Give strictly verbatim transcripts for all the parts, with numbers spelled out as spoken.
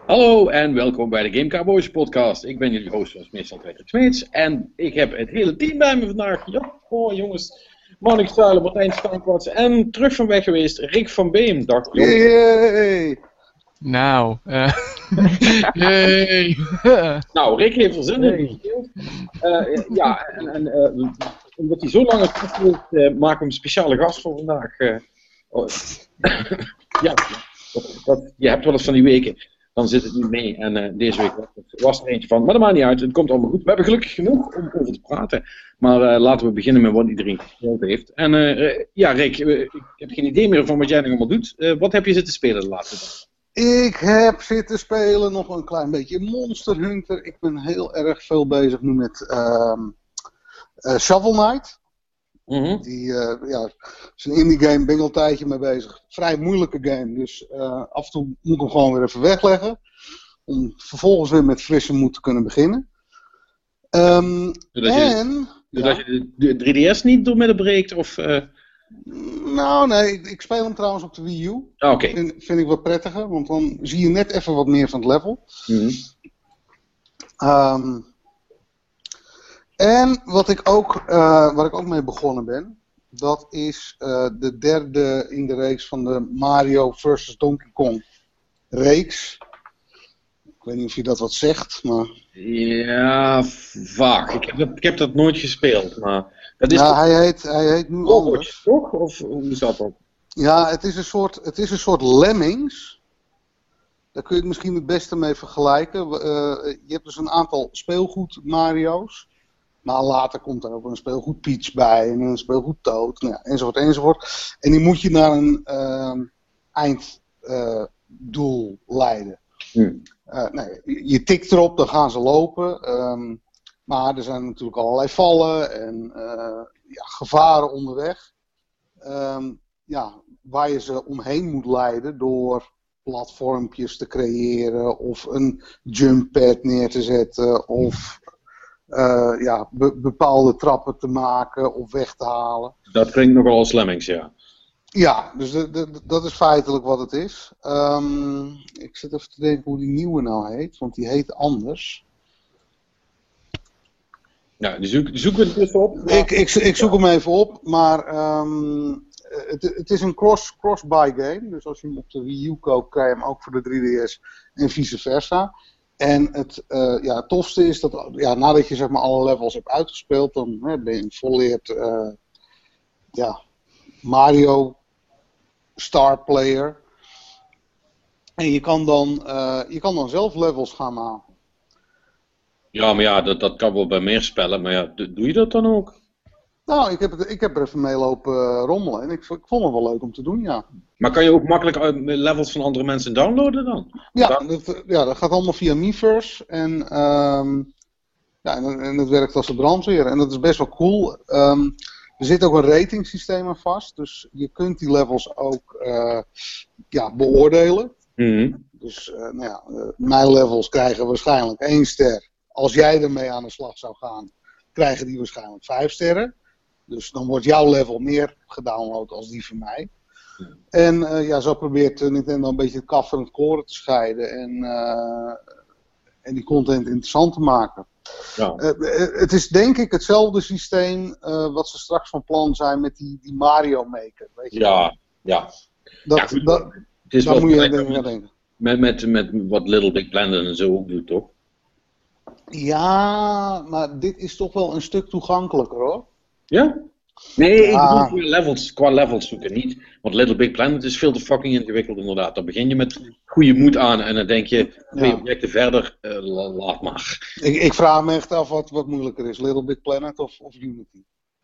Hallo en welkom bij de Game Cowboys podcast. Ik ben jullie host zoals meestal Patrick Smeets. En ik heb het hele team bij me vandaag. Ja, oh jongens. Marnik Struilen, Martijn Stankwarts en terug van weg geweest Rick van Beem. Dag jongens. Yay! Nou, uh, yay! Nou, Rick heeft er zin in. Uh, ja, en, en uh, omdat hij zo lang heeft gespeeld, uh, maken we een speciale gast voor vandaag. Uh, oh. ja, dat, dat, je hebt wel eens van die weken. Dan zit het niet mee. En uh, deze week was er eentje van. Maar dat maakt niet uit. Het komt allemaal goed. We hebben gelukkig genoeg om over te praten. Maar uh, laten we beginnen met wat iedereen gespeeld heeft. En uh, ja, Rick, uh, ik heb geen idee meer van wat jij nog allemaal doet. Uh, wat heb je zitten spelen de laatste dag? Ik heb zitten spelen nog een klein beetje Monster Hunter. Ik ben heel erg veel bezig nu met uh, uh, Shovel Knight. Mm-hmm. Die uh, ja, is een indie game, ben ik al een tijdje mee bezig. Vrij moeilijke game, dus uh, af en toe moet ik hem gewoon weer even wegleggen. Om vervolgens weer met frisse moed te kunnen beginnen. Um, doordat en... Je, doordat ja. je de drie D S niet doormidden breekt? Of, uh... Nou nee, ik, ik speel hem trouwens op de Wii U. Ah, okay. vind, vind ik wat prettiger, want dan zie je net even wat meer van het level. Mm-hmm. Um, En wat ik ook, uh, waar ik ook mee begonnen ben, dat is uh, de derde in de reeks van de Mario versus. Donkey Kong reeks. Ik weet niet of je dat wat zegt, maar... Ja, vaag. Ik heb dat, ik heb dat nooit gespeeld, maar... Dat is ja, toch... hij, heet, hij heet nu Robot, anders. Toch? Of hoe is dat dan? Ja, het is een soort, het is een soort Lemmings. Daar kun je het misschien het beste mee vergelijken. Uh, je hebt dus een aantal speelgoed Mario's. Maar later komt er ook een speelgoed Peach bij en een speelgoed Toad, nou ja, enzovoort, enzovoort. En die moet je naar een uh, einddoel uh, leiden. Hmm. Uh, nee, je tikt erop, dan gaan ze lopen. Um, maar er zijn natuurlijk allerlei vallen en uh, ja, gevaren onderweg. Um, ja, waar je ze omheen moet leiden door platformpjes te creëren of een jump pad neer te zetten of... Uh, ja, be- bepaalde trappen te maken of weg te halen. Dat klinkt nogal als Lemmings, ja. Ja, dus de, de, dat is feitelijk wat het is. Um, ik zit even te denken hoe die nieuwe nou heet, want die heet anders. Ja, die zoek, die zoeken we er dus op. Maar... Ik, ik, ik zoek hem even op, maar um, het, het is een cross, cross-buy game. Dus als je hem op de Wii U koopt, krijg je hem ook voor de drie D S en vice versa. En het uh, ja, tofste is dat ja, nadat je zeg maar, alle levels hebt uitgespeeld, dan hè, ben je een volleerd uh, ja, Mario Star Player. En je kan dan, uh, je kan dan zelf levels gaan maken. Ja, maar ja, dat, dat kan wel bij meer spellen, maar ja, doe je dat dan ook? Nou, ik heb, het, ik heb er even mee lopen uh, rommelen en ik, ik vond het wel leuk om te doen, ja. Maar kan je ook makkelijk levels van andere mensen downloaden dan? Ja, dat, ja, dat gaat allemaal via Miiverse en, um, ja, en, en het werkt als de brandweer en dat is best wel cool. Um, er zit ook een ratingsysteem aan vast, dus je kunt die levels ook uh, ja, beoordelen. Mm-hmm. Dus uh, nou ja, uh, mijn levels krijgen waarschijnlijk één ster. Als jij ermee aan de slag zou gaan, krijgen die waarschijnlijk vijf sterren. Dus dan wordt jouw level meer gedownload als die van mij. En uh, ja, zo probeert uh, Nintendo een beetje het kaf van het koren te scheiden en, uh, en die content interessant te maken. Ja. Uh, het is denk ik hetzelfde systeem uh, wat ze straks van plan zijn met die, die Mario Maker. Weet je ja, wel? ja. Dat, ja, goed, dat, het is daar wel moet je denk ik aan denken. Met, met, met wat Little Big Planet en zo ook doet, toch? Ja, maar dit is toch wel een stuk toegankelijker hoor. Ja? Nee, ja. ik bedoel qua levels, qua levels zoeken niet. Want Little Big Planet is veel te fucking ingewikkeld inderdaad. Dan begin je met goede moed aan en dan denk je, twee ja. objecten verder, uh, laat maar. Ik, ik vraag me echt af wat, wat moeilijker is, Little Big Planet of, of Unity.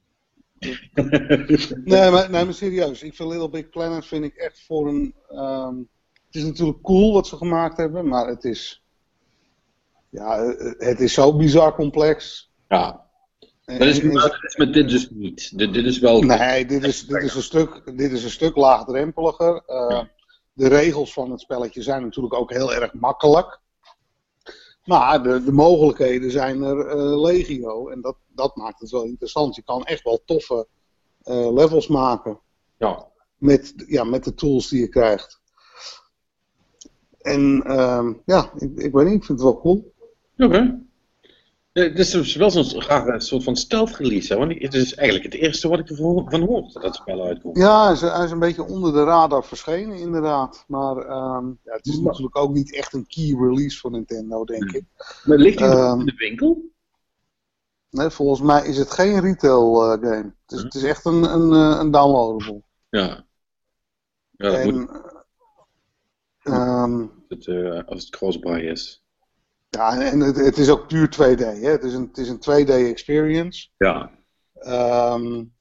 nee, maar, nee, maar serieus, ik vind Little Big Planet vind ik echt voor een... Um, het is natuurlijk cool wat ze gemaakt hebben, maar het is... Ja, het is zo bizar complex. Ja. Dat is, en, dat is met dit dus niet. Dit, dit is wel... Nee, dit is, dit is, een, stuk, dit is een stuk laagdrempeliger. Uh, ja. De regels van het spelletje zijn natuurlijk ook heel erg makkelijk. Maar de, de mogelijkheden zijn er uh, legio. En dat, dat maakt het wel interessant. Je kan echt wel toffe uh, levels maken. Ja. Met, ja, met de tools die je krijgt. en uh, ja, ik, ik weet niet, ik vind het wel cool. Oké. Okay. Het is dus wel zo'n rare soort van stealth release, hè? Want het is eigenlijk het eerste wat ik ervan hoor, dat het spel uitkomt. Ja, hij is, hij is een beetje onder de radar verschenen, inderdaad. Maar um, ja, het is maar, natuurlijk ook niet echt een key release van Nintendo, denk ik. Maar ligt hij um, in de winkel? Nee, volgens mij is het geen retail uh, game. Het is, huh? het is echt een, een, een downloadable. Ja. Ja, dat en, moet... um, het, uh, als het crossbuy is. Ja, en het, het is ook puur twee D, hè? Het is een, het is een twee D experience. Ja. Um,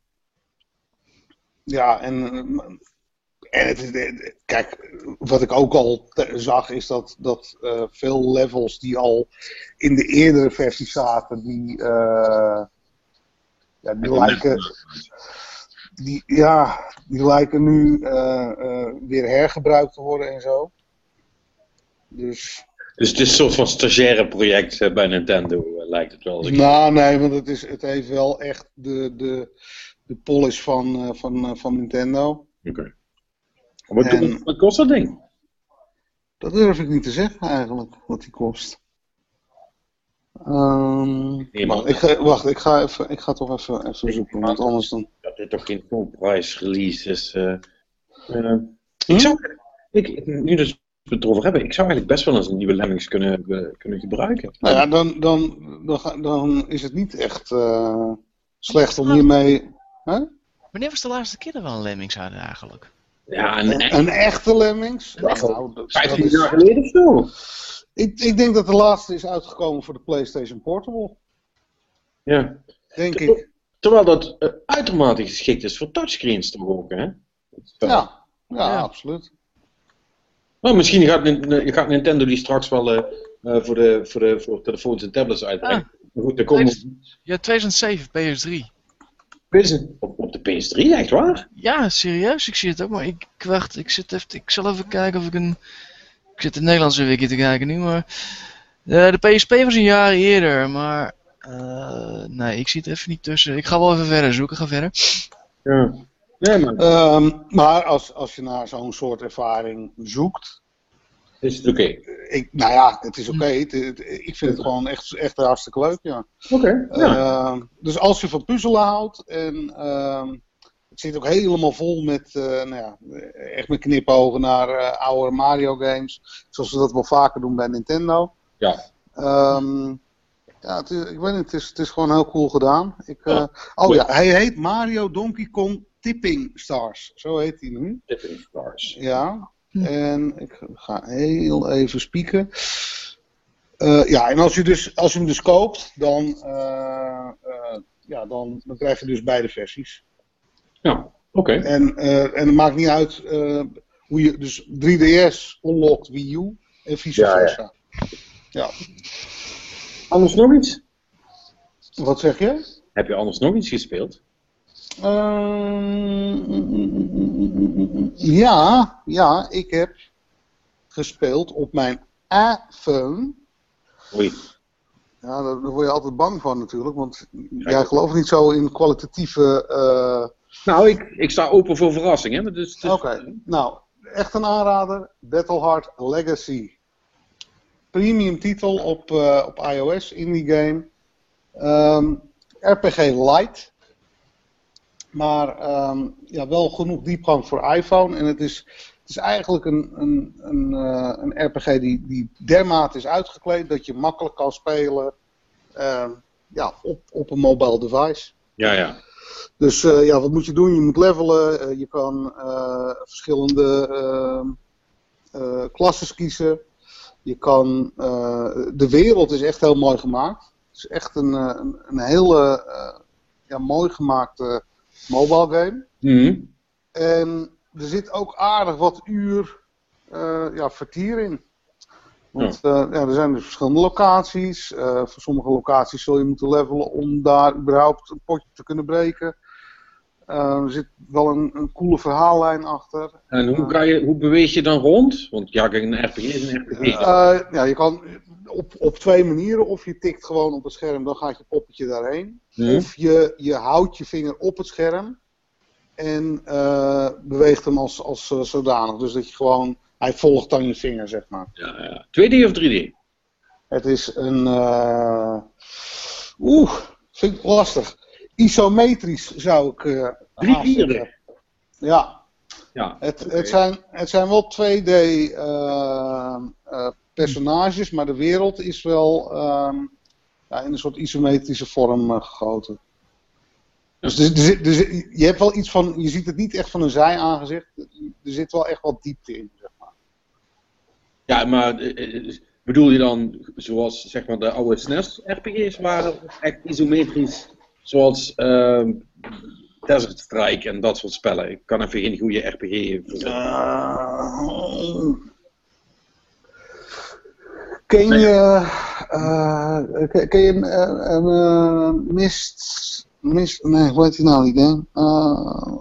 ja, en, en het, kijk, wat ik ook al te, zag is dat, dat uh, veel levels die al in de eerdere versies zaten, die, uh, ja, die lijken, die, ja, die lijken nu uh, uh, weer hergebruikt te worden en zo. Dus... Dus het is een soort van stagiaire project uh, bij Nintendo, uh, lijkt het wel. Nou, nee, want het, is, het heeft wel echt de, de, de polish van, uh, van, uh, van Nintendo. Oké. Okay. Wat, en, wat kost dat ding? Dat durf ik niet te zeggen eigenlijk, wat die kost. Um, nee, wacht, ik ga, wacht, ik ga, even, ik ga toch even, even zoeken, want anders dan... Dat dit toch geen full price release is. Uh, uh, hm? Ik zou... Ik, nu dus... we het erover hebben. Ik zou eigenlijk best wel eens een nieuwe Lemmings kunnen, uh, kunnen gebruiken. Nou ja, dan, dan, dan, dan is het niet echt uh, slecht om hiermee... Huh? Wanneer was de laatste keer dat we een Lemmings hadden eigenlijk? Ja, een, een, een echte Lemmings? Ja, nou, vijftien jaar geleden of zo. Ik, ik denk dat de laatste is uitgekomen voor de PlayStation Portable. Ja. Denk terwijl, ik. Terwijl dat uh, uitermate geschikt is voor touchscreens te ook, hè? Ja, ja, ja, absoluut. Nou, misschien gaat, gaat Nintendo die straks wel uh, uh, voor, de, voor, de, voor telefoons en tablets uitbrengen. Ah, maar goed, daar komen... Ja, tweeduizend zeven, P S drie. Op, op de P S drie, echt waar? Ja, serieus, ik zie het ook, maar ik wacht, ik zit even, ik zal even kijken of ik een... Ik zit in het Nederlandse wiki te kijken nu, maar... Uh, de P S P was een jaar eerder, maar... Uh, nee, ik zie het even niet tussen. Ik ga wel even verder zoeken, ga verder. Ja. Nee, maar um, maar als, als je naar zo'n soort ervaring zoekt... Is het oké? Okay? Nou ja, het is oké. Okay. Ik vind het gewoon echt, echt hartstikke leuk, ja. Oké, okay, ja. uh, Dus als je van puzzelen houdt en... Uh, het zit ook helemaal vol met, uh, nou ja, echt met knipogen naar uh, oude Mario games. Zoals we dat wel vaker doen bij Nintendo. Ja. Um, ja, het is, ik weet niet, het is, het is gewoon heel cool gedaan. Ik, uh, oh ja, hij heet Mario Donkey Kong Tipping Stars. Zo heet hij nu. Tipping Stars. Ja, hm. En ik ga heel even spieken. Uh, ja, en als je, dus, als je hem dus koopt, dan, uh, uh, ja, dan, dan krijg je dus beide versies. Ja, oké. Okay. En, uh, en het maakt niet uit uh, hoe je dus drie D S unlockt Wii U en vice versa. Ja, ja. ja. Anders nog iets? Wat zeg je? Heb je anders nog iets gespeeld? Uh, ja, ja, ik heb gespeeld op mijn iPhone. Oei. Ja, daar, daar word je altijd bang van natuurlijk, want ja, jij gelooft niet zo in kwalitatieve... Uh... Nou, ik, ik sta open voor verrassingen. Dus, dus... Oké, okay. Nou, echt een aanrader. Battlehard Legacy. Premium titel op, uh, op iOS, indie game. Um, R P G Lite. Maar um, ja, wel genoeg diepgang voor iPhone. En het is, het is eigenlijk een, een, een, uh, een R P G die, die dermate is uitgekleed dat je makkelijk kan spelen uh, ja, op, op een mobile device. Ja, ja. Dus uh, ja, wat moet je doen? Je moet levelen. Uh, je kan uh, verschillende uh, uh, klasses kiezen. Je kan, uh, de wereld is echt heel mooi gemaakt. Het is echt een, een, een hele uh, ja, mooi gemaakte mobile game. Mm-hmm. En er zit ook aardig wat uur uh, ja, vertier in. Want uh, ja, er zijn dus verschillende locaties. Uh, voor sommige locaties zul je moeten levelen om daar überhaupt een potje te kunnen breken. Uh, er zit wel een, een coole verhaallijn achter. En hoe, ga je, hoe beweeg je dan rond? Want ja, een R P G is een R P G. Uh, ja, je kan op, op twee manieren. Of je tikt gewoon op het scherm, dan gaat je poppetje daarheen. Hmm. Of je, je houdt je vinger op het scherm en uh, beweegt hem als, als uh, zodanig. Dus dat je gewoon hij volgt dan je vinger, zeg maar. Ja, ja. twee D of drie D? Het is een... Uh... Oeh, vind ik lastig. Isometrisch zou ik... Uh, Drie vierde? Ja. ja het, okay. het, zijn, het zijn wel twee D uh, uh, personages, maar de wereld is wel um, ja, in een soort isometrische vorm uh, gegoten. Dus, dus, dus, dus je hebt wel iets van... Je ziet het niet echt van een zij aangezicht. Er zit wel echt wat diepte in, zeg maar. Ja, maar... Uh, bedoel je dan, zoals zeg maar de oude S N E S-R P G's waren, echt isometrisch, zoals uh, Desert Strike en dat soort spellen? Ik kan even geen goede R P G verzinnen. Uh, ken je, uh, ken je uh, uh, Mist, Mist, nee, hoe heet die nou, die game? Uh,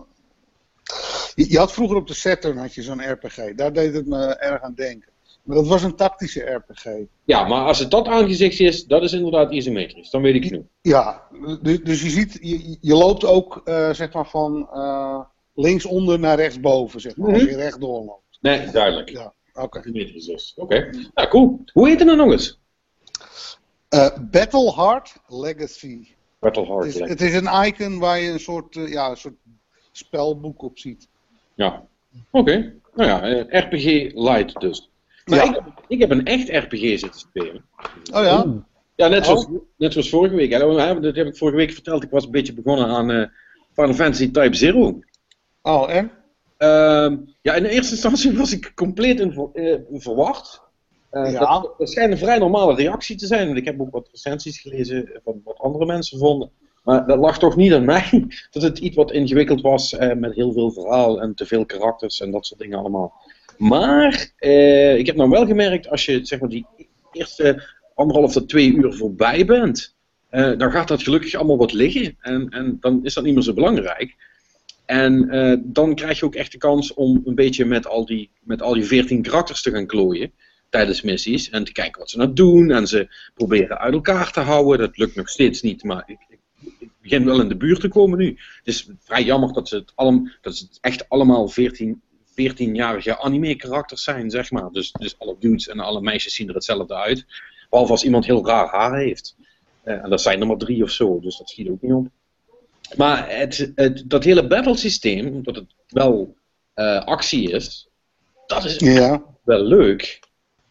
je, je had vroeger op de Saturn had je zo'n R P G, daar deed het me erg aan denken. Maar dat was een tactische R P G. Ja, maar als het dat aangezicht is, dat is inderdaad isometrisch. Dan weet ik genoeg. Ja, dus, dus je ziet, je, je loopt ook uh, zeg maar van uh, linksonder naar rechtsboven, zeg maar, mm-hmm. als je rechtdoor loopt. Nee, duidelijk. Ja, oké. Okay. Isometrisch dus. Oké, okay. Nou cool. Hoe heet het nou nog eens? Uh, Battlehard Legacy. Battlehard het is, Legacy. Het is een icon waar je een soort, uh, ja, een soort spelboek op ziet. Ja, oké. Okay. Nou ja, uh, R P G Lite dus. Maar ja. ik, ik heb een echt R P G zitten spelen. Oh ja? Ja, net zoals, oh. net zoals vorige week. Dat heb ik vorige week verteld. Ik was een beetje begonnen aan uh, Final Fantasy Type Zero. Oh, en? Uh, ja, in eerste instantie was ik compleet in ver, uh, verwacht. Uh, ja. dat, dat schijnt een vrij normale reactie te zijn. Want ik heb ook wat recensies gelezen van wat andere mensen vonden. Maar dat lag toch niet aan mij. Dat het iets wat ingewikkeld was uh, met heel veel verhaal en te veel karakters en dat soort dingen allemaal. Maar uh, ik heb nou wel gemerkt, als je zeg maar die eerste anderhalf tot twee uur voorbij bent, uh, dan gaat dat gelukkig allemaal wat liggen. En, en dan is dat niet meer zo belangrijk. En uh, dan krijg je ook echt de kans om een beetje met al die, met al die veertien karakters te gaan klooien tijdens missies. En te kijken wat ze nou doen. En ze proberen uit elkaar te houden. Dat lukt nog steeds niet, maar ik, ik, ik begin wel in de buurt te komen nu. Het is vrij jammer dat ze het, allem, dat ze het echt allemaal veertien veertienjarige anime-karakters zijn, zeg maar. Dus, dus alle dudes en alle meisjes zien er hetzelfde uit. Behalve als iemand heel raar haar heeft. Uh, en dat zijn er maar drie of zo, dus dat schiet ook niet op. Maar het, het, dat hele battlesysteem, dat het wel uh, actie is, dat is ja. wel leuk.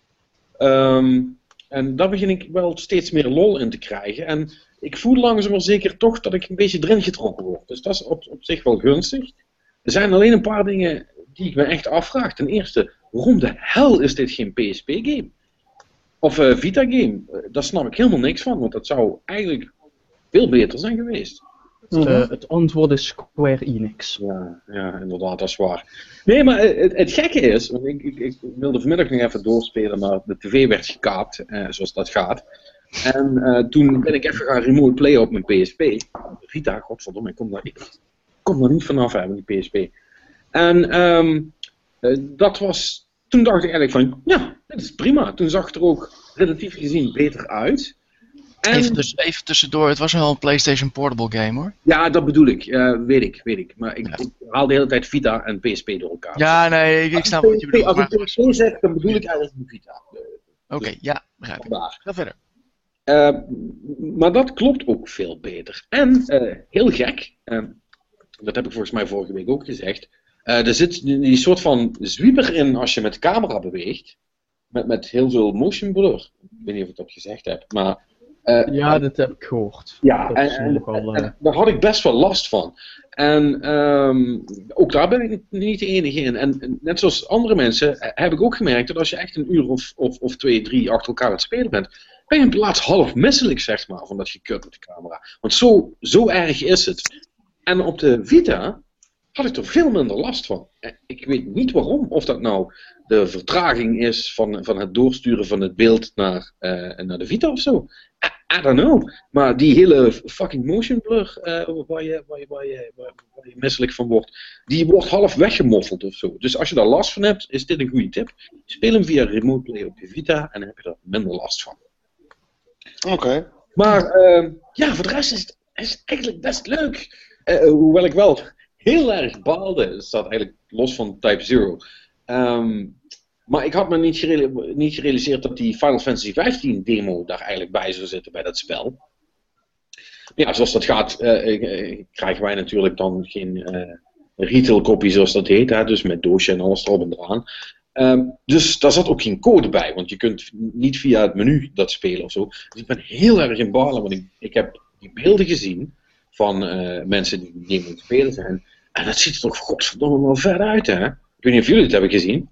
Um, en daar begin ik wel steeds meer lol in te krijgen. En ik voel langzaam maar zeker toch dat ik een beetje erin getrokken word. Dus dat is op, op zich wel gunstig. Er zijn alleen een paar dingen die ik me echt afvraag. Ten eerste, waarom de hel is dit geen P S P-game? Of uh, Vita-game? Uh, daar snap ik helemaal niks van, want dat zou eigenlijk veel beter zijn geweest. Het, uh, het antwoord is Square Enix. Ja, ja, inderdaad, dat is waar. Nee, maar het, het gekke is, want ik, ik, ik wilde vanmiddag nog even doorspelen, maar de tv werd gekaapt, uh, zoals dat gaat. En uh, toen ben ik even gaan remote playen op mijn P S P. Vita, godverdomme, ik kom daar, ik kom daar niet vanaf hebben, die P S P. En um, uh, dat was, toen dacht ik eigenlijk van, ja, dit is prima. Toen zag het er ook relatief gezien beter uit. En... Even, tuss even tussendoor, het was wel een PlayStation Portable game hoor. Ja, dat bedoel ik, uh, weet ik, weet ik. Maar ik, ja. ik haal de hele tijd Vita en P S P door elkaar. Ja, nee, ik, ik snap wat je bedoelt. Als ik het zo zeg, dan bedoel ik eigenlijk de Vita. Uh, Oké, okay, dus ja, begrijp ik. Ga verder. Uh, maar dat klopt ook veel beter. En, uh, heel gek, uh, dat heb ik volgens mij vorige week ook gezegd. Uh, er zit die soort van zwieper in als je met de camera beweegt. Met, met heel veel motion blur. Ik weet niet of ik dat gezegd heb, maar... Uh, ja, uh, dat heb ik gehoord. Ja, en, en, al, uh... en daar had ik best wel last van. En um, ook daar ben ik niet de enige in. En net zoals andere mensen heb ik ook gemerkt dat als je echt een uur of, of, of twee, drie achter elkaar aan het spelen bent, ben je in plaats half misselijk, zeg maar, van dat gekut met de camera. Want zo, zo erg is het. En op de Vita had ik er veel minder last van. Ik weet niet waarom. Of dat nou de vertraging is van, van het doorsturen van het beeld naar, uh, naar de Vita of zo. I, I don't know. Maar die hele fucking motion blur uh, waar, je, waar, je, waar, je, waar, waar je misselijk van wordt, die wordt half weggemoffeld of zo. Dus als je daar last van hebt, is dit een goede tip. Speel hem via remote play op je Vita en dan heb je er minder last van. Oké. Okay. Maar uh, ja, voor de rest is het, is het eigenlijk best leuk. Uh, hoewel ik wel heel erg baalde. Het staat eigenlijk los van Type Zero. Um, Maar ik had me niet, gereali- niet gerealiseerd dat die Final Fantasy vijftien demo daar eigenlijk bij zou zitten bij dat spel. Ja, zoals dat gaat, uh, uh, krijgen wij natuurlijk dan geen uh, retail copy zoals dat heet, hè, dus met doosje en alles erop en eraan. Um, dus daar zat ook geen code bij, want je kunt niet via het menu dat spelen of zo. Dus ik ben heel erg in balen, want ik, ik heb die beelden gezien van uh, mensen die die game spelen zijn. En dat ziet er toch godverdomme wel ver uit, hè? Ik weet niet of jullie het hebben gezien.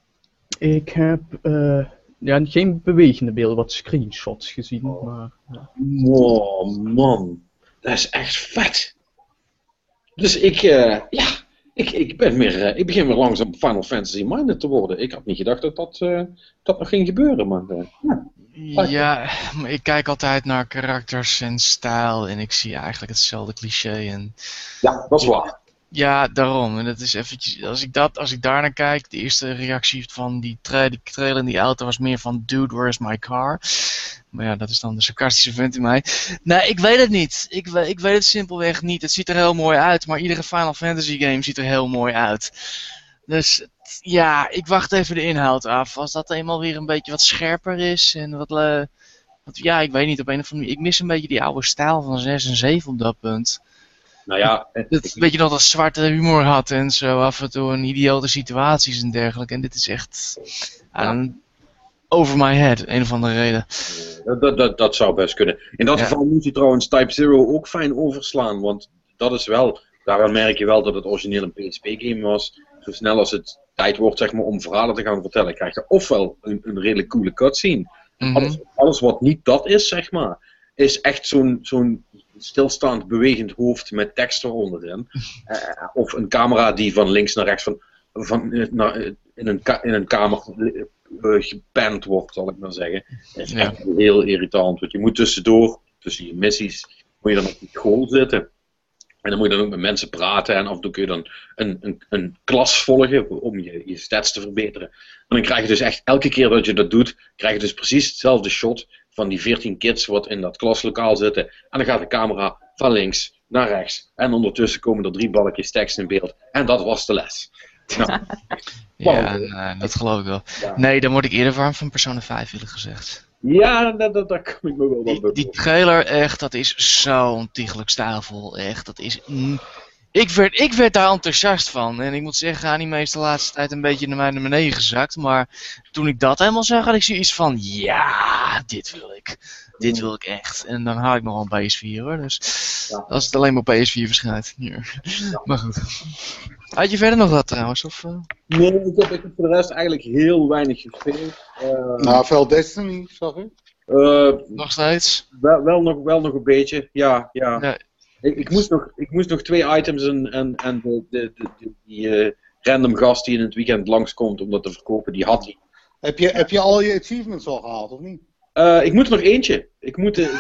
Ik heb uh, ja, geen bewegende beelden, wat screenshots gezien, oh. maar... Ja. Wow, man. Dat is echt vet. Dus ik, uh, ja, ik, ik, ben weer, uh, ik begin weer langzaam Final Fantasy minded te worden. Ik had niet gedacht dat dat, uh, dat nog ging gebeuren, maar... Uh, ja. Ja, maar ik kijk altijd naar karakters en stijl en ik zie eigenlijk hetzelfde cliché en... Ja, dat is waar. Ja, daarom. En dat is eventjes, als ik, dat, als ik daar naar kijk, de eerste reactie van die, tra die trailer in die auto was meer van dude, where's my car? Maar ja, dat is dan de sarcastische vent in mij. Nee, ik weet het niet. Ik, we, ik weet het simpelweg niet. Het ziet er heel mooi uit, maar iedere Final Fantasy game ziet er heel mooi uit. Dus ja, ik wacht even de inhoud af. Als dat eenmaal weer een beetje wat scherper is en wat... Uh, wat ja, ik weet niet, op een of andere manier. Ik mis een beetje die oude stijl van zes en zeven op dat punt. Nou ja, dat, weet je nog dat zwarte humor had en zo af en toe een idiote situaties en dergelijke. En dit is echt ja. over my head, een of andere reden. Dat, dat, dat zou best kunnen. In dat ja. geval moet je trouwens Type Zero ook fijn overslaan, want dat is wel, daaraan merk je wel dat het origineel een P S P-game was. Zo snel als het tijd wordt zeg maar, om verhalen te gaan vertellen, krijg je ofwel een, een redelijk coole cutscene. Mm-hmm. Alles, alles wat niet dat is, zeg maar, is echt zo'n zo'n stilstaand bewegend hoofd met tekst eronder in. Uh, of een camera die van links naar rechts van, van, naar, in, een ka in een kamer uh, gepand wordt, zal ik maar zeggen. Dat is echt ja. heel irritant, want je moet tussendoor, tussen je missies, moet je dan op die school zitten. En dan moet je dan ook met mensen praten en af en toe kun je dan een, een, een klas volgen om je, je stats te verbeteren. En dan krijg je dus echt, elke keer dat je dat doet, krijg je dus precies hetzelfde shot van die veertien kids wat in dat klaslokaal zitten. En dan gaat de camera van links naar rechts. En ondertussen komen er drie balkjes tekst in beeld. En dat was de les. Nou, ja, nee, dat geloof ik wel. Ja. Nee, dan word ik eerder warm van Persona vijf, eerlijk gezegd. Ja, dat, dat, dat kan ik me wel die, die trailer, echt, dat is zo ontiegelijk stijlvol. Echt, dat is... Mm, ik, werd, ik werd daar enthousiast van. En ik moet zeggen, anime is de laatste tijd een beetje naar mij naar beneden gezakt. Maar toen ik dat helemaal zag, had ik zoiets van... Ja, dit wil ik. Dit wil ik echt. En dan haal ik nog wel een P S vier hoor. Dus ja. Als het alleen maar op P S vier verschijnt. Ja. Maar goed. Had je verder nog wat trouwens? Of, uh... Nee, ik heb, ik heb voor de rest eigenlijk heel weinig gespeeld. Uh, nou, veel Destiny, zag ik. Uh, nog steeds? Wel, wel, nog, wel nog een beetje, ja. ja. ja. Ik, ik, moest nog, ik moest nog twee items en, en, en de, de, de, de, die uh, random gast die in het weekend langskomt om dat te verkopen, die had hij. Heb je, heb je al je achievements al gehaald, of niet? Uh, ik moet er nog eentje. Ik moet... Uh,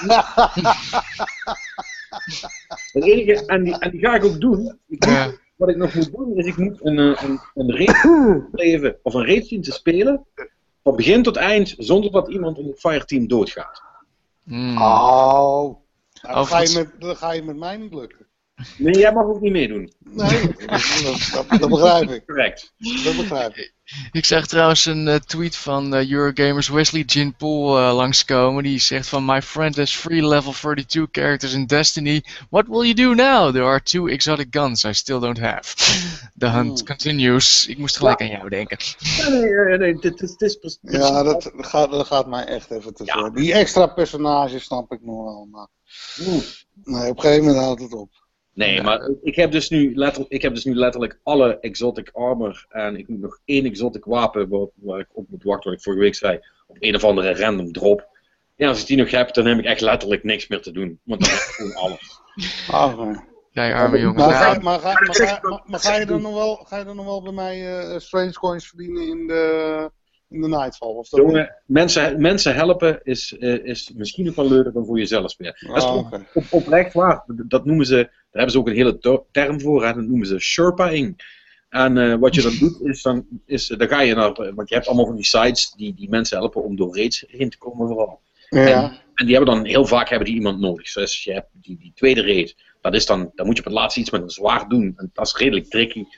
het enige, en, die, en die ga ik ook doen. Ik moet, ja. Wat ik nog moet doen, is ik moet een, een, een race geven, of een race zien te spelen, van begin tot eind, zonder dat iemand in het fireteam doodgaat. Mm. Oh, nou, dan, ga je met, dan ga je met mij niet lukken. Nee, jij mag ook niet meedoen. Nee, dat, dat, dat begrijp ik. Correct. Dat begrijp ik. Ik zag trouwens een uh, tweet van uh, Eurogamers Wesley Jin Pool uh, langskomen. Die zegt van: My friend has three level thirty-two characters in Destiny. What will you do now? There are two exotic guns I still don't have. The hunt hmm. continues. Ik moest gelijk ja. aan jou denken. Ja, nee, nee, nee, dit is, dit is precies... Ja, dat gaat, dat gaat mij echt even te ver. Ja. Die extra personages snap ik nog wel, maar... Nee, op een gegeven moment houdt het op. Nee, ja. maar ik heb, dus nu letterlijk, ik heb dus nu letterlijk alle exotic armor en ik moet nog één exotic wapen waar, waar ik op moet wachten, wat ik vorige week zei, op een of andere random drop. Ja, als ik die nog heb, dan heb ik echt letterlijk niks meer te doen, want dan heb ik gewoon alles. Ah, nee. Ja, arme jongen. Maar, ga, maar, ga, maar, ga, maar, maar ga, je dan nog wel, ga je dan nog wel bij mij uh, strange coins verdienen in de... in de Nightfall, of dat Jongen, mensen, mensen helpen is, uh, is misschien ook wel leuker dan voor jezelf spelen. Ah, dat is okay. op, oprecht waar. Dat noemen ze, daar hebben ze ook een hele term voor, hè, dat noemen ze Sherpaing. En uh, wat je dan doet, is dan, is, dan ga je naar, want je hebt allemaal van die sites die, die mensen helpen om door raids heen te komen vooral. Ja. En, en die hebben dan, heel vaak hebben die iemand nodig. Zoals je hebt die, die tweede raid, dat is dan, dan moet je op het laatste iets met een zwaard doen. En dat is redelijk tricky.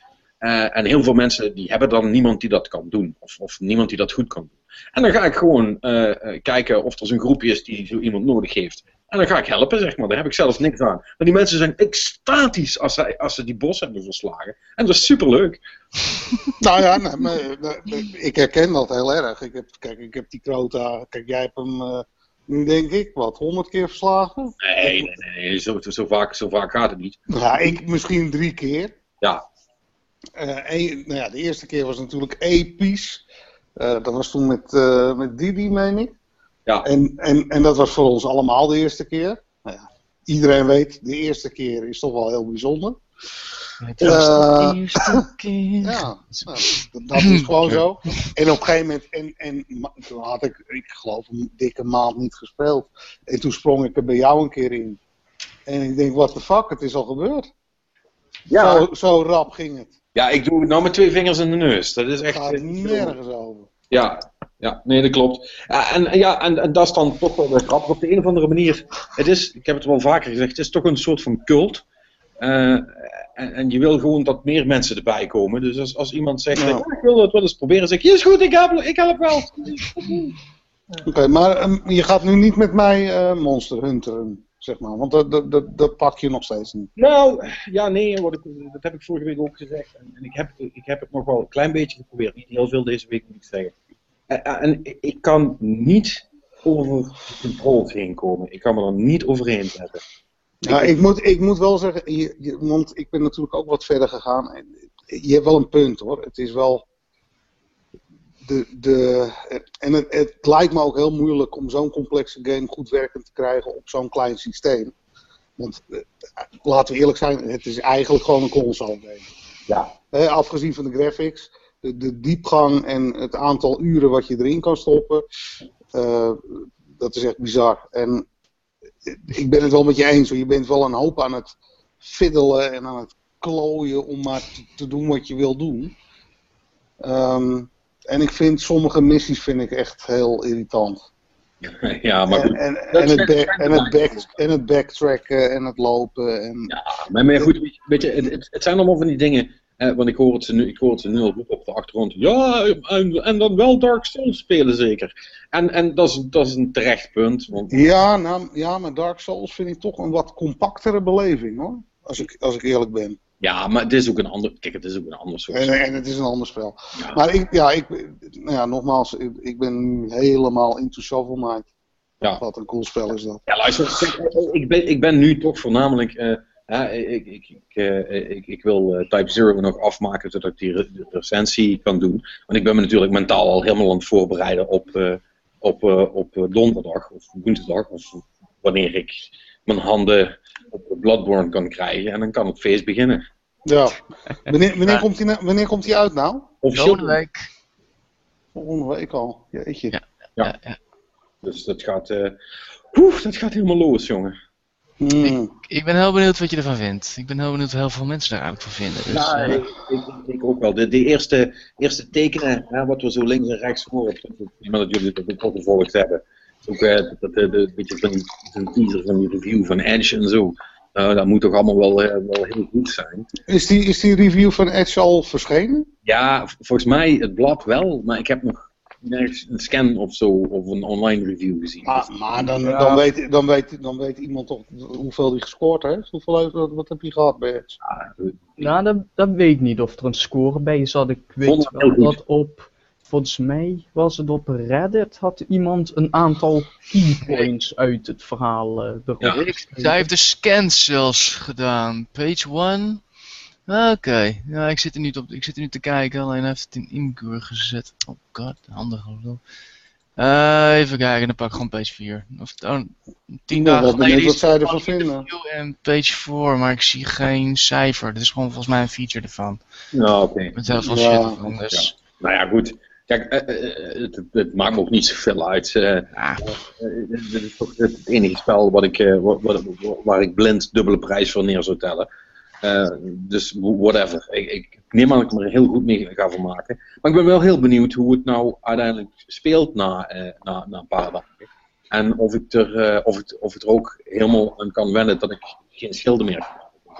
Uh, en heel veel mensen die hebben dan niemand die dat kan doen. Of, of niemand die dat goed kan doen. En dan ga ik gewoon uh, uh, kijken of er zo'n groepje is die zo iemand nodig heeft. En dan ga ik helpen, zeg maar. Daar heb ik zelf niks aan. Maar die mensen zijn extatisch als ze, als ze die bos hebben verslagen. En dat is superleuk. Nou ja, nee, maar, nee, ik herken dat heel erg. Ik heb, kijk, ik heb die Crota... Kijk, jij hebt hem... Uh, nu denk ik, wat, honderd keer verslagen? Nee, nee, nee. nee. Zo, zo, vaak, zo vaak gaat het niet. Ja, ik misschien drie keer. Ja. Uh, een, nou ja, de eerste keer was natuurlijk episch. Uh, dat was toen met, uh, met Didi, meen ik. Ja. En, en, en dat was voor ons allemaal de eerste keer. Nou ja, iedereen weet, de eerste keer is toch wel heel bijzonder. Het was Uh, de eerste keer. Ja, nou, dat, dat is gewoon zo. En op een gegeven moment, en, en toen had ik, ik geloof, een dikke maand niet gespeeld. En toen sprong ik er bij jou een keer in. En ik denk, what the fuck, het is al gebeurd. Ja. Zo, zo rap ging het. Ja, ik doe het nou met twee vingers in de neus. Dat is echt... Het gaat nergens over. Ja, ja, nee, dat klopt. Ja, en, ja, en, en dat is dan toch wel weer grappig. Op de een of andere manier, het is, ik heb het wel vaker gezegd, het is toch een soort van cult. Uh, en, en je wil gewoon dat meer mensen erbij komen. Dus als, als iemand zegt, ja. Ja, ik wil het wel eens proberen, zeg ik, is goed, ik help, ik help wel. Oké, okay, maar um, je gaat nu niet met mij uh, Monster Hunteren, zeg maar, want dat, dat, dat, dat pak je nog steeds niet. Nou, ja, nee, wat ik, dat heb ik vorige week ook gezegd. En, en ik, heb, ik heb het nog wel een klein beetje geprobeerd, niet heel veel deze week moet ik zeggen. En, en ik kan niet over de controls heen komen. Ik kan me er niet overheen zetten. Ja, ik moet, ik moet wel zeggen, je, je, want ik ben natuurlijk ook wat verder gegaan. Je hebt wel een punt hoor. Het is wel. De, de, en het, het lijkt me ook heel moeilijk om zo'n complexe game goed werkend te krijgen op zo'n klein systeem. Want laten we eerlijk zijn, het is eigenlijk gewoon een console game. Ja. He, afgezien van de graphics, de, de diepgang en het aantal uren wat je erin kan stoppen. Uh, dat is echt bizar. En ik ben het wel met je eens, hoor. Je bent wel een hoop aan het fiddelen en aan het klooien om maar te, te doen wat je wil doen. Um, en ik vind sommige missies vind ik echt heel irritant. Ja, maar en, en, en, het back, en, het back, en het backtracken en het lopen. En... Ja, maar, maar goed, weet je, het, het zijn allemaal van die dingen. Eh, want ik hoor het ze nu, ik hoor het ze nu al roepen op de achtergrond. Ja, en, en dan wel Dark Souls spelen zeker. En, en dat, is, dat is een terecht punt. Want... Ja, nou, ja, maar Dark Souls vind ik toch een wat compactere beleving hoor. Als ik, als ik eerlijk ben. Ja, maar het is ook een ander. Kijk, het is ook een ander soort. En, en het is een ander spel. Ja. Maar ik, ja, ik, nou ja, nogmaals, ik, ik ben nu helemaal into Shovel Knight. Ja. Wat een cool spel is dat. Ja, luister, ik ben, ik ben nu toch voornamelijk. Uh, uh, ik, ik, ik, uh, ik, ik wil uh, Type Zero nog afmaken zodat ik die re de recensie kan doen. Want ik ben me natuurlijk mentaal al helemaal aan het voorbereiden op, uh, op, uh, op uh, donderdag of woensdag. Of wanneer ik mijn handen op Bloodborne kan krijgen. En dan kan het feest beginnen. Ja. Wanneer, wanneer, komt, die, wanneer komt die uit nou? Volgende week. Volgende week al. Jeetje. Ja. Ja. Ja, ja. Dus dat gaat, uh, oef, dat gaat helemaal los, jongen. Mm. Ik, ik ben heel benieuwd wat je ervan vindt. Ik ben heel benieuwd wat heel veel mensen daar eigenlijk van vinden. Dus, ja, uh... ik, ik, ik ook wel. De, de eerste, eerste tekenen, hè, wat we zo links en rechts horen, maar dat jullie dat ook gevolgd hebben. Ook uh, dat, dat, de, beetje van die, een teaser van die review van Edge en zo. Uh, dat moet toch allemaal wel, uh, wel heel goed zijn. Is die, is die review van Edge al verschenen? Ja, volgens mij het blad wel, maar ik heb nog nergens een scan of zo, of een online review gezien. Ah, maar dan, ja. dan, weet, dan, weet, dan weet iemand toch hoeveel hij gescoord heeft? Hoeveel, wat, wat heb je gehad bij Edge? Ja, nou, dat, dat weet ik niet of er een score bij zat. Ik weet wel dat op, volgens mij was het op Reddit, had iemand een aantal keypoints uit het verhaal uh, erop. Ja, ik, hij heeft de scans zelfs gedaan. Page one. Oké, okay. Ja, ik zit er niet op. Ik zit er nu te kijken, alleen hij heeft het in Imgur gezet. Oh god, handig. Uh, even kijken, dan pak ik gewoon page vier. Of oh, tien dagen geleden wat zij ervan vinden. En page vier, maar ik zie geen cijfer. Dit is gewoon volgens mij een feature ervan. Ja, oké. Okay. Met heel veel ja. shit ervan, dus... Ja. Nou ja, goed. Kijk, uh, uh, het, het maakt me ook niet zoveel uit. Uh, ja. uh, dit is toch het enige spel wat ik, uh, wat, wat, waar ik blind dubbele prijs voor neer zou tellen. Uh, dus whatever. Ik, ik neem aan dat ik me er heel goed mee ga vermaken. Maar ik ben wel heel benieuwd hoe het nou uiteindelijk speelt na, uh, na, na een paar dagen. En of ik, er, uh, of, het, of het er ook helemaal aan kan wennen dat ik geen schilden meer heb.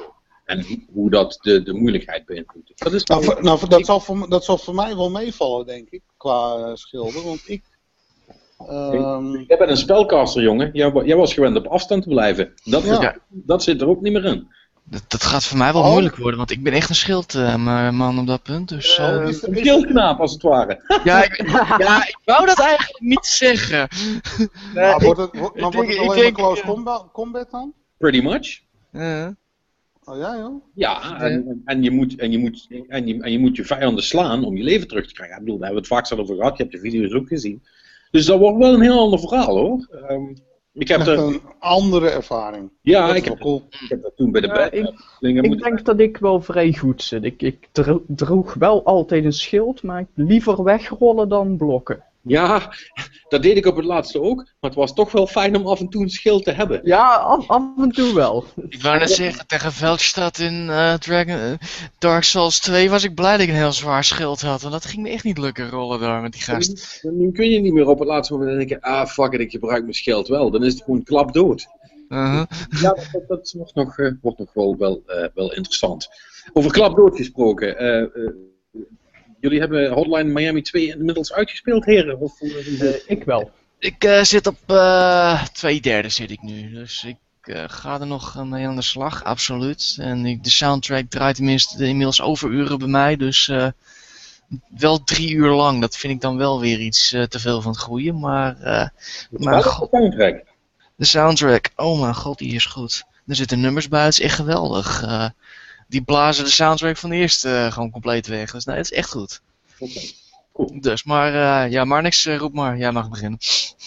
en hoe dat de, de moeilijkheid beïnvloedt. Dat, is nou, voor, nou, dat, zal voor, dat zal voor mij wel meevallen, denk ik, qua uh, schilderen. Want ik... Um... Jij bent een spelcaster, jongen. Jij, jij was gewend op afstand te blijven. Dat, Ja. is, dat zit er ook niet meer in. Dat, dat gaat voor mij wel Oh. moeilijk worden, want ik ben echt een schildman op dat punt. Dus, Ja, eh, is- Een schildknaap, als het ware. ja, ik, ja, ik wou dat eigenlijk niet zeggen. Nee, Maar ik- wordt het, wordt, maar ik wordt denk- het ik alleen denk, maar close ja. combat, combat dan? Pretty much. eh, Oh ja, joh. Ja, en, en, je moet, en, je moet, en, je, en je moet je vijanden slaan om je leven terug te krijgen. Ik bedoel, daar hebben we het vaak al over gehad. Je hebt de video's ook gezien. Dus dat wordt wel een heel ander verhaal, hoor. Um, ik heb Echt er, een andere ervaring. ja, Dat ik is wel heb, cool. ik heb dat toen bij de Ja, bed. ik- dingen Ik moeten- denk dat ik wel vrij goed zit. Ik, ik dro- droeg wel altijd een schild, maar ik liever wegrollen dan blokken. Ja, dat deed ik op het laatste ook. Maar het was toch wel fijn om af en toe een schild te hebben. Ja, af, af en toe wel. ik wou net zeggen, tegen Veldstad in eh, Dragon, eh, Dark Souls twee was ik blij dat ik een heel zwaar schild had. Want dat ging me echt niet lukken rollen daar met die gast. Nu, nu kun je niet meer op het laatste moment denken, ah fuck it, ik gebruik mijn schild wel. Dan is het gewoon klap dood. Uh-huh. Ja, dat, dat, dat wordt nog, eh, wordt nog wel, wel, eh, wel interessant. Over klap dood gesproken. eh, eh, jullie hebben Hotline Miami twee inmiddels uitgespeeld, heren? Of, hoe- hoe- hoe- Eh, ik wel. Ik eh, zit op eh, twee derde zit ik nu, dus ik eh, ga er nog mee aan de slag, absoluut. En ik, de soundtrack draait tenminste inmiddels overuren bij mij, dus eh, wel drie uur lang. Dat vind ik dan wel weer iets eh, te veel van het goede, maar eh, maar Wat is god, de soundtrack? de soundtrack, oh mijn god, die is goed. Er zitten nummers bij, het is echt geweldig. Eh, die blazen de soundtrack van de eerste eh, gewoon compleet weg, dus nee, het is echt goed. Oké, cool. Dus, maar uh, ja, Marnix, uh, roep maar, jij mag beginnen.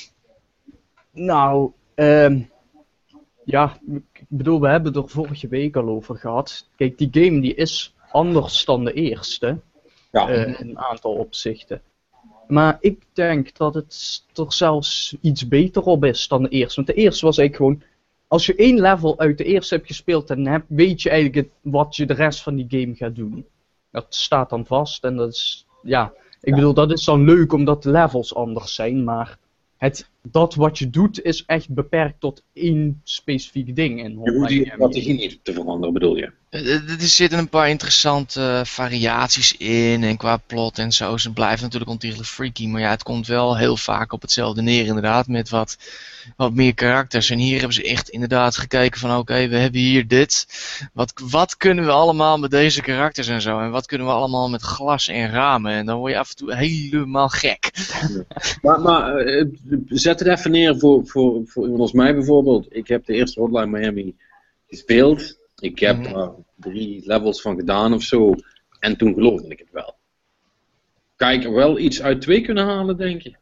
Nou, ehm ja, ik bedoel, we hebben het er vorige week al over gehad. Kijk, die game die is anders dan de eerste, Ja, eh, in een aantal opzichten. Maar ik denk dat het er zelfs iets beter op is dan de eerste. Want de eerste was eigenlijk gewoon, als je één level uit de eerste hebt gespeeld, dan heb, weet je eigenlijk het- wat je de rest van die game gaat doen. Dat staat dan vast en dat is, ja, ik bedoel, dat is dan leuk omdat de levels anders zijn, maar het, dat wat je doet is echt beperkt tot één specifiek ding in je hoeft Hotline die Miami. strategie niet te veranderen, bedoel je? Uh, er zitten een paar interessante uh, variaties in en qua plot en zo. Ze blijven natuurlijk ontiegelijk freaky, maar ja, het komt wel heel vaak op hetzelfde neer inderdaad, met wat, wat meer karakters. En hier hebben ze echt inderdaad gekeken van oké, okay, we hebben hier dit. Wat, wat kunnen we allemaal met deze karakters en zo? En wat kunnen we allemaal met glas en ramen? En dan word je af en toe helemaal gek. Maar, maar uh, zet het even neer voor, voor, voor iemand als mij bijvoorbeeld. Ik heb de eerste Hotline Miami gespeeld. Ik heb Mhm. er drie levels van gedaan of zo. En toen geloofde ik het wel. Kan ik er wel iets uit twee kunnen halen, denk je?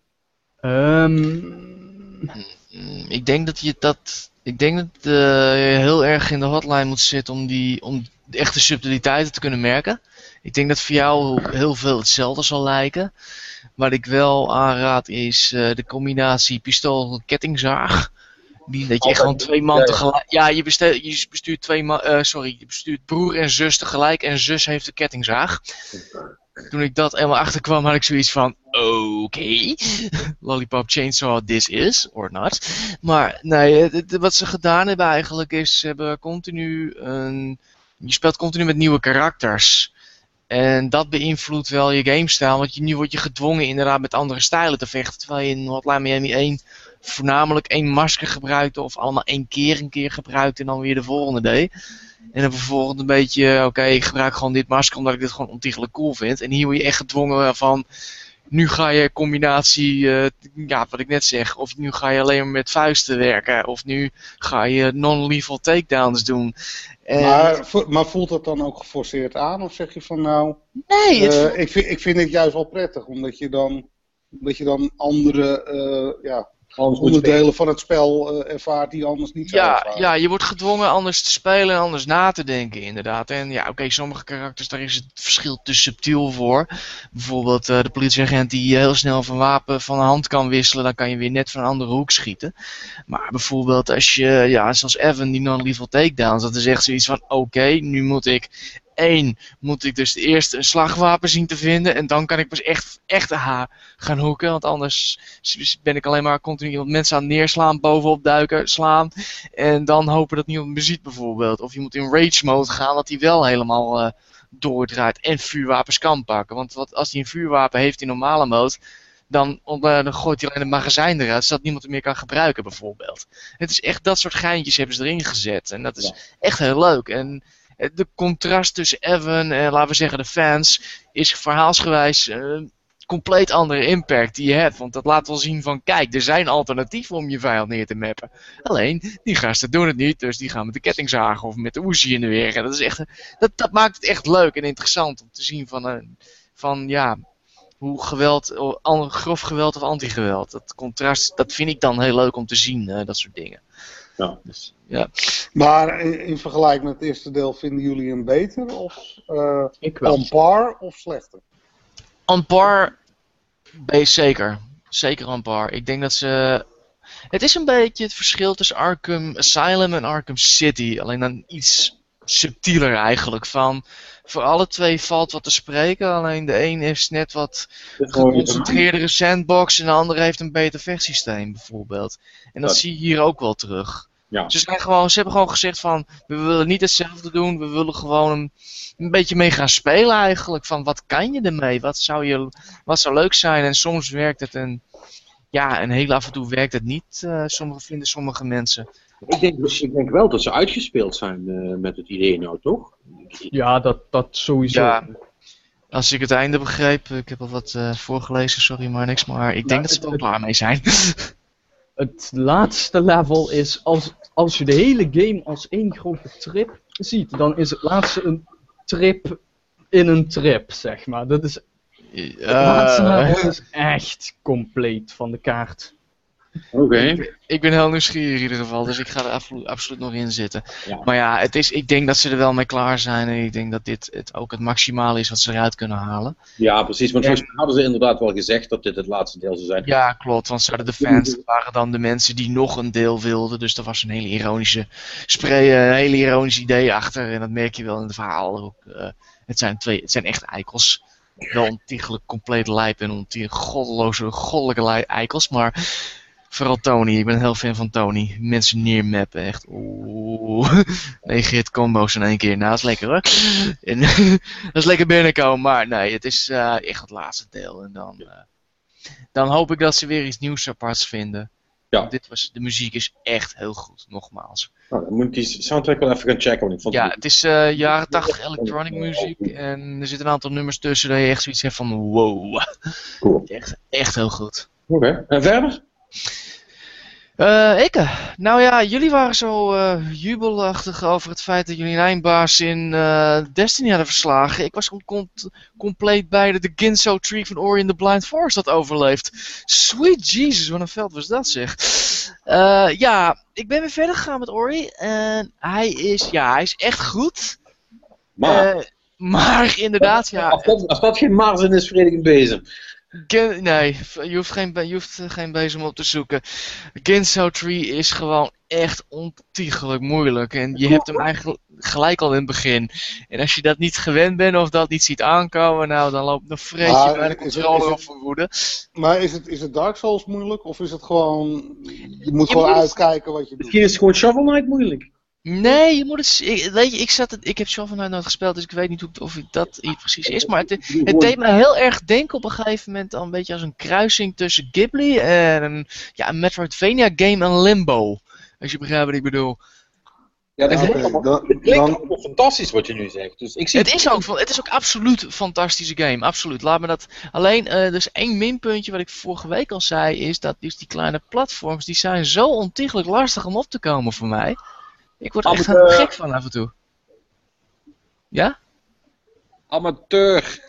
Ehm, Mm, Ik denk dat je dat. Ik denk dat uh, je heel erg in de hotline moet zitten om, die, om de echte subtiliteiten te kunnen merken. Ik denk dat voor jou heel veel hetzelfde zal lijken. Wat ik wel aanraad is uh, de combinatie pistool-kettingzaag. Die, dat je echt gewoon twee man Ja, ja. tegelijk. Ja, je, beste- je bestuurt twee man. Uh, sorry, je bestuurt broer en zus tegelijk en zus heeft de kettingzaag. Toen ik dat helemaal achterkwam, had ik zoiets van: oké, Lollipop Chainsaw, this is, or not. Maar nee, het- het- wat ze gedaan hebben eigenlijk is: ze hebben continu een. Je speelt continu met nieuwe karakters. En dat beïnvloedt wel je gamestijl, want je, nu word je gedwongen inderdaad met andere stijlen te vechten. Terwijl je in Hotline Miami één voornamelijk één masker gebruikte, of allemaal één keer een keer gebruikte en dan weer de volgende deed. En dan vervolgens een beetje, oké, okay, ik gebruik gewoon dit masker omdat ik dit gewoon ontiegelijk cool vind. En hier word je echt gedwongen van, nu ga je combinatie, uh, ja, wat ik net zeg, of nu ga je alleen maar met vuisten werken, of nu ga je non-lethal takedowns doen. En... Maar, vo- maar voelt dat dan ook geforceerd aan? Of zeg je van nou, Nee, het... uh, ik, vind, ik vind het juist wel prettig, omdat je dan, omdat je dan andere uh, ja, Anders moet onderdelen van het spel uh, ervaart die anders niet zou Ja, ervaren. ja, je wordt gedwongen anders te spelen en anders na te denken, inderdaad. En ja, oké, okay, sommige karakters, daar is het verschil te subtiel voor. Bijvoorbeeld uh, de politieagent die heel snel van wapen van hand kan wisselen, dan kan je weer net van een andere hoek schieten. Maar bijvoorbeeld als je, ja, zoals Evan, die non-lethal takedowns, dat is echt zoiets van, oké, okay, nu moet ik één moet ik dus eerst een slagwapen zien te vinden. En dan kan ik pas echt, echt ha gaan hoeken. Want anders ben ik alleen maar continu iemand mensen aan het neerslaan, bovenop duiken, slaan. En dan hopen dat niemand me ziet bijvoorbeeld. Of je moet in rage mode gaan, dat hij wel helemaal uh, doordraait. En vuurwapens kan pakken. Want wat, als hij een vuurwapen heeft in normale mode, dan, uh, dan gooit hij alleen het magazijn eruit, zodat niemand het meer kan gebruiken bijvoorbeeld. Het is echt dat soort geintjes hebben ze erin gezet. En dat is ja. echt heel leuk. En de contrast tussen Evan en, laten we zeggen, de fans is verhaalsgewijs een uh, compleet andere impact die je hebt. Want dat laat wel zien van, kijk, er zijn alternatieven om je vijand neer te mappen. Alleen, die gasten doen het niet, dus die gaan met de kettingzagen of met de Uzi in de weer. En dat, is echt, dat, dat maakt het echt leuk en interessant om te zien van, uh, van ja, hoe geweld, grof geweld of anti-geweld. Dat contrast, dat vind ik dan heel leuk om te zien, uh, dat soort dingen. Ja. Dus, ja. Maar in, in vergelijking met het eerste deel, vinden jullie hem beter of uh, ik wel. on par of slechter? On par, base zeker. Zeker on par. Ik denk dat ze... Het is een beetje het verschil tussen Arkham Asylum en Arkham City. Alleen dan iets subtieler eigenlijk. Van, voor alle twee valt wat te spreken. Alleen de een is net wat geconcentreerdere sandbox. En de andere heeft een beter vechtsysteem bijvoorbeeld. En dat, dat zie je hier ook wel terug. Ja. Ze, zijn gewoon, ze hebben gewoon gezegd van, we willen niet hetzelfde doen. We willen gewoon een, een beetje mee gaan spelen eigenlijk. Van wat kan je ermee? Wat zou, je, wat zou leuk zijn? En soms werkt het en ja, en heel af en toe werkt het niet. Uh, sommige vinden sommige mensen. Ik denk, ik denk wel dat ze uitgespeeld zijn uh, met het idee nou, toch? Ja, dat, dat sowieso. Ja, als ik het einde begreep, ik heb al wat uh, voorgelezen, sorry maar niks, maar ik denk ja, dat ze er wel klaar mee zijn. Het laatste level is, als, als je de hele game als één grote trip ziet, dan is het laatste een trip in een trip, zeg maar. Dat is, uh, het laatste level is echt compleet van de kaart. Oké. Okay. Ik, ik ben heel nieuwsgierig in ieder geval, dus ik ga er absoluut, absoluut nog in zitten. Ja. Maar ja, het is, ik denk dat ze er wel mee klaar zijn en ik denk dat dit het ook het maximale is wat ze eruit kunnen halen. Ja, precies, want volgens mij hadden ze inderdaad wel gezegd dat dit het laatste deel zou zijn. Ja, klopt, want ze hadden de fans, dat waren dan de mensen die nog een deel wilden, dus er was een hele ironische spray, een hele ironische idee achter en dat merk je wel in het verhaal ook. Uh, het zijn twee, het zijn echt eikels. Wel ontiegelijk compleet lijp en ontiegelijk goddeloze, goddelijke eikels, maar vooral Tony, ik ben een heel fan van Tony. Mensen neermappen, echt. Oeh. negen hit combo's in één keer. Nou, dat is lekker hoor. En, dat is lekker binnenkomen, maar nee, het is uh, echt het laatste deel. En dan, uh, dan hoop ik dat ze weer iets nieuws aparts vinden. Ja. Dit was, de muziek is echt heel goed, nogmaals. Nou, dan moet ik die soundtrack wel even gaan checken. Want ik vond ja, het is uh, jaren tachtig electronic muziek. En er zitten een aantal nummers tussen dat je echt zoiets hebt van wow. Cool. Echt, echt heel goed. Oké, okay. En verder? Uh, ik? Nou ja, jullie waren zo uh, jubelachtig over het feit dat jullie een eindbaas in uh, Destiny hadden verslagen. Ik was com compleet bij dat de Ginso Tree van Ori in the Blind Forest had overleefd. Sweet Jesus, wat een veld was dat zeg. Uh, ja, ik ben weer verder gegaan met Ori en hij is, ja, hij is echt goed. Maar, uh, maar inderdaad, ja. Als dat, als dat geen Mars in is, vredig een bezem. Gen nee, je hoeft, geen, je hoeft geen bezem op te zoeken. Ginso Tree is gewoon echt ontiegelijk moeilijk. En je hebt hem eigenlijk gelijk al in het begin. En als je dat niet gewend bent of dat niet ziet aankomen, nou dan loopt dan vreet je bij de controle op van woede. Maar is het, is het Dark Souls moeilijk? Of is het gewoon, je moet je gewoon moet uitkijken wat je doet? Misschien is het gewoon Shovel Knight moeilijk. Nee, je moet het. Ik, weet je, ik, zat het, ik heb Shovel Knight nooit gespeeld, dus ik weet niet hoe, of dat hier precies is. Maar het, het deed me heel erg denken op een gegeven moment al een beetje als een kruising tussen Ghibli en een, ja, een Metroidvania game en Limbo. Als je begrijpt wat ik bedoel. Ja, dat okay, allemaal, dan, het klinkt dan, allemaal fantastisch wat je nu zegt. Dus ik zie het, is ook, het is ook absoluut een fantastische game, absoluut. Laat me dat. Alleen, uh, er is één minpuntje wat ik vorige week al zei, is dat dus die kleine platforms, die zijn zo ontiegelijk lastig om op te komen voor mij. Ik word er echt Amateur. gek van af en toe. Ja? Amateur.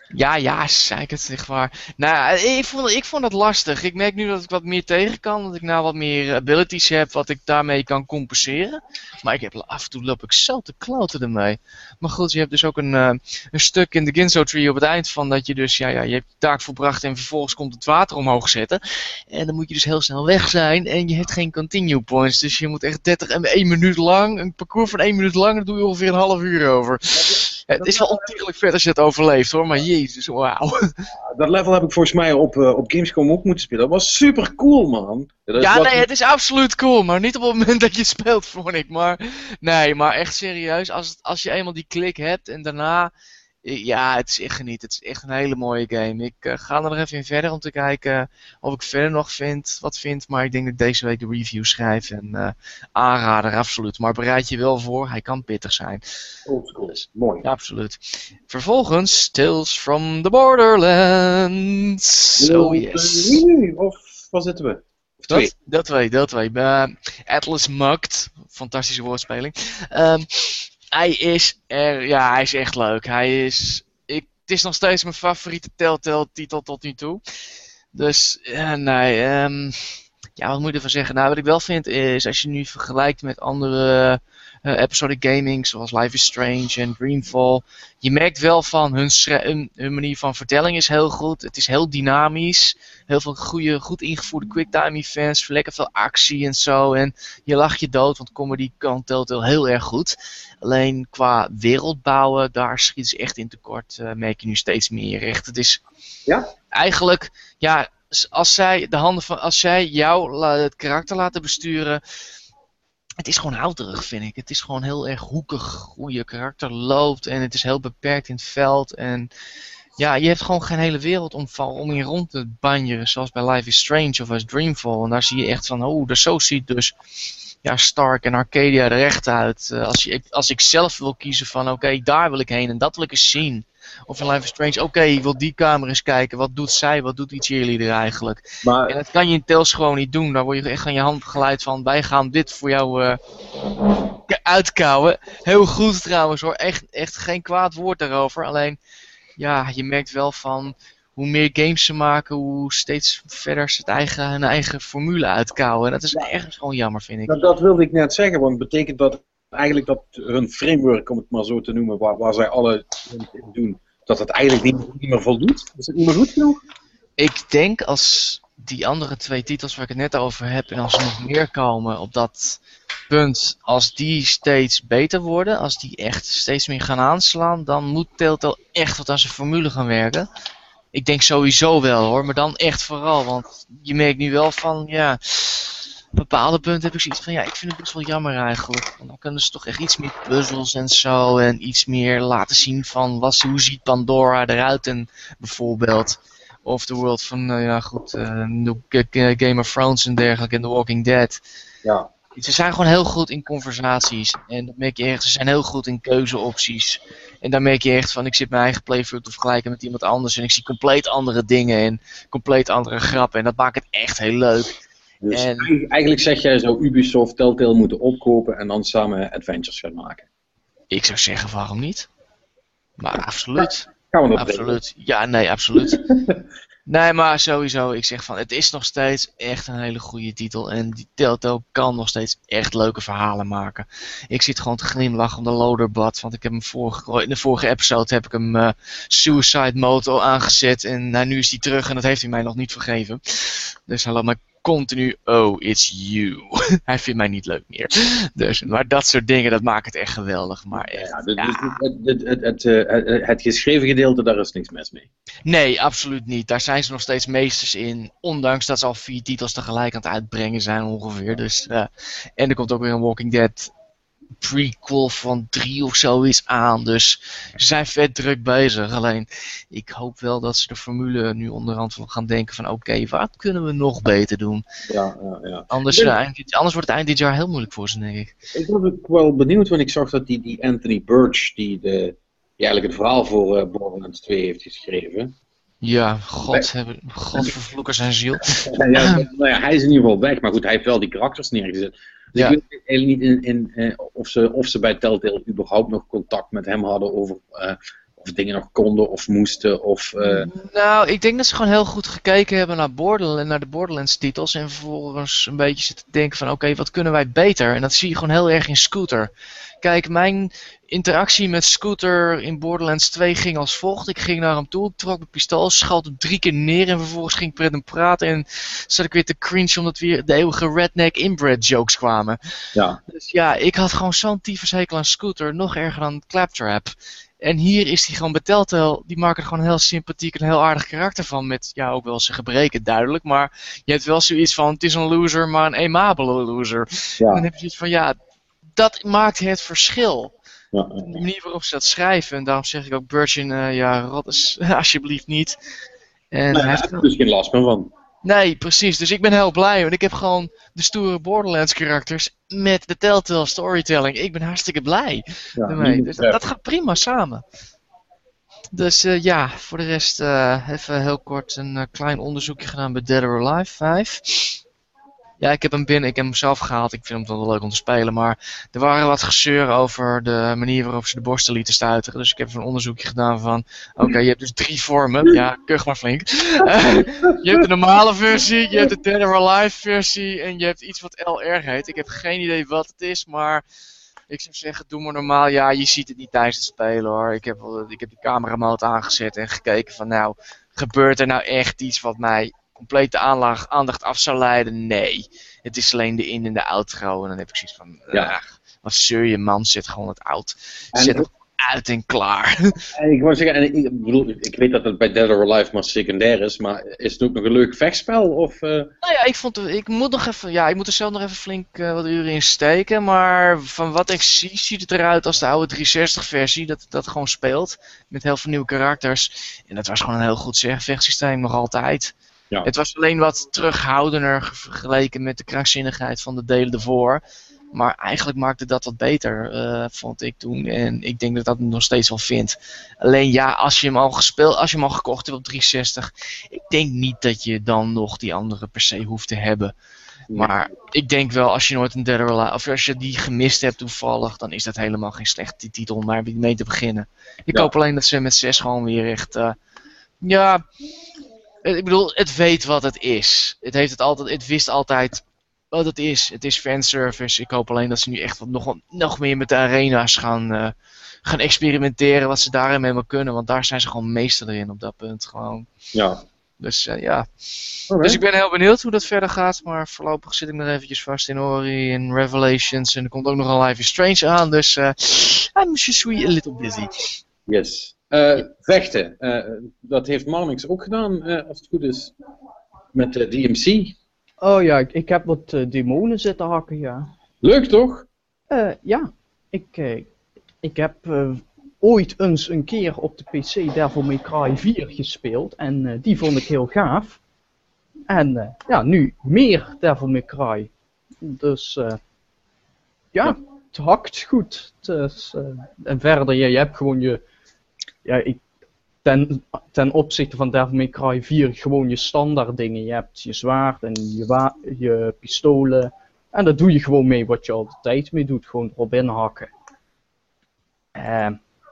Ja, ja, zeker, het is echt waar. Nou, ik vond, ik vond het lastig. Ik merk nu dat ik wat meer tegen kan, dat ik nou wat meer abilities heb, wat ik daarmee kan compenseren. Maar ik heb, af en toe loop ik zo te kloten ermee. Maar goed, je hebt dus ook een, uh, een stuk in de Ginso Tree op het eind van dat je dus, ja, ja, je hebt je taak volbracht en vervolgens komt het water omhoog zetten. En dan moet je dus heel snel weg zijn en je hebt geen continue points. Dus je moet echt dertig en één minuut lang, een parcours van één minuut lang, daar doe je ongeveer een half uur over. Het is wel ontiegelijk vet als je het overleeft hoor, maar jezus, wauw. Dat level heb ik volgens mij op, uh, op Gamescom ook moeten spelen. Dat was super cool, man. Dat ja, was... nee, het is absoluut cool, maar niet op het moment dat je het speelt, vond ik. Maar nee, maar echt serieus, als, het, als je eenmaal die klik hebt en daarna... Ja, het is echt genieten. Het is echt een hele mooie game. Ik uh, ga er nog even in verder om te kijken of ik verder nog vind, wat vind. Maar ik denk dat ik deze week de review schrijf. En uh, aanrader, absoluut. Maar bereid je wel voor, hij kan pittig zijn. Oldschool, dus, mooi. Ja, absoluut. Vervolgens Tales from the Borderlands. Oh yes. Of waar zitten we? Of twee? Dat, dat twee, dat twee. Uh, Atlas Mugged. Fantastische woordspeling. Um, Hij is er, ja, hij is echt leuk. Hij is, ik, het is nog steeds mijn favoriete Telltale titel tot nu toe. Dus, uh, nee, um, ja, wat moet je ervan zeggen? Nou, wat ik wel vind is, als je nu vergelijkt met andere uh, episodic gaming, zoals Life is Strange en Dreamfall, je merkt wel van hun, hun, hun manier van vertelling is heel goed. Het is heel dynamisch. Heel veel goede, goed ingevoerde quicktime events, lekker veel actie en zo. En je lacht je dood, want comedy kan Telltale heel erg goed. Alleen qua wereld bouwen, daar schiet ze echt in tekort, uh, merk je nu steeds meer. Echt, het is ja? eigenlijk, ja, als zij, de handen van, als zij jou het karakter laten besturen, het is gewoon houterig, vind ik. Het is gewoon heel erg hoekig hoe je karakter loopt en het is heel beperkt in het veld. En ja, je hebt gewoon geen hele wereld om, om in rond te banjeren, zoals bij Life is Strange of als Dreamfall. En daar zie je echt van, oh, de zo ziet dus ja, Stark en Arcadia er echt uit. Uh, als, je, als ik zelf wil kiezen van, oké, okay, daar wil ik heen en dat wil ik eens zien. Of in Life is Strange, oké, okay, ik wil die kamer eens kijken. Wat doet zij, wat doet die cheerleader eigenlijk? Maar... En dat kan je in Tales gewoon niet doen. Daar word je echt aan je hand begeleid van, wij gaan dit voor jou uh, uitkouwen. Heel goed trouwens hoor, echt, echt geen kwaad woord daarover. Alleen, ja, je merkt wel van, hoe meer games ze maken, hoe steeds verder ze het eigen, hun eigen formule uitkouwen. En dat is ergens gewoon jammer, vind ik. Dat, dat wilde ik net zeggen, want het betekent dat eigenlijk dat hun framework, om het maar zo te noemen, waar, waar zij alle in doen, dat het eigenlijk niet, niet meer voldoet? Is het niet meer goed genoeg? Ik denk als die andere twee titels waar ik het net over heb, en als er nog meer komen op dat punt, als die steeds beter worden, als die echt steeds meer gaan aanslaan, dan moet Telltale echt wat aan zijn formule gaan werken. Ik denk sowieso wel hoor, maar dan echt vooral, want je merkt nu wel van, ja, op bepaalde punten heb ik zoiets van, ja, ik vind het best wel jammer eigenlijk. Want dan kunnen ze toch echt iets meer puzzels en zo, en iets meer laten zien van, wat, hoe ziet Pandora eruit en bijvoorbeeld, of The World van, uh, ja goed, uh, Game of Thrones en dergelijke, en The Walking Dead. Ja. Ze zijn gewoon heel goed in conversaties. En dat merk je echt, ze zijn heel goed in keuzeopties. En dan merk je echt van, ik zit mijn eigen playthrough te vergelijken met iemand anders. En ik zie compleet andere dingen en compleet andere grappen. En dat maakt het echt heel leuk. Dus en, eigenlijk zeg jij zou Ubisoft Telltale moeten opkopen en dan samen adventures gaan maken. Ik zou zeggen, waarom niet? Maar absoluut. Gaan we nog absoluut. Ja, nee, absoluut. Nee, maar sowieso, ik zeg van, het is nog steeds echt een hele goede titel. En die Telltale kan nog steeds echt leuke verhalen maken. Ik zit gewoon te glimlachen om de loaderbad, want ik heb hem vorige, in de vorige episode heb ik hem uh, Suicide Mode aangezet. En nou, nu is hij terug en dat heeft hij mij nog niet vergeven. Dus hij laat me continu, oh, it's you. Hij vindt mij niet leuk meer. Dus, maar dat soort dingen, dat maakt het echt geweldig. Maar echt, ja, dus, ja. Het, het, het, het, het, het geschreven gedeelte, daar is niks mis mee. Nee, absoluut niet. Daar zijn ze nog steeds meesters in. Ondanks dat ze al vier titels tegelijk aan het uitbrengen zijn ongeveer. Dus, uh, en er komt ook weer een Walking Dead prequel van drie of zoiets aan. Dus ze zijn vet druk bezig. Alleen, ik hoop wel dat ze de formule nu onderhand van gaan denken van oké, okay, wat kunnen we nog beter doen? Ja, ja, ja. Anders, ben... uh, eind, anders wordt het eind dit jaar heel moeilijk voor ze, denk ik. Ik was ook wel benieuwd, want ik zag dat die, die Anthony Birch, die, de, die eigenlijk het verhaal voor uh, Borderlands twee heeft geschreven. Ja, God, hebben, God vervloeken zijn ziel. Ja, ja, nou ja, hij is in ieder geval weg, maar goed, hij heeft wel die karakters neergezet. Dus ja. Ik weet eigenlijk niet in, in, uh, of, ze, of ze bij Telltale überhaupt nog contact met hem hadden over uh, of dingen nog konden of moesten. Of, uh... Nou, ik denk dat ze gewoon heel goed gekeken hebben naar, Borderlands, naar de Borderlands titels. En vervolgens een beetje zitten denken van oké, okay, wat kunnen wij beter? En dat zie je gewoon heel erg in Scooter. Kijk, mijn interactie met Scooter in Borderlands twee ging als volgt. Ik ging naar hem toe, ik trok mijn pistool, schoot hem drie keer neer en vervolgens ging ik met hem praten. En zat ik weer te cringe omdat weer de eeuwige redneck inbred jokes kwamen. Ja. Dus ja, ik had gewoon zo'n tyfushekel aan Scooter, nog erger dan Claptrap. En hier is hij gewoon bij Telltale, die maken er gewoon een heel sympathiek en heel aardig karakter van. Met, ja, ook wel zijn gebreken duidelijk, maar je hebt wel zoiets van, het is een loser, maar een amabele loser. Ja. En dan heb je zoiets van, ja, dat maakt het verschil. Ja. De manier waarop ze dat schrijven, en daarom zeg ik ook Virgin, uh, ja, rot eens, alsjeblieft niet. En Nee, hij daar heb ik dus geen last meer van. Nee, precies. Dus ik ben heel blij, want ik heb gewoon de stoere Borderlands karakters met de Telltale storytelling. Ik ben hartstikke blij Ja, ermee. Dus dat, dat gaat prima samen. Dus uh, ja, voor de rest uh, even heel kort een uh, klein onderzoekje gedaan bij Dead or Alive vijf. Ja, ik heb hem binnen, ik heb hem zelf gehaald. Ik vind hem wel leuk om te spelen, maar er waren wat gezeur over de manier waarop ze de borsten lieten stuiteren. Dus ik heb even een onderzoekje gedaan van, oké, okay, je hebt dus drie vormen. Ja, kuch maar flink. Uh, je hebt de normale versie, je hebt de Dead or Alive versie en je hebt iets wat L R heet. Ik heb geen idee wat het is, maar ik zou zeggen, doe maar normaal. Ja, je ziet het niet tijdens het spelen hoor. Ik heb, ik heb die cameramode aangezet en gekeken van, nou, gebeurt er nou echt iets wat mij complete aandacht, aandacht af zou leiden? Nee. Het is alleen de in- en de outro. En dan heb ik zoiets van, ja. uh, wat zeur je man, zet gewoon het oud. Zet het uit en klaar. En ik wou zeggen, en ik, ik bedoel, ik weet dat het bij Dead or Alive maar secundair is, maar is het ook nog een leuk vechtspel? Of, uh... Nou ja, ik vond het, ik moet nog even, ja, ik moet er zelf nog even flink uh, wat uren in steken, maar van wat ik zie, ziet het eruit als de oude driehonderdzestig versie, dat dat gewoon speelt, met heel veel nieuwe karakters. En dat was gewoon een heel goed vechtsysteem, nog altijd. Ja. Het was alleen wat terughoudender vergeleken met de krankzinnigheid van de delen ervoor. Maar eigenlijk maakte dat wat beter, uh, vond ik toen. En ik denk dat dat het nog steeds wel vindt. Alleen ja, als je hem al gespeeld, als je hem al gekocht hebt op driehonderdzestig, ik denk niet dat je dan nog die andere per se hoeft te hebben. Ja. Maar ik denk wel, als je nooit een Dead or Alive, of als je die gemist hebt toevallig, dan is dat helemaal geen slechte titel om daar mee te beginnen. Ik ja. hoop alleen dat ze met zes gewoon weer echt, uh, ja... Ik bedoel, het weet wat het is. Het, heeft het, altijd, het wist altijd wat het is. Het is fanservice. Ik hoop alleen dat ze nu echt wat, nog, nog meer met de arena's gaan, uh, gaan experimenteren. Wat ze daarin helemaal kunnen. Want daar zijn ze gewoon meester in op dat punt. Gewoon. Ja. Dus uh, ja. Okay. Dus ik ben heel benieuwd hoe dat verder gaat. Maar voorlopig zit ik nog eventjes vast in Ori en Revelations. En er komt ook nog een Life is Strange aan. Dus uh, I'm just a little busy. Yes. Uh, vechten, uh, dat heeft Marnix ook gedaan, uh, als het goed is, met de D M C. Oh ja, ik, ik heb wat uh, demonen zitten hakken, ja. Leuk toch? Uh, ja, ik, uh, ik heb uh, ooit eens een keer op de P C Devil May Cry vier gespeeld en uh, die vond ik heel gaaf. En uh, ja, nu meer Devil May Cry. Dus uh, ja, ja, het hakt goed. Dus, uh, en verder, ja, je hebt gewoon je... Ja, ik, ten, ten opzichte van Devil May Cry vier gewoon je standaard dingen. Je hebt je zwaard en je, wa je pistolen. En daar doe je gewoon mee wat je altijd mee doet. Gewoon erop inhakken. Uh,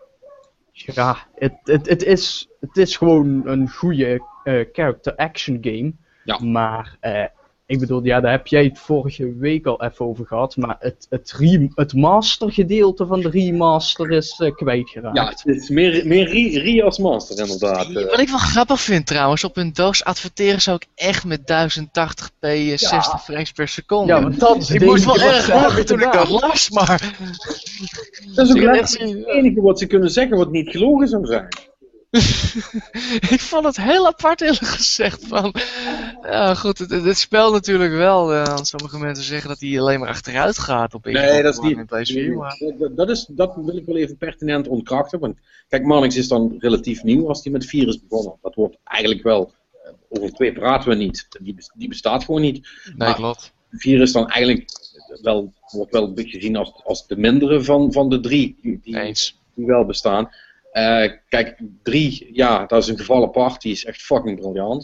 ja, het, het, het, is, het is gewoon een goede uh, character action game. Ja. Maar uh, ik bedoel, ja, daar heb jij het vorige week al even over gehad. Maar het, het, re het master gedeelte van de remaster is uh, kwijtgeraakt. Ja, het is meer, meer re, re als master inderdaad. Ja, wat ik wel grappig vind trouwens, op hun doos adverteren zou ik echt met duizend tachtig p ja. zestig frames per seconde. Ja, maar dat is ik moest wel erg lachen toen ik dat las, maar... Dat is ook echt het enige wat ze kunnen zeggen wat niet gelogen zou zijn. Ik vond het heel apart eerlijk gezegd van, ja goed, het, het spel natuurlijk wel, uh, sommige mensen zeggen dat hij alleen maar achteruit gaat op nee, dat is niet, P S vier, maar... dat, dat, is, dat wil ik wel even pertinent ontkrachten, want kijk, Marnix is dan relatief nieuw als hij met vier is begonnen. Dat wordt eigenlijk wel, over twee praten we niet, die, die bestaat gewoon niet. Nee, klopt. vier is dan eigenlijk wel, wordt wel een beetje gezien als, als de mindere van, van de drie die, die, die wel bestaan. Uh, kijk, drie, ja, dat is een geval apart, die is echt fucking briljant.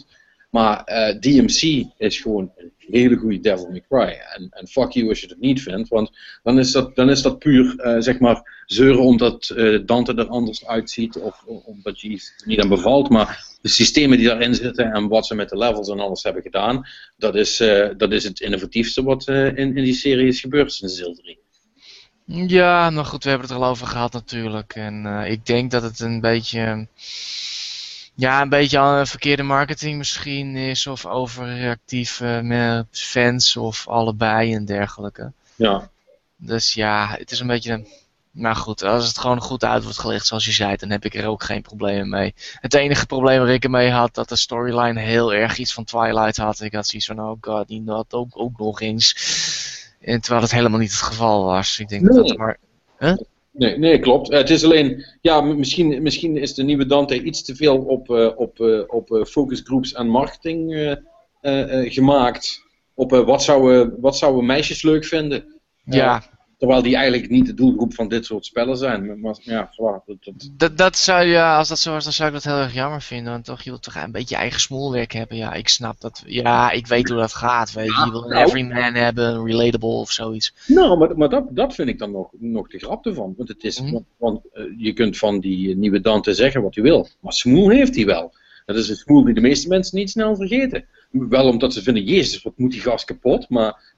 Maar uh, D M C is gewoon een hele goede Devil May Cry. En, en fuck you als je het niet vindt, want dan is dat, dan is dat puur uh, zeg maar zeuren omdat uh, Dante er anders uitziet of, of omdat je iets niet aan bevalt. Maar de systemen die daarin zitten en wat ze met de levels en alles hebben gedaan, dat is, uh, dat is het innovatiefste wat uh, in, in die serie is gebeurd sinds deel drie. Ja, nou goed, we hebben het er al over gehad natuurlijk. En uh, ik denk dat het een beetje... Ja, een beetje aan verkeerde marketing misschien is, of overreactief uh, met fans, of allebei en dergelijke. Ja. Dus ja, het is een beetje... Maar goed, als het gewoon goed uit wordt gelegd zoals je zei, dan heb ik er ook geen problemen mee. Het enige probleem waar ik ermee had, dat de storyline heel erg iets van Twilight had. Ik had zoiets van, oh god, die had ook, ook nog eens. En terwijl het helemaal niet het geval was. Ik denk nee. dat dat maar... Huh? Nee, nee, klopt. Uh, het is alleen, ja, misschien, misschien is de nieuwe Dante iets te veel op, uh, op, uh, op uh, focusgroups en marketing uh, uh, uh, gemaakt. Op uh, wat, zouden, wat zouden meisjes leuk vinden. Uh, Ja. Terwijl die eigenlijk niet de doelgroep van dit soort spellen zijn. Maar ja, zwaar. Dat, dat... Dat, dat zou, ja, als dat zo was, dan zou ik dat heel erg jammer vinden. Want toch, je wilt toch een beetje eigen smoelwerk hebben. Ja, ik snap dat. Ja, ik weet hoe dat gaat. Weet je, je wil een nou. everyman hebben, relatable of zoiets. Nou, maar, maar dat, dat vind ik dan nog, nog de grap ervan. Want, het is, Mhm. want, want uh, je kunt van die nieuwe Dante zeggen wat je wil. Maar smoel heeft hij wel. Dat is een smoel die de meeste mensen niet snel vergeten. Wel omdat ze vinden, jezus, wat moet die gast kapot. Maar...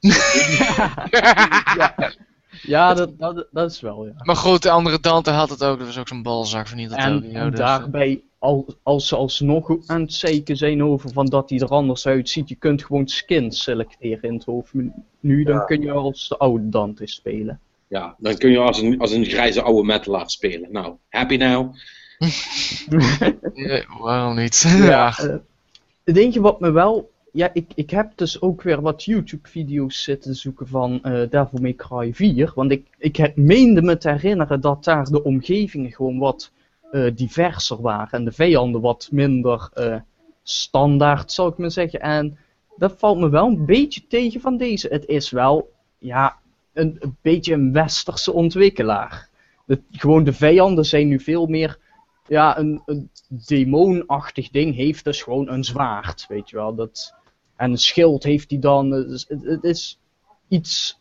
ja. Ja, dat, dat, dat is wel, ja. Maar goed, de andere Dante had het ook. Dat was ook zo'n balzak van niet dat En, ook. en daarbij, al, als ze alsnog aan het zeiken zijn over van dat hij er anders uitziet, je kunt gewoon skins selecteren in het hoofdmenu, dan Ja. kun je als de oude Dante spelen. Ja, dan kun je als een, als een grijze oude metalaar spelen. Nou, happy now? Ja, waarom niet? Ja, Ja. uh, het eentje wat me wel... Ja, ik, ik heb dus ook weer wat YouTube-video's zitten zoeken van uh, Devil May Cry vier. Want ik, ik heb, meende me te herinneren dat daar de omgevingen gewoon wat uh, diverser waren. En de vijanden wat minder uh, standaard, zou ik maar zeggen. En dat valt me wel een beetje tegen van deze. Het is wel, ja, een, een beetje een westerse ontwikkelaar. De, gewoon de vijanden zijn nu veel meer... Ja, een, een demonachtig ding heeft dus gewoon een zwaard, weet je wel. Dat, en een schild heeft hij dan. Dus het, het is iets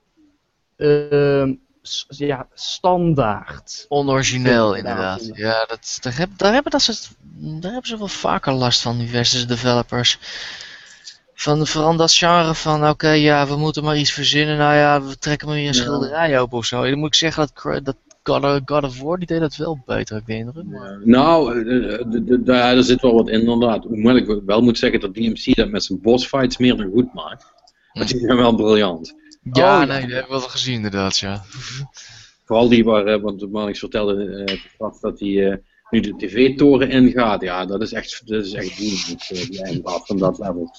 uh, s- ja, standaard. Onorigineel, Inderdaad, inderdaad. Ja, dat, daar, heb, daar, hebben dat ze, daar hebben ze wel vaker last van, die westerse developers. Van vooral dat genre van, oké, okay, ja, we moeten maar iets verzinnen. Nou ja, we trekken maar weer een Ja. schilderij op of zo. Dan moet ik zeggen dat, Cra- dat God of, God of War, die deed dat wel beter, heb ik de indruk. Maar... Nou, uh, d- d- daar er zit wel wat in inderdaad. Hoewel ik wel moet zeggen dat D M C dat met zijn bossfights meer dan goed maakt. Maar die zijn wel briljant. Ja, Oh, nee, ja. dat heb ik wel gezien inderdaad, ja. Vooral die waar, uh, want Marnix vertelde uh, straks dat hij uh, nu de tv-toren ingaat. Ja, dat is echt, dat is echt doen, uh, die eindbaas van dat level.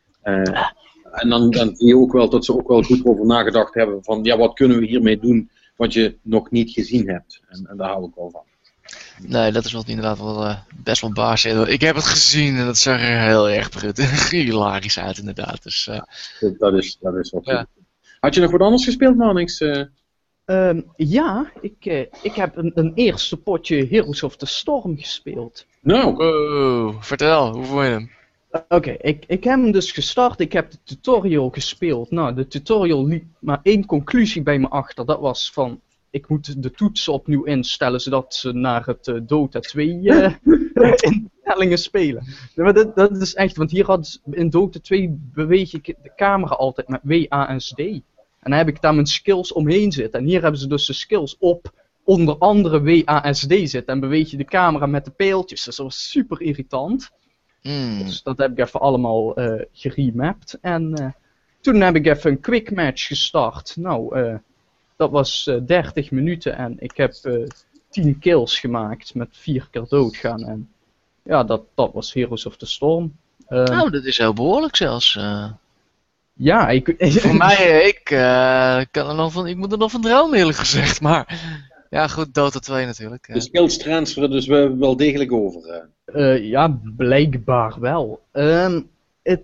Uh, en dan, dan zie je ook wel dat ze ook wel goed over nagedacht hebben van, ja, wat kunnen we hiermee doen wat je nog niet gezien hebt. En, en daar hou ik wel van. Nee, dat is wat inderdaad wel uh, best wel baas is. Ik heb het gezien en dat zag er heel erg prettig, hilarisch uit inderdaad. Dus, uh, Dat, dat, is, dat is wat Ja. goed. Had je nog wat anders gespeeld, Marnix? Uh, Um, ja, ik, uh, ik heb een, een eerste potje Heroes of the Storm gespeeld. nou, wow, vertel, hoe vond je hem? Oké, okay, ik, ik heb hem dus gestart, ik heb de tutorial gespeeld. Nou, de tutorial liep maar één conclusie bij me achter. Dat was van, ik moet de toetsen opnieuw instellen, zodat ze naar het uh, Dota twee uh, instellingen spelen. Nee, maar dat, dat is echt, want hier had in Dota twee beweeg ik de camera altijd met W A S D. En dan heb ik daar mijn skills omheen zitten. En hier hebben ze dus de skills op onder andere W A S D zitten. En beweeg je de camera met de pijltjes. Dus dat was super irritant. Mm. Dus dat heb ik even allemaal uh, geremapt. En uh, toen heb ik even een quick match gestart. Nou, uh, dat was uh, dertig minuten en ik heb uh, tien kills gemaakt met vier keer doodgaan. En ja, dat, dat was Heroes of the Storm. Uh, Oh, dat is heel behoorlijk zelfs. Uh. ja, ik... Voor mij, uh, ik, uh, kan er nog van, ik moet er nog van dromen eerlijk gezegd, maar... Ja goed, Dota twee natuurlijk. de skills transferen dus wel, wel degelijk over. Uh. Uh, ja, blijkbaar wel. Um, het...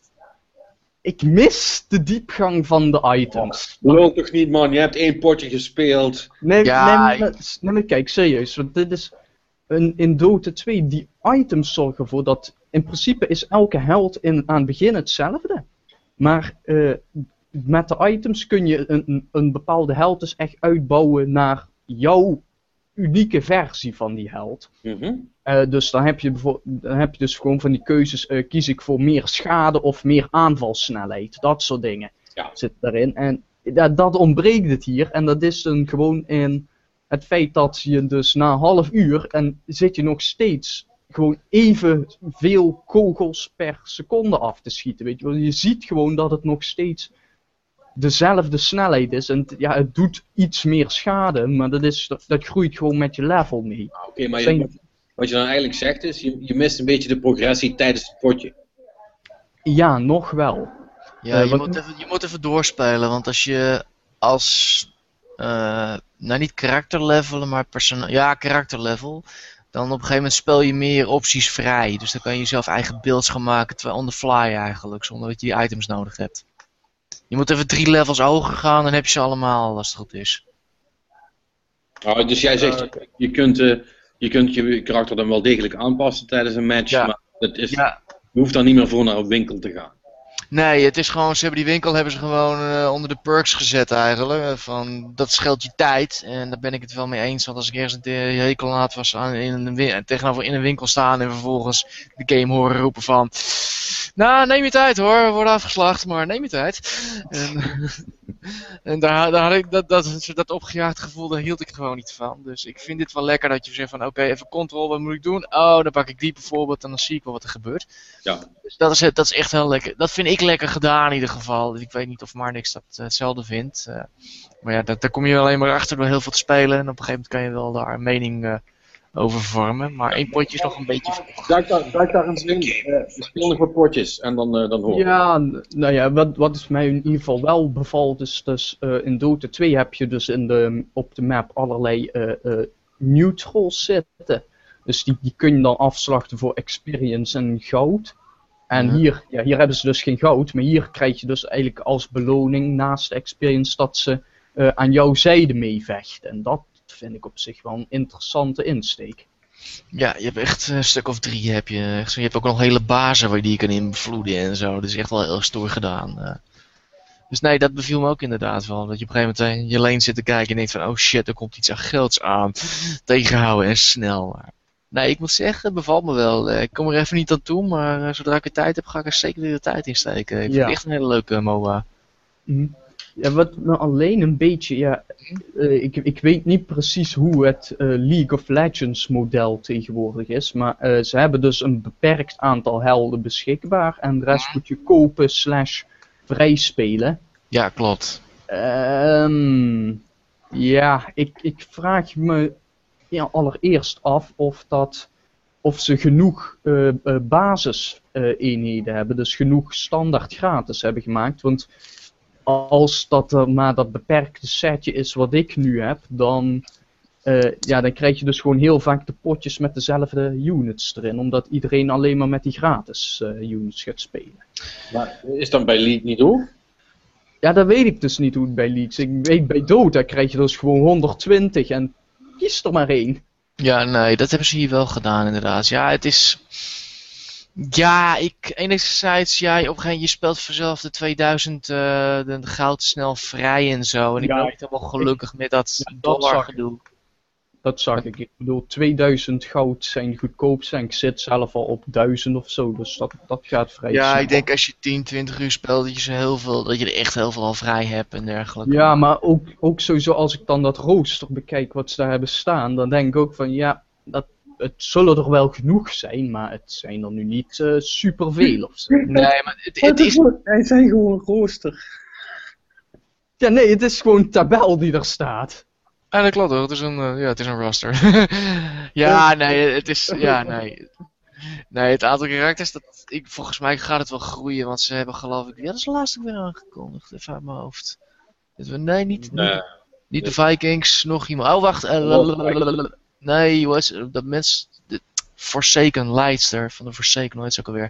Ik mis de diepgang van de items. Lul toch niet, man, je hebt één potje gespeeld. Nee, Ja, nee, maar, nee, maar kijk, serieus. Want dit is een, in Dota twee, die items zorgen ervoor dat in principe is elke held in, aan het begin hetzelfde. Maar uh, met de items kun je een, een, een bepaalde held dus echt uitbouwen naar jouw unieke versie van die held. Mm-hmm. Uh, dus dan heb, je dan heb je dus gewoon van die keuzes, uh, kies ik voor meer schade of meer aanvalsnelheid. Dat soort dingen ja. zit daarin. En ja, dat ontbreekt het hier. En dat is dan gewoon in het feit dat je dus na een half uur en zit je nog steeds gewoon evenveel kogels per seconde af te schieten. Weet je wel? Je ziet gewoon dat het nog steeds dezelfde snelheid is. En t- ja, het doet iets meer schade, maar dat, is, dat, dat groeit gewoon met je level mee. Oké, okay, maar Zijn... je, wat je dan eigenlijk zegt is, je, je mist een beetje de progressie tijdens het potje. Ja, nog wel. Ja, Uh, je, wat... moet even, je moet even doorspelen, want als je als, uh, nou niet karakterlevelen, maar persona- ja, karakterlevel, dan op een gegeven moment speel je meer opties vrij. Dus dan kan je jezelf eigen beelds gaan maken, terwijl on the fly eigenlijk, zonder dat je die items nodig hebt. Je moet even drie levels hoger gaan, dan heb je ze allemaal als het goed is. Oh, dus jij zegt, uh, je, kunt, uh, je kunt je karakter dan wel degelijk aanpassen tijdens een match, ja. maar dat is, ja. je hoeft dan niet meer voor naar een winkel te gaan. Nee, het is gewoon, ze hebben die winkel hebben ze gewoon uh, onder de perks gezet eigenlijk. Van, dat scheelt je tijd. En daar ben ik het wel mee eens. Want als ik ergens een hekel aan had, was aan, in een win- tegenover in een winkel staan en vervolgens de game horen roepen van... Nou, neem je tijd hoor, we worden afgeslacht, maar neem je tijd. En, en daar, daar had ik dat, dat, dat opgejaagd gevoel, daar hield ik gewoon niet van. Dus ik vind dit wel lekker dat je zegt van, oké, okay, even control, wat moet ik doen? Oh, dan pak ik die bijvoorbeeld en dan zie ik wel wat er gebeurt. Ja. Dus dat is, dat is echt heel lekker. Dat vind ik lekker gedaan in ieder geval. Ik weet niet of Marnix dat uh, hetzelfde vindt. Uh, maar ja, dat, daar kom je alleen maar achter door heel veel te spelen. En op een gegeven moment kan je wel daar een mening uh, over vormen. Maar één potje is nog een beetje... Duik daar, duik daar eens in. Uh, speel nog wat potjes en dan, uh, dan hoor Ja, nou ja, wat, wat is mij in ieder geval wel bevalt is dus uh, in Dota twee heb je dus in de, op de map allerlei uh, uh, neutrals zitten. Dus die, die kun je dan afslachten voor experience en goud. En Ja. hier, ja, hier hebben ze dus geen goud, maar hier krijg je dus eigenlijk als beloning naast de experience dat ze uh, aan jouw zijde meevechten. En dat vind ik op zich wel een interessante insteek. Ja, je hebt echt een stuk of drie heb je. Echt zo, je hebt ook nog hele bazen waar die je kan invloeden en zo. Dat is echt wel heel stoer gedaan. Uh. Dus nee, dat beviel me ook inderdaad wel. Dat je op een gegeven moment in je lane zit te kijken en denkt van... Oh shit, er komt iets aan gelds aan. Tegenhouden en snel. Nee, ik moet zeggen, het bevalt me wel. Ik kom er even niet aan toe, maar uh, zodra ik weer tijd heb, ga ik er zeker weer de tijd in steken. Ik vind Ja. het echt een hele leuke M O A. Mm. Ja, wat me alleen een beetje, ja, uh, ik, ik weet niet precies hoe het uh, League of Legends model tegenwoordig is, maar uh, ze hebben dus een beperkt aantal helden beschikbaar en de rest moet je kopen slash vrijspelen. Ja, klopt. Um, ja, ik, ik vraag me ja, allereerst af of dat, of ze genoeg uh, uh, basis uh, eenheden hebben, dus genoeg standaard gratis hebben gemaakt, want als dat er maar dat beperkte setje is wat ik nu heb, dan, uh, ja, dan krijg je dus gewoon heel vaak de potjes met dezelfde units erin, omdat iedereen alleen maar met die gratis uh, units gaat spelen. Maar is dan bij League niet hoe? Ja, dat weet ik dus niet hoe het bij Leagues. Ik weet bij Dota krijg je dus gewoon honderdtwintig en kies er maar één. Ja, nee, dat hebben ze hier wel gedaan inderdaad. Ja, het is... Ja, ik, enerzijds, ja, op een gegeven moment, je speelt vanzelf de tweeduizend uh, de goud snel vrij en zo. En ik Ja, ben ook niet helemaal gelukkig ik, met dat ja, dat dollar zag gedoe. Dat zag ik. Ik bedoel, tweeduizend goud zijn goedkoop en ik zit zelf al op duizend of zo, dus dat, dat gaat vrij Ja, snel. ik denk als je tien, twintig uur speelt, dat je, ze heel veel, dat je er echt heel veel al vrij hebt en dergelijke. Ja, maar ook, ook sowieso als ik dan dat rooster bekijk wat ze daar hebben staan, dan denk ik ook van ja, dat, het zullen er wel genoeg zijn, maar het zijn er nu niet uh, superveel of zo. Nee, maar het, het is... Hij zijn gewoon rooster. Ja, nee, het is gewoon een tabel die er staat. Ja, dat klopt hoor. Het is een, uh, ja, het is een raster. Ja, nee, het is, ja, nee. Nee, het aantal karakters, dat, ik, volgens mij gaat het wel groeien, want ze hebben geloof ik, ja, dat is laatst ook weer aangekondigd, even uit mijn hoofd. Dat we, nee, niet, Nee. niet, niet de Vikings, nog iemand. Oh, wacht. Uh, nee, was, dat mens, de Forsaken Leidster, van de Forsaken, hoe heet ze ook alweer.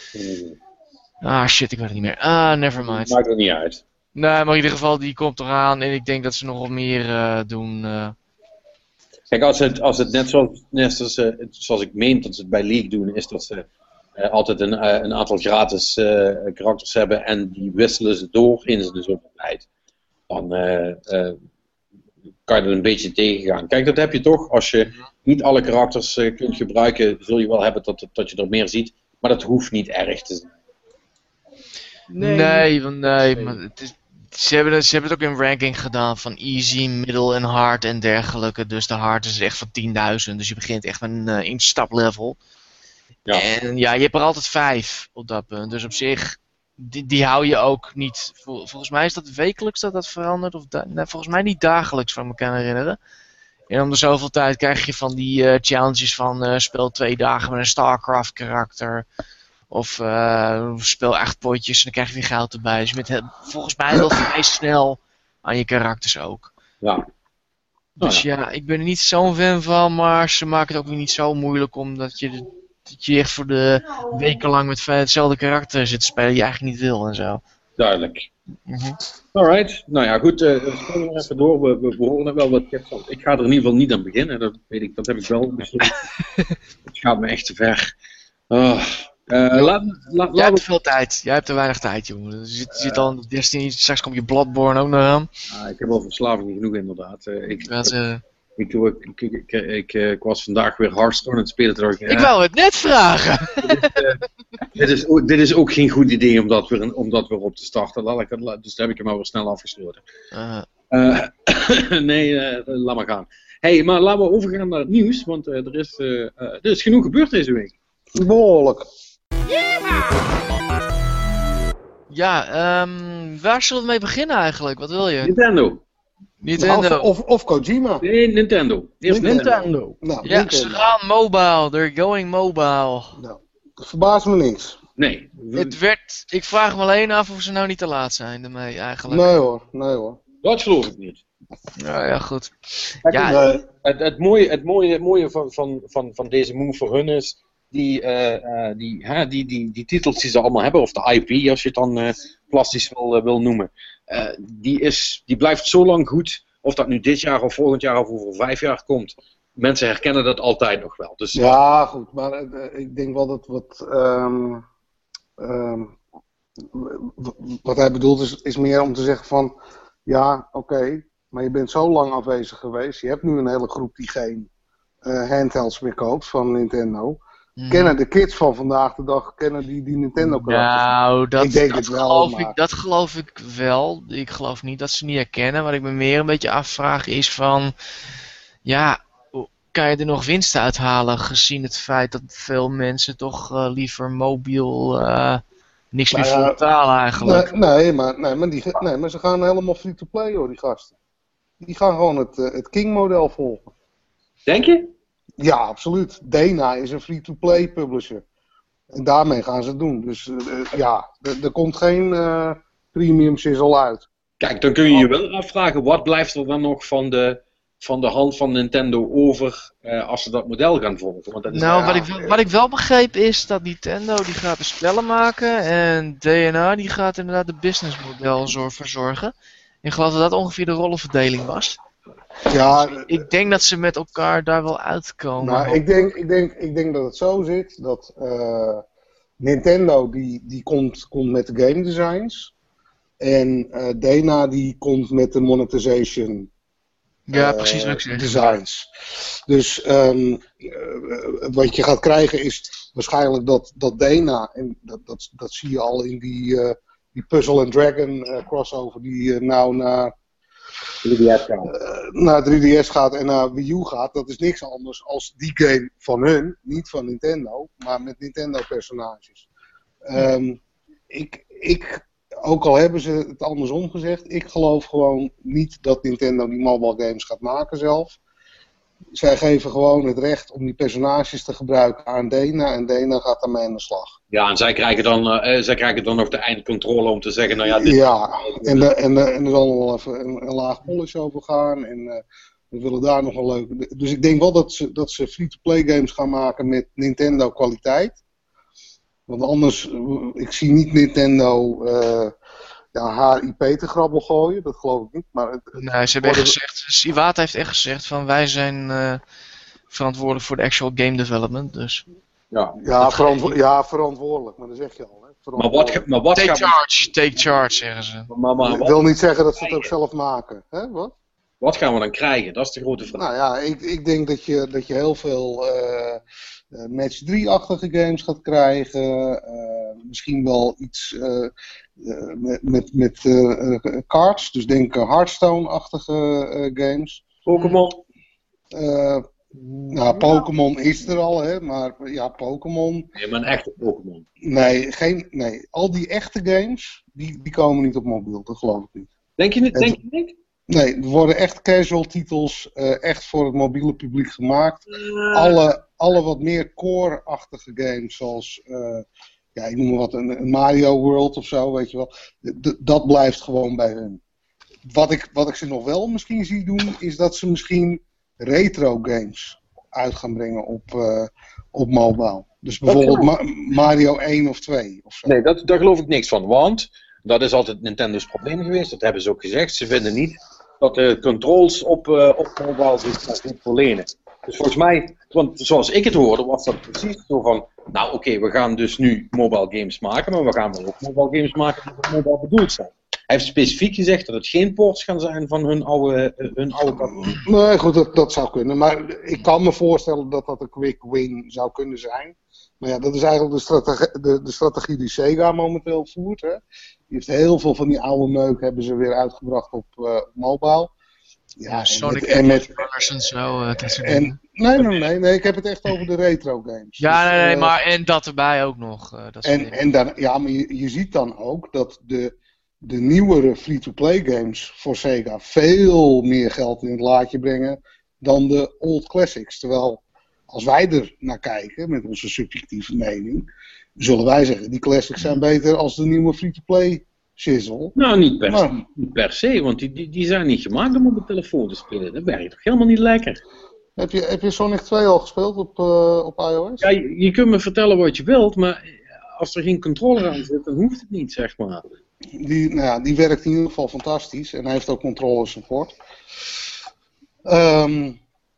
Ah, shit, ik weet het niet meer. Ah, never mind. Maakt er niet uit. Nee, maar in ieder geval, die komt eraan en ik denk dat ze nog wat meer uh, doen. Uh. Kijk, als het, als het net, zoals, net zoals, uh, zoals ik meen dat ze het bij League doen, is dat ze uh, altijd een, uh, een aantal gratis uh, karakters hebben en die wisselen ze door in de zoveel tijd. Dan uh, uh, kan je er een beetje tegen gaan. Kijk, dat heb je toch. Als je niet alle karakters uh, kunt gebruiken, zul je wel hebben dat, dat je er meer ziet. Maar dat hoeft niet erg te zijn. Nee, nee, want nee maar het is, ze, hebben, ze hebben het ook in ranking gedaan van easy, middle en hard en dergelijke. Dus de hard is echt van tienduizend. Dus je begint echt met een uh, instaplevel. Ja. En ja, je hebt er altijd vijf op dat punt. Dus op zich, die, die hou je ook niet. Vol, volgens mij is dat wekelijks dat dat verandert. Of da- nee, volgens mij niet dagelijks, van me kan herinneren. En om de zoveel tijd krijg je van die uh, challenges van uh, speel twee dagen met een Starcraft karakter. Of uh, speel acht potjes en dan krijg je weer geld erbij. Dus je bent he- volgens mij wel vrij snel aan je karakters ook. Ja. Dus ja. ja, ik ben er niet zo'n fan van, maar ze maken het ook weer niet zo moeilijk omdat je, de, dat je echt voor de wekenlang met hetzelfde karakter zit te spelen die je eigenlijk niet wil en zo. Duidelijk. Mm-hmm. Alright, nou ja, goed, uh, we spelen er even door. We, we, we horen er wel wat tips op. Ik ga er in ieder geval niet aan beginnen, dat weet ik, dat heb ik wel besloten. Het gaat me echt te ver. Oh. Uh, laat, laat, Jij hebt te we... veel tijd, jij hebt te weinig tijd, jongen. Je zit, je zit al in de Destiny, straks komt je Bloodborne ook nog aan. Uh, ik heb al verslaving genoeg, inderdaad. Uh, ik, dat, uh... ik, ik, ik, ik, ik, ik, uh, ik was vandaag weer Hearthstone aan het spelen. Terwijl ik, uh, ik wou het net vragen! dit, is, uh, dit, is ook, dit is ook geen goed idee om dat weer, om dat weer op te starten. Laat ik, dus daar heb ik hem maar weer snel afgesloten. Uh. Uh, nee, uh, laat maar gaan. Hey, maar laten we overgaan naar het nieuws, want uh, er, is, uh, uh, er is genoeg gebeurd deze week. Behoorlijk. Ja, um, waar zullen we mee beginnen eigenlijk? Wat wil je? Nintendo. Nintendo. Of, of, of Kojima. Nee, Nintendo. Eerst Nintendo. Nintendo. Nou, ja, Nintendo. ze gaan mobile. They're going mobile. Nou, dat verbaast me niks. Nee. Het werd, ik vraag me alleen af of ze nou niet te laat zijn ermee eigenlijk. Nee hoor, nee hoor. Dat geloof ik niet. Ja, ja goed. Kijk, ja, uh, het, het mooie, het mooie, het mooie van, van, van, van deze move voor hun is, die, uh, uh, die, hè, die, die, die titels die ze allemaal hebben, of de I P als je het dan uh, plastisch wil, uh, wil noemen, uh, die, is, die blijft zo lang goed, of dat nu dit jaar of volgend jaar of over vijf jaar komt. Mensen herkennen dat altijd nog wel. Dus, ja, goed, maar uh, ik denk wel dat wat, um, um, wat hij bedoelt is, is meer om te zeggen van, ja, oké, okay, maar je bent zo lang afwezig geweest, je hebt nu een hele groep die geen uh, handhelds meer koopt van Nintendo. Mm. Kennen de kids van vandaag de dag, kennen die, die Nintendo-karakters? Nou, dat, ik denk dat, het wel, geloof maar... ik, dat geloof ik wel. Ik geloof niet dat ze niet herkennen. Wat ik me meer een beetje afvraag is van... Ja, kan je er nog winst uithalen gezien het feit dat veel mensen toch uh, liever mobiel uh, niks meer voor betalen eigenlijk? Nee, nee, maar, nee, maar die, nee, maar ze gaan helemaal free-to-play hoor, die gasten. Die gaan gewoon het, uh, het King-model volgen. Denk je? Ja, absoluut. Dana is een free-to-play publisher. En daarmee gaan ze het doen. Dus uh, ja, er komt geen uh, premium sizzle uit. Kijk, dan kun je je wel afvragen, wat blijft er dan nog van de, van de hand van Nintendo over uh, als ze dat model gaan volgen? Want dat is nou, ja, wat, ik wel, wat ik wel begreep is dat Nintendo die gaat de spellen maken en D N A die gaat inderdaad de businessmodel verzorgen. Ik geloof dat dat ongeveer de rollenverdeling was. Ja, dus ik denk dat ze met elkaar daar wel uitkomen. Nou, ik denk, ik, denk, ik denk dat het zo zit dat uh, Nintendo die, die komt, komt met de game designs en uh, Dana die komt met de monetization ja, uh, precies wat ik zeg. designs. Dus um, uh, wat je gaat krijgen is waarschijnlijk dat, dat Dana, en dat, dat, dat zie je al in die, uh, die Puzzle and Dragon uh, crossover die uh, nou naar drie D S gaat. Uh, naar drie D S gaat en naar Wii U gaat, dat is niks anders als die game van hun, niet van Nintendo, maar met Nintendo personages. Um, ik, ik, ook al hebben ze het andersom gezegd, ik geloof gewoon niet dat Nintendo die mobile games gaat maken zelf. Zij geven gewoon het recht om die personages te gebruiken aan Dana en Dana gaat daarmee aan de slag. Ja, en zij krijgen dan, uh, zij krijgen dan nog de eindcontrole om te zeggen, nou ja... Dit ja, en, de, en, de, en er zal nog wel even een, een laag polish over gaan en uh, we willen daar nog een leuke... Dus ik denk wel dat ze, dat ze free-to-play games gaan maken met Nintendo kwaliteit. Want anders, ik zie niet Nintendo... Uh, ja, haar I P te grabbel gooien, dat geloof ik niet. Maar het, het nee, ze hebben echt gezegd, Iwata heeft echt gezegd van wij zijn uh, verantwoordelijk voor de actual game development, dus... Ja, Ja, verantwo ja, verantwoordelijk, maar dat zeg je al. Hè. maar wat, ga- maar wat Take gaan we... charge, take charge, zeggen ze. Maar, maar Ik wat, wil niet zeggen dat ze het ook zelf maken. Hè? Wat? wat gaan we dan krijgen? Dat is de grote vraag. Nou ja, ik, ik denk dat je, dat je heel veel uh, uh, match drie-achtige games gaat krijgen. Uh, misschien wel iets uh, uh, met, met, met uh, uh, cards. Dus denk uh, Hearthstone-achtige uh, games. Pokémon? Uh, nou, Pokémon is er al, hè, maar ja, Pokémon. Nee, maar een echte Pokémon. Nee, geen, nee, al die echte games, die, die komen niet op mobiel, dat geloof ik niet. Denk je niet? Het- Denk je niet? Nee, er worden echt casual titels, uh, echt voor het mobiele publiek gemaakt. Alle, alle wat meer core-achtige games, zoals, uh, ja, ik noem maar wat, een, een Mario World of zo, weet je wel. D- d- dat blijft gewoon bij hun. Wat ik, wat ik ze nog wel misschien zie doen, is dat ze misschien retro games uit gaan brengen op, uh, op mobile. Dus bijvoorbeeld Ma- Mario één of twee of zo. Nee, dat, daar geloof ik niks van. Want dat is altijd Nintendo's probleem geweest. Dat hebben ze ook gezegd. Ze vinden niet dat de controls op, uh, op mobile zich daar goed verlenen. Dus volgens mij, want zoals ik het hoorde, was dat precies zo van... Nou oké, okay, we gaan dus nu mobile games maken, maar we gaan wel ook mobile games maken die voor mobile bedoeld zijn. Hij heeft specifiek gezegd dat het geen ports gaan zijn van hun oude, uh, hun oude categorie. Nee, goed, dat, dat zou kunnen. Maar ik kan me voorstellen dat dat een quick win zou kunnen zijn. Maar ja, dat is eigenlijk de strategie, de, de strategie die Sega momenteel voert. Hè. Die heeft heel veel van die oude meuk hebben ze weer uitgebracht op uh, mobile. Ja, Ja, Sonic en met, en met Runners en zo. Uh, dat soort dingen. en, nee, nee, nee, nee, ik heb het echt over de retro games. Ja, Dus, nee, nee, uh, maar en dat erbij ook nog. Uh, dat soort En, dingen. en dan, ja, maar je, je ziet dan ook dat de, de nieuwere free-to-play games voor Sega veel meer geld in het laadje brengen dan de old classics. Terwijl, als wij er naar kijken, met onze subjectieve mening, zullen wij zeggen, die classics zijn beter als de nieuwe free-to-play shizzle. Nou, niet per, Maar- niet per se, want die, die, die zijn niet gemaakt om op de telefoon te spelen. Dat werkt toch helemaal niet lekker. Heb je, heb je Sonic twee al gespeeld op, uh, op iOS? Ja, je, je kunt me vertellen wat je wilt, maar als er geen controller aan zit, dan hoeft het niet, zeg maar. Die, nou ja, die werkt in ieder geval fantastisch en hij heeft ook controller support. Um,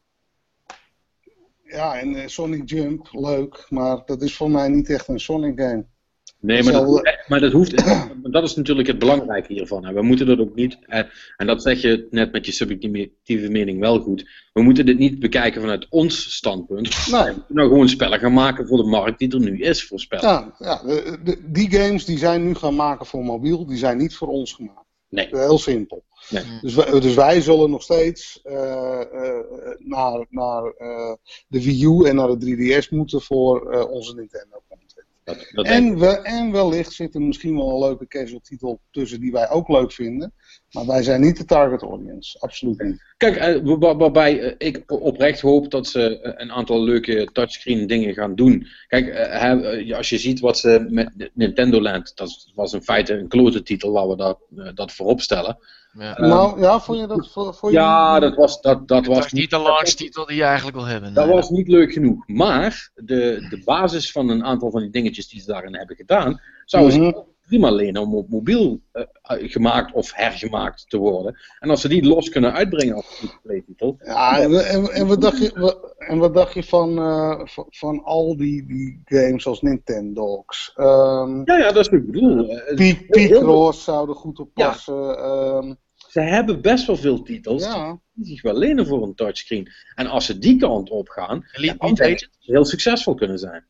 ja, en uh, Sonic Jump, leuk, maar dat is voor mij niet echt een Sonic game. Nee, maar Zal- dat, maar dat hoeft. Dat is natuurlijk het belangrijke hiervan. Hè. We moeten dat ook niet, eh, en dat zeg je net met je subjectieve mening wel goed. We moeten dit niet bekijken vanuit ons standpunt. Nee. We moeten nou gewoon spellen gaan maken voor de markt die er nu is voor spellen. Ja, ja de, de, die games die zij nu gaan maken voor mobiel, die zijn niet voor ons gemaakt. Nee. Heel simpel. Nee. Dus, wij, dus wij zullen nog steeds uh, uh, naar, naar uh, de Wii U en naar de drie D S moeten voor uh, onze Nintendo content. Dat, dat denk ik. En, we, en wellicht zit er misschien wel een leuke casual titel tussen die wij ook leuk vinden. Maar wij zijn niet de target audience. Absoluut niet. Kijk, eh, waar- waarbij eh, ik oprecht hoop dat ze eh, een aantal leuke touchscreen dingen gaan doen. Kijk, eh, hè, eh, als je ziet wat ze met Nintendo Land, dat was in feite een klote titel, laten we dat, eh, dat voorop stellen. Ja. Ehm, nou ja, vond je dat voor, voor Ja, je... dat was, dat, dat Dat was is niet de launch titel die je eigenlijk wil hebben. Dat nee. was niet leuk genoeg. Maar de, de basis van een aantal van die dingetjes die ze daarin hebben gedaan, zouden Mhm. ze prima lenen om op mobiel uh, gemaakt of hergemaakt te worden. En als ze die los kunnen uitbrengen als free-to-play titel. Ja, en, en, en, wat dacht je, wat, en wat dacht je van, uh, van, van al die, die games als Nintendogs? Um, Ja, ja, dat is wat ik bedoel. Eh, Peak, Picross zou er goed op Ja. passen. Um, Ze hebben best wel veel titels ja. die zich wel lenen voor een touchscreen. En als ze die kant op gaan, Elite dan Beat denk ik Agent? dat ze heel succesvol kunnen zijn.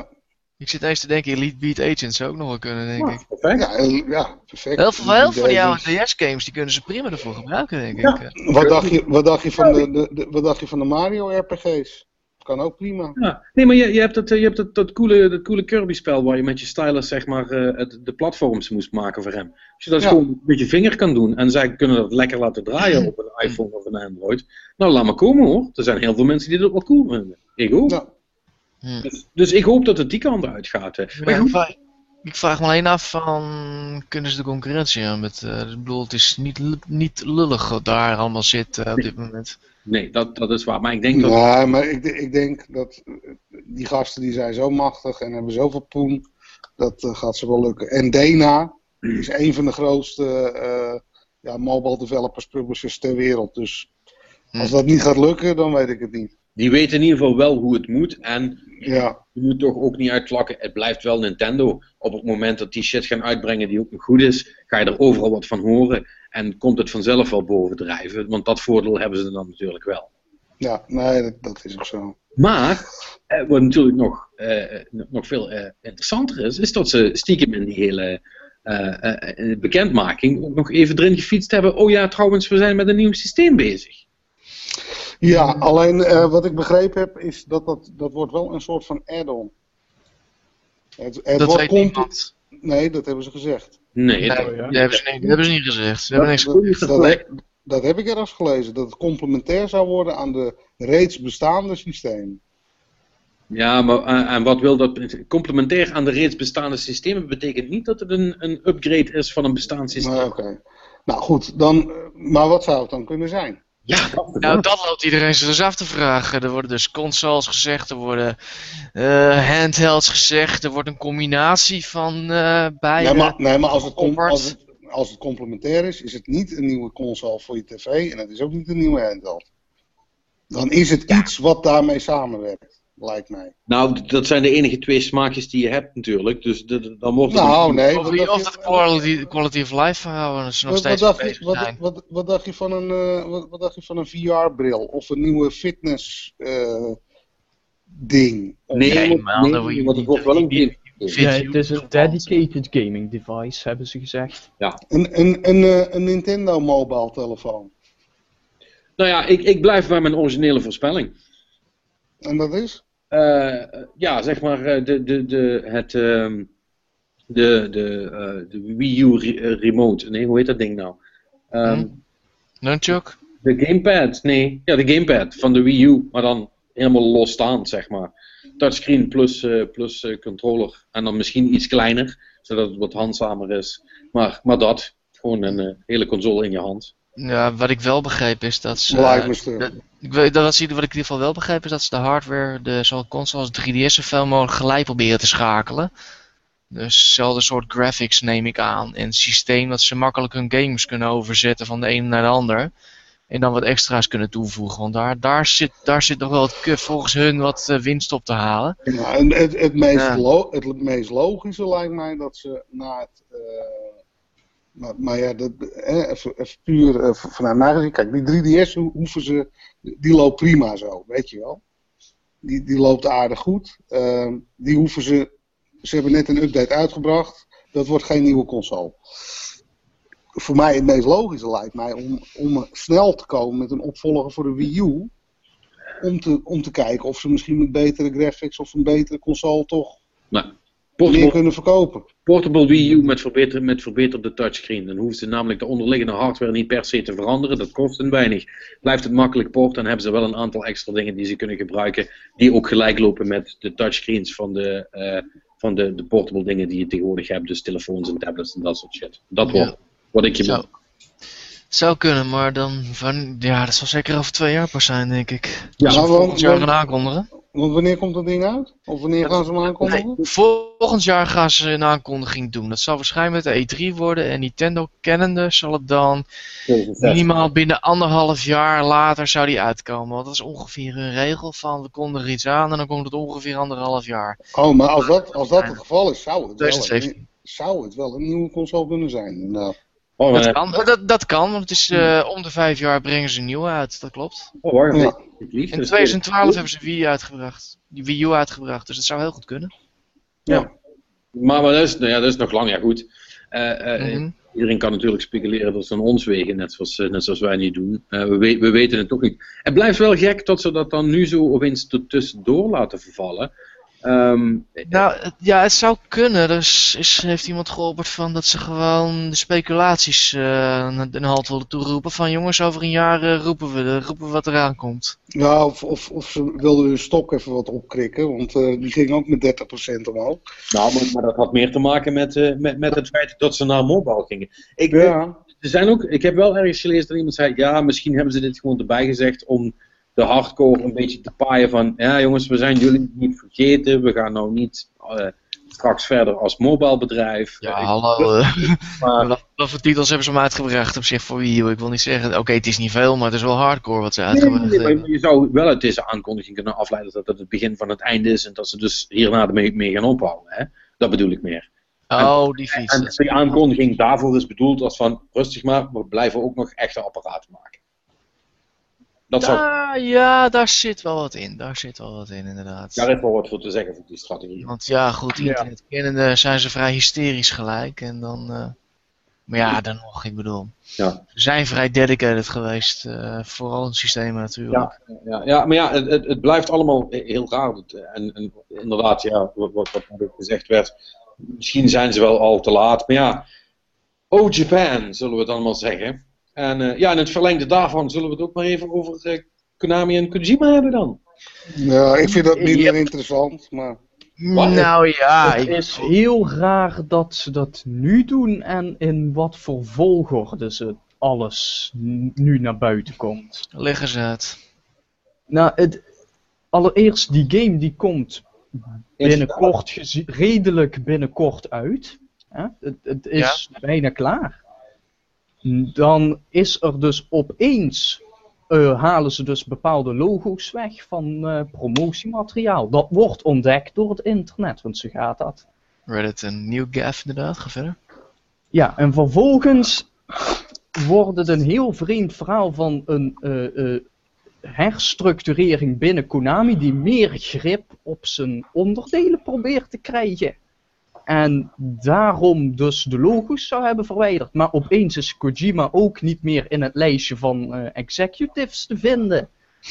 Ik zit eens te denken, Elite Beat Agent zou ook nog wel kunnen, denk ik. Ja, perfect. Ja, heel- ja, perfect. Heel veel, heel veel van die games. oude D S-games, die kunnen ze prima ervoor gebruiken, denk Ja. ik. eh. Wat dacht je, wat dacht je, van, de, de, de, wat dacht je van de Mario R P G's? Kan ook prima. Ja, nee, maar je, je hebt, dat, je hebt dat, dat, coole, dat coole Kirby-spel waar je met je stylus zeg maar, uh, het, de platforms moest maken voor hem. Als je dat Ja. gewoon met je vinger kan doen en zij kunnen dat lekker laten draaien op een iPhone of een Android, nou laat maar komen hoor. Er zijn heel veel mensen die dat wel cool vinden. Ik ook. Ja. Hm. Dus, dus ik hoop dat het die kant uitgaat. Hè. Maar Ja, goed, ik, vraag, ik vraag me alleen af van, kunnen ze de concurrentie aan met, uh, ik bedoel, het is niet, lu- niet lullig wat daar allemaal zit uh, op dit moment. nee, dat, dat is waar. Maar ik denk dat... Nee, maar ik, ik denk dat uh, die gasten die zijn zo machtig en hebben zoveel poen, dat uh, gaat ze wel lukken. En Dena is een van de grootste uh, ja, mobile developers, publishers ter wereld. Dus als dat niet gaat lukken, dan weet ik het niet. die weten in ieder geval wel hoe het moet. En Ja. je moet toch ook niet uitklakken. Het blijft wel Nintendo. Op het moment dat die shit gaan uitbrengen die ook nog goed is, ga je er overal wat van horen. En komt het vanzelf wel bovendrijven. Want dat voordeel hebben ze dan natuurlijk wel. Ja, nee, dat, dat is ook zo. Maar, eh, wat natuurlijk nog, eh, nog veel eh, interessanter is, is dat ze stiekem in die hele uh, uh, bekendmaking ook nog even erin gefietst hebben. Oh ja, trouwens, we zijn met een nieuw systeem bezig. Ja, alleen uh, wat ik begrepen heb, is dat, dat dat wordt wel een soort van add-on. Het, het Dat wordt weet conti- niemand. Nee, dat hebben ze gezegd. Nee, Nee, dat, dat hebben ze niet, dat hebben ze niet gezegd. Ze hebben niks Dat, dat, dat, heb, dat heb ik ergens gelezen, dat het complementair zou worden aan de reeds bestaande systemen. ja, maar uh, en wat wil dat? Complementair aan de reeds bestaande systemen betekent niet dat het een, een upgrade is van een bestaand systeem. Maar oké. Nou goed, dan, uh, maar wat zou het dan kunnen zijn? Ja, dat Nou, dat loopt iedereen zich dus af te vragen. Er worden dus consoles gezegd, er worden uh, handhelds gezegd, er wordt een combinatie van uh, beide. Nee, maar, nee, maar als, het com- Onboard. als, het, als het complementair is, is het niet een nieuwe console voor je tv en het is ook niet een nieuwe handheld. Dan is het iets wat daarmee samenwerkt, lijkt mij. Nou, d- dat zijn de enige twee smaakjes die je hebt natuurlijk. Dus d- d- dan wordt het Nou, een- nee. Of, wat die, dacht of je- dat quality, quality of life verhouden, dat ze nog Wat, wat, steeds dacht je, bezig wat, zijn. wat, wat dacht je van een, uh, wat, wat dacht je van een V R-bril of een nieuwe fitness uh, ding? Nee, Nee, want- man, nee, dat wil je want het niet. wordt wel een Die- game. Ja, het is een dedicated gaming device, hebben ze gezegd. Een, een, een, uh, een Nintendo mobile telefoon. Nou ja, ik, ik blijf bij mijn originele voorspelling. En dat is? Uh, ja, zeg maar uh, de, de, de, het, um, de, de, uh, de Wii U re- uh, remote. Nee, hoe heet dat ding nou? Um, Hm? Nunchuk? De gamepad, nee. Ja, de gamepad van de Wii U, maar dan helemaal losstaand, zeg maar. Touchscreen plus, uh, plus uh, controller. En dan misschien iets kleiner, zodat het wat handzamer is. Maar, maar dat, gewoon een uh, hele console in je hand. Ja, wat ik wel begreep is dat ze... Lijkt me stuk. dat- ik weet, dat, wat, zie- wat ik in ieder geval wel begreep is dat ze de hardware, de, zowel console als drie D S, zoveel mogelijk gelijk proberen te schakelen. Dus hetzelfde soort graphics neem ik aan. En het systeem dat ze makkelijk hun games kunnen overzetten van de ene naar de ander. En dan wat extra's kunnen toevoegen. Want daar, daar, zit, daar zit nog wel het, ke- volgens hun wat uh, winst op te halen. Nou, en het, het, meest Ja. lo- het meest logische lijkt mij dat ze na het... Uh, maar, maar ja, dat, eh, even, even puur uh, vanuit mij gezien. Kijk, die drie D S ho- hoeven ze... Die loopt prima zo, weet je wel. Die, die loopt aardig goed. Uh, die hoeven ze... Ze hebben net een update uitgebracht. Dat wordt geen nieuwe console. Voor mij het meest logische lijkt mij om, om snel te komen met een opvolger voor de Wii U. Om te, om te kijken of ze misschien met betere graphics of een betere console toch Nou, meer portable, kunnen verkopen. portable Wii U met, verbeter, met verbeterde touchscreen. Dan hoeven ze namelijk de onderliggende hardware niet per se te veranderen. Dat kost hen weinig. Blijft het makkelijk porten en hebben ze wel een aantal extra dingen die ze kunnen gebruiken. Die ook gelijk lopen met de touchscreens van de, uh, van de, de portable dingen die je tegenwoordig hebt. Dus telefoons en tablets en dat soort shit. Dat Ja. wordt wat ik je Zo. moet. Zou kunnen, maar dan van, ja, dat zal zeker over twee jaar pas zijn, denk ik. Ja, Als we want- volgend jaar want- gaan aankondigen. Want wanneer komt dat ding uit? Of wanneer gaan ze hem aankondigen? Nee, volgend jaar gaan ze een aankondiging doen. Dat zal waarschijnlijk met de E drie worden. En Nintendo kennende zal het dan minimaal binnen anderhalf jaar later zou die uitkomen. Want dat is ongeveer een regel van we kondigen iets aan en dan komt het ongeveer anderhalf jaar. Oh, maar als dat, als dat het geval is, zou het, wel twintig zeventien. een, zou het wel een nieuwe console kunnen zijn. inderdaad. Oh, Dat maar, kan, dat, dat kan, want het is uh, om de vijf jaar brengen ze een nieuwe uit. Dat klopt. oh, wacht, Ja. lief, In dus- twintig twaalf hebben ze Wii uitgebracht. Die Wii U uitgebracht, dus dat zou heel goed kunnen. Ja. Maar, maar dat, is, nou ja, dat is nog lang, ja goed. Uh, uh, Mhm. Iedereen kan natuurlijk speculeren dat ze aan ons wegen, net zoals, uh, net zoals wij nu doen. Uh, we, we, we weten het toch niet. Het blijft wel gek dat ze dat dan nu zo opeens tot tussendoor laten vervallen. Um, Nou, het- ja, het zou kunnen. Er is, is- heeft iemand geopperd van dat ze gewoon de speculaties uh, een halt willen toeroepen. Van jongens, over een jaar uh, roepen, we, roepen we wat eraan komt. Ja, of, of, of ze wilden hun stok even wat opkrikken, want uh, die ging ook met dertig procent omhoog. nou, maar, maar dat had meer te maken met, uh, met, met het feit dat ze naar mobile gingen. Ik, Ja. er zijn ook, ik heb wel ergens gelezen dat iemand zei, ja, misschien hebben ze dit gewoon erbij gezegd om de hardcore een beetje te paaien van, ja jongens, we zijn jullie niet vergeten, we gaan nou niet uh, straks verder als mobile bedrijf. Ja, Uh, hallo. Uh, maar, wat, wat voor titels hebben ze hem uitgebracht op zich voor Wii U? Ik wil niet zeggen, oké, okay, het is niet veel, maar het is wel hardcore wat ze nee, uitgebracht nee, hebben. maar je zou wel uit deze aankondiging kunnen afleiden dat het het begin van het einde is en dat ze dus hierna ermee mee gaan ophouden. Hè? Dat bedoel ik meer. Oh, die fiets. En die aankondiging daarvoor is bedoeld als van rustig maar, we blijven ook nog echte apparaten maken. Dat zou... Daar, ja, daar zit wel wat in. Daar zit wel wat in, inderdaad. Daar is wel wat voor te zeggen voor die strategie. Want ja, goed, Ja. internet kennende zijn ze vrij hysterisch gelijk. En dan, uh... Maar ja, dan nog, ik bedoel. Ja. Ze zijn vrij dedicated geweest. Uh, vooral in systemen natuurlijk. Ja, ja, ja, maar ja, het, het, het blijft allemaal heel raar. En, en inderdaad, ja, wat, wat, wat ook gezegd werd. Misschien zijn ze wel al te laat. Maar ja, oh Japan, zullen we het allemaal zeggen. En uh, ja, in het verlengde daarvan zullen we het ook maar even over uh, Konami en Kojima hebben dan. Ja, ik vind dat minder Yep. interessant, maar... Wat? Nou ja, Het ik, is heel raar dat ze dat nu doen en in wat voor volgorde ze alles n- nu naar buiten komt. leggen ze het. Nou, het, allereerst die game die komt binnenkort, gezi- redelijk binnenkort uit. Hè? Het, het is bijna klaar. Dan is er dus opeens, uh, halen ze dus bepaalde logo's weg van uh, promotiemateriaal. Dat wordt ontdekt door het internet, want zo gaat dat. Reddit en NewGaf inderdaad, ga verder. Ja, en vervolgens wordt het een heel vreemd verhaal van een uh, uh, herstructurering binnen Konami die meer grip op zijn onderdelen probeert te krijgen. En daarom dus de logo's zou hebben verwijderd. Maar opeens is Kojima ook niet meer in het lijstje van uh, executives te vinden.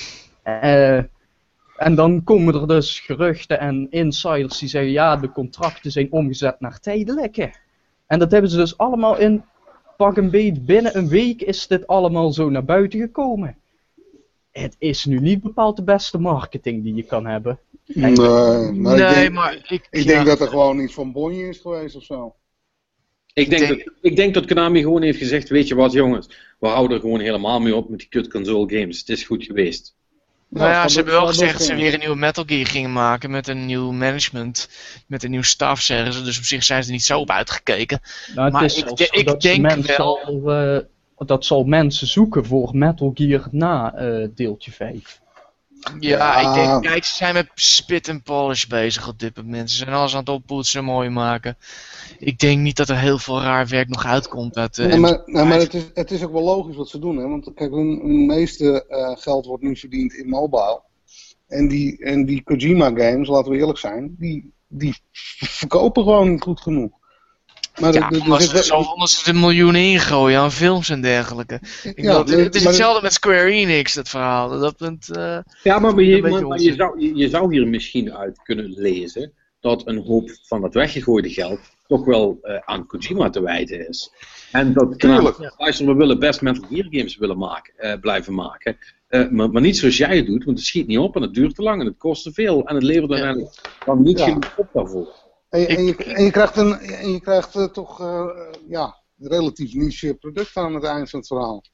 Uh, en dan komen er dus geruchten en insiders die zeggen ja, de contracten zijn omgezet naar tijdelijke. En dat hebben ze dus allemaal in pak een beet. Binnen een week is dit allemaal zo naar buiten gekomen. Het is nu niet bepaald de beste marketing die je kan hebben. Nee, maar nee, ik denk, maar ik... ik ja. denk dat er gewoon iets van bonje is geweest of zo. Ik denk, denk- Dat, ik denk dat Konami gewoon heeft gezegd, weet je wat jongens, we houden er gewoon helemaal mee op met die kut console games. Het is goed geweest. Nou ja, zou ze best- hebben wel zou gezegd best dat ze kunnen. weer een nieuwe Metal Gear gingen maken met een nieuw management, met een nieuw staf zeggen ze, dus op zich zijn ze er niet zo op uitgekeken. Nou, het Maar is ik zelfs de- zo ik dat ze denk mensen wel- al, uh, dat zal mensen zoeken voor Metal Gear na uh, deeltje vijf. Ja, Ja. ik denk, kijk, ze zijn met spit en polish bezig op dit moment. Ze zijn alles aan het oppoetsen, mooi maken. Ik denk niet dat er heel veel raar werk nog uitkomt uit de Nee, maar, nou, maar het, is, het is ook wel logisch wat ze doen, hè? Want kijk, hun, hun meeste uh, geld wordt nu verdiend in mobile. En die, en die Kojima games, laten we eerlijk zijn, die, die verkopen gewoon niet goed genoeg. Maar Ja, er- er- er omdat zit ze, wel- zo, omdat ze er miljoenen ingooien aan films en dergelijke. Ik Ja, bedoel, het, het is maar- hetzelfde met Square Enix, dat verhaal. Dat punt, uh, Ja, maar, maar, Een je, beetje maar, maar je, onzin. zou, je, je zou hier misschien uit kunnen lezen dat een hoop van dat weggegooide geld toch wel uh, aan Kojima te wijten is. En dat Tuurlijk. nou, luister, we willen best Metal Gear games willen maken, uh, blijven maken. Uh, maar, maar niet zoals jij het doet, want het schiet niet op en het duurt te lang en het kost te veel. En het levert Ja. uiteindelijk dan niet Ja. genoeg op daarvoor. En, je- Ik- en, je, en je krijgt, een, en je krijgt uh, toch uh, ja, een relatief niche product aan het eind van het verhaal.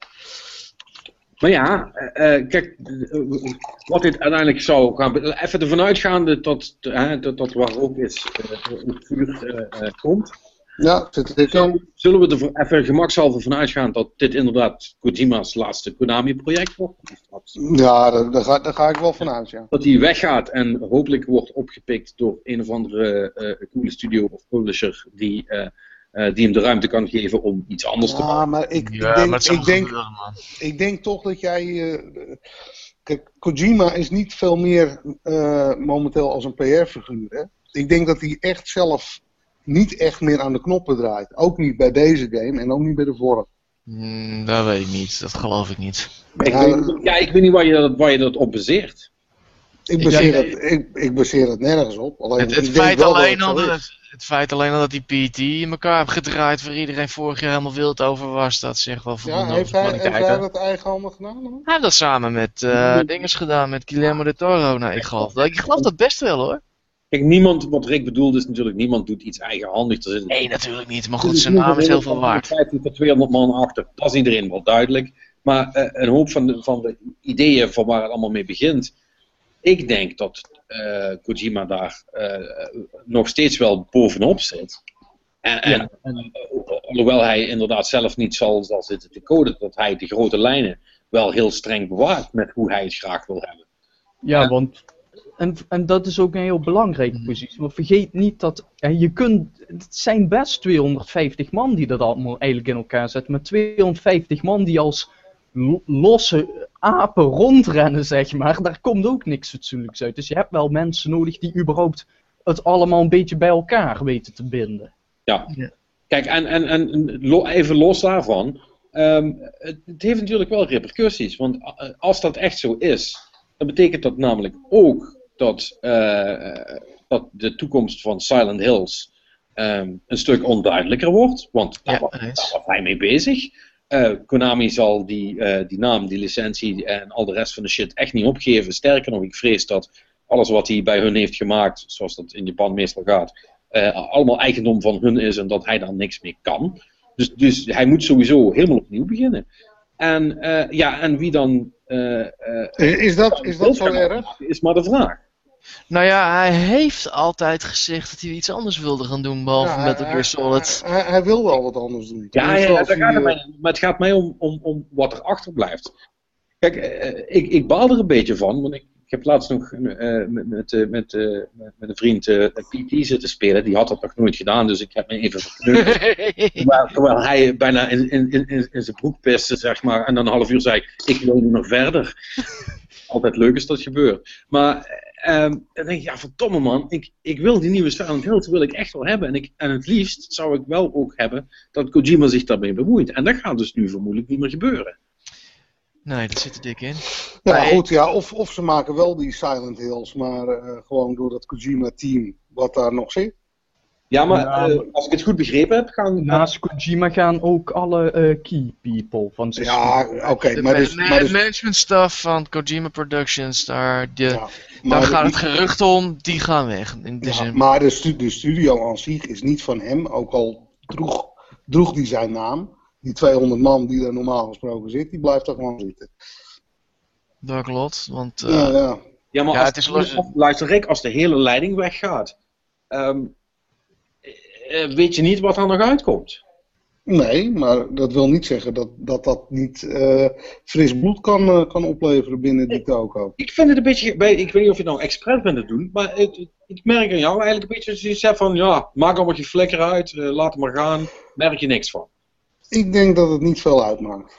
Maar ja, uh, uh, kijk, uh, wat dit uiteindelijk zou gaan... be- Even ervan uitgaande dat, uh, dat, dat waar ook is, uh, het vuur uh, uh, komt. Ja, zit er Zo, zullen we er voor- even gemakshalve van uitgaan dat dit inderdaad Kojima's laatste Konami-project wordt? Ja, daar, daar, ga, daar ga ik wel vanuit, ja. Dat hij weggaat en hopelijk wordt opgepikt door een of andere uh, coole studio of publisher die, uh, uh, die hem de ruimte kan geven om iets anders te Ja, maken. maar ik, ja, ik, denk, maar het zal ik, denk, gebeuren, man. ik denk toch dat jij... Uh, kijk, Kojima is niet veel meer uh, momenteel als een P R-figuur, hè. Ik denk dat hij echt zelf niet echt meer aan de knoppen draait. Ook niet bij deze game en ook niet bij de vorige. Hmm, dat weet ik niet, dat geloof ik niet. Ik Ja, weet, ja, ik weet niet waar je dat, waar je dat op baseert. Ik baseer, Ja, het, ik, ik baseer het nergens op. Alleen, Het, het, ik denk feit wel dat alleen het al zo dat, is. het feit alleen al dat die P T in elkaar heeft gedraaid waar iedereen vorig jaar helemaal wild over was, dat zegt wel Ja, voldoende heeft over hij, de heeft kwaliteit. hij hè? dat eigenhandig gedaan? Hoor? Hij heeft dat samen met uh, dinges gedaan, met Guillermo del Toro. Nou, ik geloof dat. Ik geloof dat best wel hoor. Kijk, niemand, wat Rick bedoelt is natuurlijk, niemand doet iets eigenhandigs. Er zit- Nee, natuurlijk niet. Maar goed, zijn naam is heel veel waard. vijftig tot tweehonderd man achter, dat is iedereen wel duidelijk. Maar uh, een hoop van de, van de ideeën van waar het allemaal mee begint. Ik denk dat uh, Kojima daar uh, nog steeds wel bovenop zit. En, en, Ja, en- uh, alhoewel hij inderdaad zelf niet zal, zal zitten te coden, dat hij de grote lijnen wel heel streng bewaart met hoe hij het graag wil hebben. Ja, Ja. want. En, en dat is ook een heel belangrijke positie. Want vergeet niet dat. En je kunt. Het zijn best tweehonderdvijftig man die dat allemaal eigenlijk in elkaar zetten. Maar tweehonderdvijftig man die als lo- losse apen rondrennen, zeg maar. Daar komt ook niks fatsoenlijks uit. Dus je hebt wel mensen nodig die überhaupt het allemaal een beetje bij elkaar weten te binden. Ja. Ja. Kijk, en, en, en lo- even los daarvan. Um, het, het heeft natuurlijk wel repercussies. Want uh, als dat echt zo is, dan betekent dat namelijk ook dat, uh, dat de toekomst van Silent Hills um, een stuk onduidelijker wordt. Want daar, Ja, was, eens. daar was hij mee bezig. Uh, Konami zal die, uh, die naam, die licentie en al de rest van de shit echt niet opgeven. Sterker nog, ik vrees dat alles wat hij bij hun heeft gemaakt, zoals dat in Japan meestal gaat, uh, allemaal eigendom van hun is en dat hij daar niks mee kan. Dus, dus hij moet sowieso helemaal opnieuw beginnen. En, uh, ja, en wie dan... Uh, uh, Is dat, is dat zo erg? Is maar de vraag. Nou ja, hij heeft altijd gezegd dat hij iets anders wilde gaan doen, behalve Ja, Metal hij- Gear Solid. Hij, hij, hij wil wel wat anders doen. Ja, ja, Tenminste, ja, als daar hij, gaat het eh, mij, maar het gaat mij om, om, om wat er achterblijft. Kijk, uh, ik, ik baal er een beetje van, want ik, ik heb laatst nog uh, met, met, uh, met, uh, met een vriend uh, P T zitten spelen. Die had dat nog nooit gedaan, dus ik heb me even verkneukeld. Terwijl, terwijl hij bijna in, in, in, in zijn broek piste, zeg maar, en dan een half uur zei, ik wil nu nog verder. Altijd leuk is dat gebeurt. Maar um, dan denk ik, ja verdomme man, ik, ik wil die nieuwe Silent Hills wil ik echt wel hebben. En, ik, en het liefst zou ik wel ook hebben dat Kojima zich daarmee bemoeit. En dat gaat dus nu vermoedelijk niet meer gebeuren. Nee, dat zit er dik in. Ja, Nee. goed, ja, of, of ze maken wel die Silent Hills, maar uh, gewoon door dat Kojima-team wat daar nog zit. Ja, maar Ja, uh, als ik het goed begrepen heb, gaan... Naast Kojima gaan ook alle eh, key people van zijn Ja, studio. oké, okay, De maar ma- dus... ma- Maar dus management staff van Kojima Productions, daar, de, ja, daar maar gaat het die- gerucht om, die gaan weg. In de ja, zin. maar de, stu de studio aan zich is niet van hem, ook al droeg, droeg die zijn naam. Die tweehonderd man die daar normaal gesproken zit, die blijft daar gewoon zitten. Dat klopt, want... eh, Ja, ja. Ja, maar Ja, als, het is los- als- luister Rick, als de hele leiding weggaat, um, uh, weet je niet wat er nog uitkomt. Nee, maar dat wil niet zeggen dat dat, dat niet uh, fris bloed kan, uh, kan opleveren binnen die toko. Ik vind het een beetje, bij- ik weet niet of je het nou expres bent te doen, maar het, het- ik merk aan jou eigenlijk een beetje dat je zegt van, ja, maak allemaal je flikker uit, uh, laat het maar gaan, merk je niks van. Ik denk dat het niet veel uitmaakt.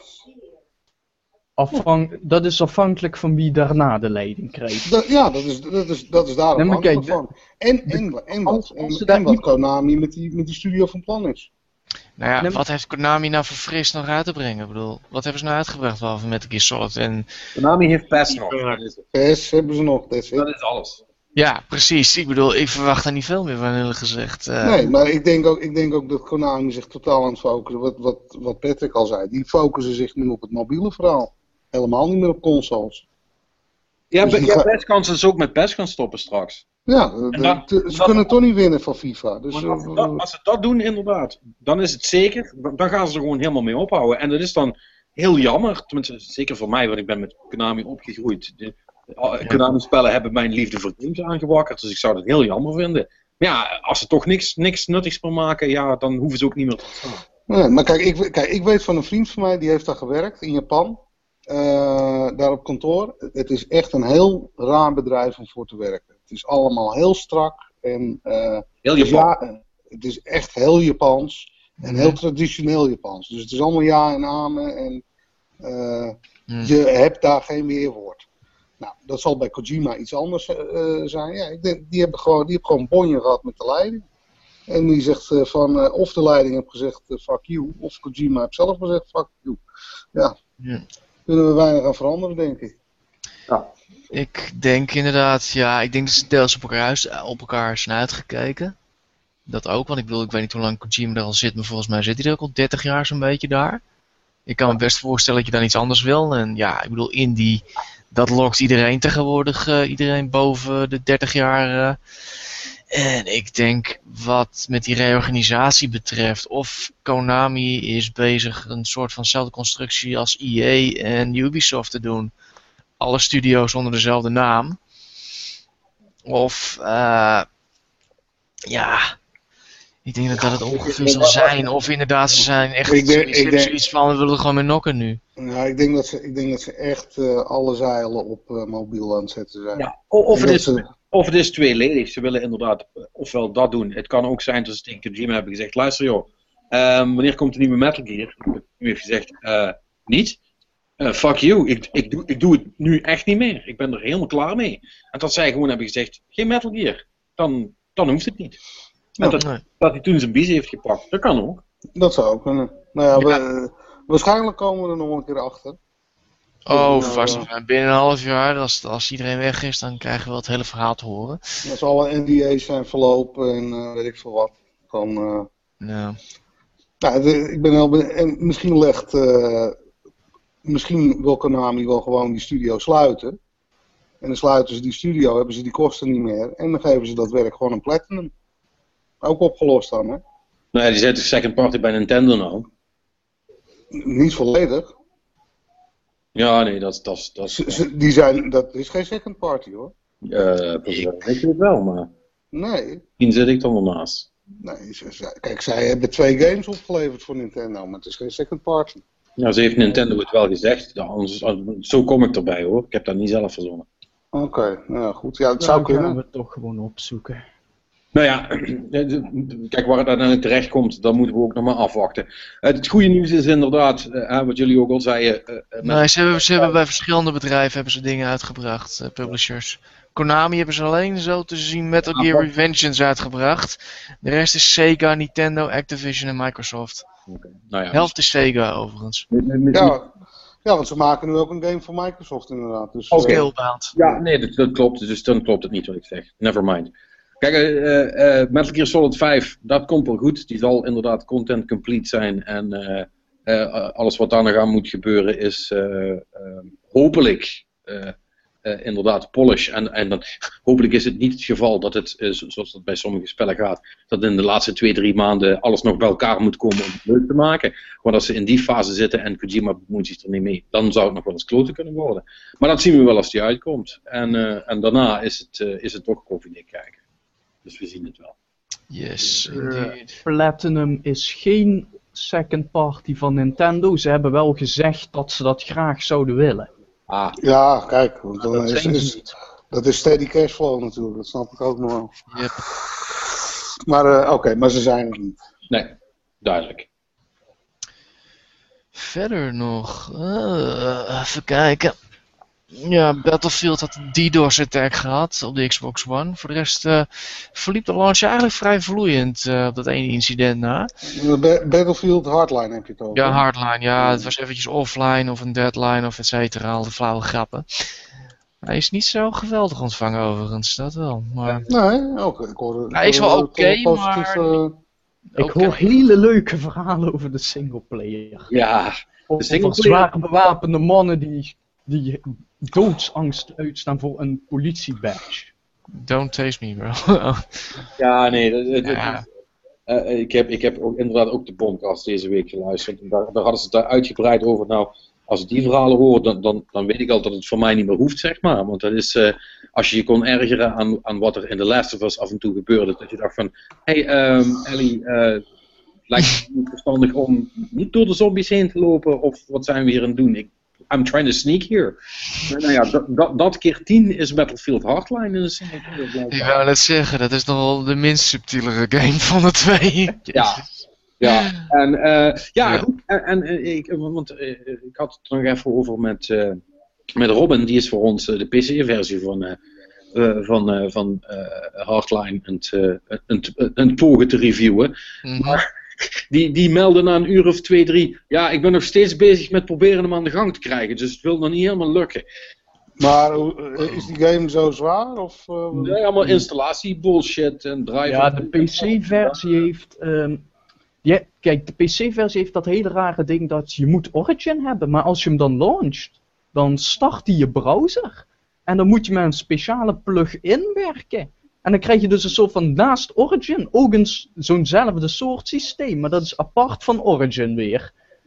Afhang- dat is afhankelijk van wie daarna de leiding krijgt. Dat, ja, dat is, dat is, dat is daar Nee, maar afhankelijk kijk, van. En, en, en, wat, als- als ze en, daar en wat niet- Konami met die, met die studio van plan is. nou ja, Nee, maar- wat heeft Konami nou voor fris nog uit te brengen? Ik bedoel, wat hebben ze nou uitgebracht behalve Metal Gear Solid en... Konami heeft P E S nog, dat is, P S hebben ze nog, that's it. dat is alles. Ja, precies. Ik bedoel, ik verwacht er niet veel meer van, eerlijk gezegd. Eh, Nee, maar ik denk, ook, ik denk ook dat Konami zich totaal aan het focussen, wat, wat, wat Patrick al zei, die focussen zich nu op het mobiele verhaal. Helemaal niet meer op consoles. Ja, Dus be- die ja ga- P E S kan ze dus ook met P E S gaan stoppen straks. Ja, de- dan- de- ze dan- kunnen toch niet winnen van FIFA. Dus, Maar als, ze eh, dat, als ze dat doen, inderdaad, dan is het zeker, dan dan gaan ze er gewoon helemaal mee ophouden. En dat is dan heel jammer, tenminste zeker voor mij, want ik ben met Konami opgegroeid. De, de- Konami-spellen hebben mijn liefde voor games aangewakkerd, dus ik zou dat heel jammer vinden. Maar ja, als ze toch niks, niks nuttigs meer maken, ja, dan hoeven ze ook niet meer te bestaan. nee, maar kijk ik, kijk, ik weet van een vriend van mij, die heeft daar gewerkt in Japan. eh, daar op kantoor. Het is echt een heel raar bedrijf om voor te werken. Het is allemaal heel strak. En, eh, Heel dus Japan. ja, eh, het is echt heel Japans. En heel traditioneel Japans. Dus het is allemaal ja en amen. En eh, hm. je hebt daar geen weerwoord. Nou, dat zal bij Kojima iets anders eh, zijn. Ja, ik denk, die hebben gewoon, die hebben gewoon bonje gehad met de leiding. En die zegt eh, van, eh, of de leiding heeft gezegd eh, fuck you, of Kojima heeft zelf gezegd fuck you. Ja, Ja. kunnen we weinig aan veranderen, denk ik. Ik denk inderdaad, ja, ik denk dat ze deels op elkaar, huis- op elkaar zijn uitgekeken. Dat ook, want ik bedoel, ik weet niet hoe lang Kojima er al zit, maar volgens mij zit hij er ook al dertig jaar zo'n beetje daar. Ik kan me best voorstellen dat je dan iets anders wil. En ja, ik bedoel, indie, dat lokt iedereen tegenwoordig, uh, iedereen boven de dertig jaar. Uh. En ik denk, wat met die reorganisatie betreft, of Konami is bezig een soort vanzelfde constructie als E A en Ubisoft te doen. Alle studio's onder dezelfde naam. Of, uh, ja, ik denk dat dat het ongeveer zal zijn. Of inderdaad, ze zijn echt Ik denk- zoiets, ik hebben denk- zoiets van, we willen er gewoon mee nokken nu. Ja, ik denk dat ze, ik denk dat ze echt uh, alle zeilen op uh, mobiel aan het zetten zijn. Ja, o- of, En het dat is, ze- of het is tweeledig. Ze willen inderdaad uh, ofwel dat doen. Het kan ook zijn dat ze tegen Kojima hebben gezegd, luister joh, um, wanneer komt de nieuwe Metal Gear? Nu heeft gezegd, uh, niet. Uh, fuck you, ik, ik, doe, ik doe het nu echt niet meer. Ik ben er helemaal klaar mee. En dat zij gewoon hebben gezegd, geen Metal Gear. Dan, dan hoeft het niet. En Ja. dat, Nee. dat hij toen zijn biezen heeft gepakt. Dat kan ook. Dat zou ook kunnen. Nou ja, we, waarschijnlijk komen we er nog wel een keer achter. Oh, Nou, vast uh, wel. Binnen een half jaar, als, als iedereen weg is, dan krijgen we wel het hele verhaal te horen. Als alle N D A's zijn verlopen en uh, weet ik veel wat. Dan, uh, Nou, nou, de, ik ben heel benieuwd. En misschien legt... Uh, misschien wil Konami wel gewoon die studio sluiten. En dan sluiten ze die studio, hebben ze die kosten niet meer. En dan geven ze dat werk gewoon een Platinum. Ook opgelost dan, hè? Nou ja, die zit de second party bij Nintendo nou. Niet volledig. Ja, nee, dat, dat, dat, Ze, ze, die zijn, dat is geen second party, hoor. uh, ik weet het wel, maar Nee. misschien zit ik dan ernaast. Nee, ze, ze, kijk, zij hebben twee games opgeleverd voor Nintendo, maar het is geen second party. Nou, ze heeft Nintendo het wel gezegd. Ja, anders, zo kom ik erbij hoor. Ik heb dat niet zelf verzonnen. Oké, okay, nou goed. Ja, het zou Dan gaan kunnen. we het toch gewoon opzoeken. Nou ja, kijk waar het uiteindelijk terecht komt, dan moeten we ook nog maar afwachten. Het goede nieuws is inderdaad, uh, wat jullie ook al zeiden. Uh, uh, nee, ze hebben, ze hebben bij verschillende bedrijven hebben ze dingen uitgebracht, uh, publishers. Konami hebben ze alleen zo te zien Metal Gear Revengeance uitgebracht. De rest is Sega, Nintendo, Activision en Microsoft. Okay. Nou ja, Helft is Sega overigens. Ja, ja, want ze maken nu ook een game voor Microsoft inderdaad. Dus, Okay. uh, Scalebound. Ja, nee, dat, dat klopt. Dus dan klopt het niet wat ik zeg. Never mind. Kijk, uh, uh, Metal Gear Solid vijf, dat komt wel goed. Die zal inderdaad content complete zijn. En uh, uh, alles wat daar nog aan moet gebeuren is uh, uh, hopelijk uh, uh, inderdaad polish. En, en dan, hopelijk is het niet het geval dat het, uh, zoals dat bij sommige spellen gaat, dat in de laatste twee, drie maanden alles nog bij elkaar moet komen om het leuk te maken. Want als ze in die fase zitten en Kojima bemoeit zich er niet mee, dan zou het nog wel eens kloten kunnen worden. Maar dat zien we wel als die uitkomt. En, uh, en daarna is het, uh, is het toch koffiedik kijken. Dus we zien het wel. Yes, Uh, indeed. Platinum is geen second party van Nintendo. Ze hebben wel gezegd dat ze dat graag zouden willen. Ah, ja, kijk, want dan dat is, zijn ze is, niet. dat is steady cashflow natuurlijk, dat snap ik ook nog wel. Yep. Maar uh, oké, okay, maar ze zijn er niet. nee, duidelijk. Verder nog, uh, even kijken. Ja, Battlefield had een DDoS attack gehad op de Xbox One. Voor de rest uh, verliep de launch eigenlijk vrij vloeiend uh, op dat ene incident na. Ba- Battlefield Hardline heb je het over. Ja, hardline, ja, het was eventjes offline of een deadline of et cetera, al de flauwe grappen. Hij is niet zo geweldig ontvangen overigens, dat wel. Maar Nee, oké. Ik hoor, hij is wel oké, okay, maar... Uh... Ik okay. hoor hele leuke verhalen over de singleplayer. Ja, Over singleplayer- zwaar bewapende mannen die, die doodsangst uitstaan voor een politiebadge. Don't taste me, bro. ja nee, dat, dat, Ja. uh, ik, heb, ik heb ook, inderdaad ook de Bombcast deze week geluisterd. En daar, daar hadden ze het daar uitgebreid over. Nou, als ik die verhalen hoor, dan, dan, dan weet ik al dat het voor mij niet meer hoeft, zeg maar. Want dat is, uh, als je je kon ergeren aan, aan wat er in The Last of Us af en toe gebeurde, dat je dacht van, hé hey, um, Ellie, uh, lijkt het niet verstandig om niet door de zombies heen te lopen, of wat zijn we hier aan het doen? Ik, I'm trying to sneak here. Nou ja, dat, dat, dat keer tien is Battlefield Hardline in de single. Ik wou net zeggen, dat is nogal de minst subtielere game van de twee. Ja. Ja, en uh, ja, Ja. goed. En, en uh, ik, want uh, ik had het er nog even over met, uh, met Robin, die is voor ons uh, de P C-versie van, uh, uh, van, uh, van uh, Hardline aan het uh, pogen te reviewen. Mhm. Maar die, die melden na een uur of twee, drie, ja, ik ben nog steeds bezig met proberen hem aan de gang te krijgen, dus het wil nog niet helemaal lukken. Maar uh, is die game zo zwaar? Of, uh... Nee, allemaal installatie, bullshit en driver. Ja, de P C-versie heeft... Um, ja, kijk, de P C-versie heeft dat hele rare ding dat je moet Origin hebben. Maar als je hem dan launcht, dan start hij je browser. En dan moet je met een speciale plug-in werken. En dan krijg je dus een soort van naast Origin ook een, zo'nzelfde soort systeem. Maar dat is apart van Origin weer.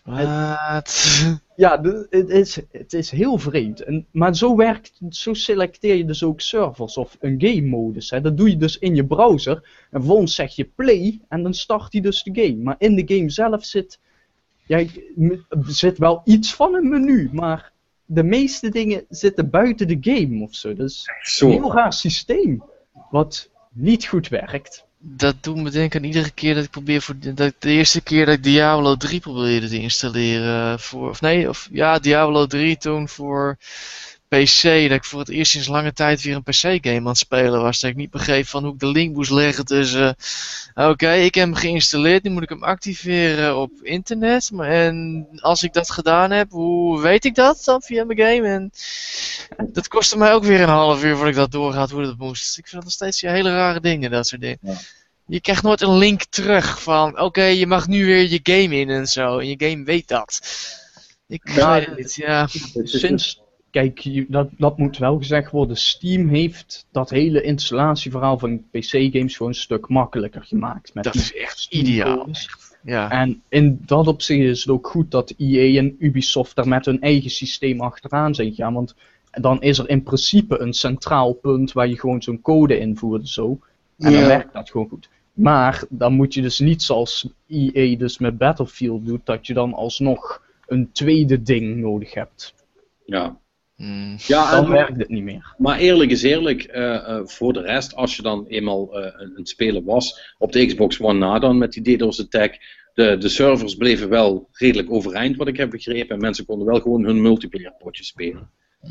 Wat? Ja, de- het is, het is heel vreemd. En, maar zo werkt, zo selecteer je dus ook servers of een game modus. Hè. Dat doe je dus in je browser. En vervolgens zeg je play en dan start hij dus de game. Maar in de game zelf zit, ja, m- zit wel iets van een menu. Maar de meeste dingen zitten buiten de game of zo. Dus Zo. een heel raar systeem. Wat niet goed werkt. Dat doet me denken aan iedere keer dat ik probeer voor dat ik de eerste keer dat ik Diablo drie probeerde te installeren voor of nee of ja Diablo drie toen voor P C, dat ik voor het eerst sinds lange tijd weer een P C-game aan het spelen was, dat ik niet begreep van hoe ik de link moest leggen tussen uh, oké, ik heb hem geïnstalleerd, nu moet ik hem activeren op internet, maar en als ik dat gedaan heb, hoe weet ik dat dan via mijn game? En dat kostte mij ook weer een half uur voordat ik dat doorhad hoe dat moest. Ik vind dat nog steeds ja, hele rare dingen, dat soort dingen. Ja. Je krijgt nooit een link terug van oké, je mag nu weer je game in en zo. En je game weet dat. Ik Ja, weet het niet, ja. Sinds, kijk, je- dat, dat moet wel gezegd worden. Steam heeft dat hele installatieverhaal van P C-games gewoon een stuk makkelijker gemaakt. Met Dat die is echt Steam ideaal. codes. Ja. En in dat opzicht is het ook goed dat E A en Ubisoft daar met hun eigen systeem achteraan zijn gegaan. Want dan is er in principe een centraal punt waar je gewoon zo'n code invoert en zo. En dan Ja. werkt dat gewoon goed. Maar dan moet je dus niet zoals E A dus met Battlefield doet, dat je dan alsnog een tweede ding nodig hebt. Ja. Hmm. Ja, Dan en- werkt het niet meer. maar eerlijk is eerlijk, eh, eh, voor de rest, als je dan eenmaal eh, een, een speler was, op de Xbox One na dan met die DDoS attack, de, de servers bleven wel redelijk overeind, wat ik heb begrepen, en mensen konden wel gewoon hun multiplayer potjes spelen.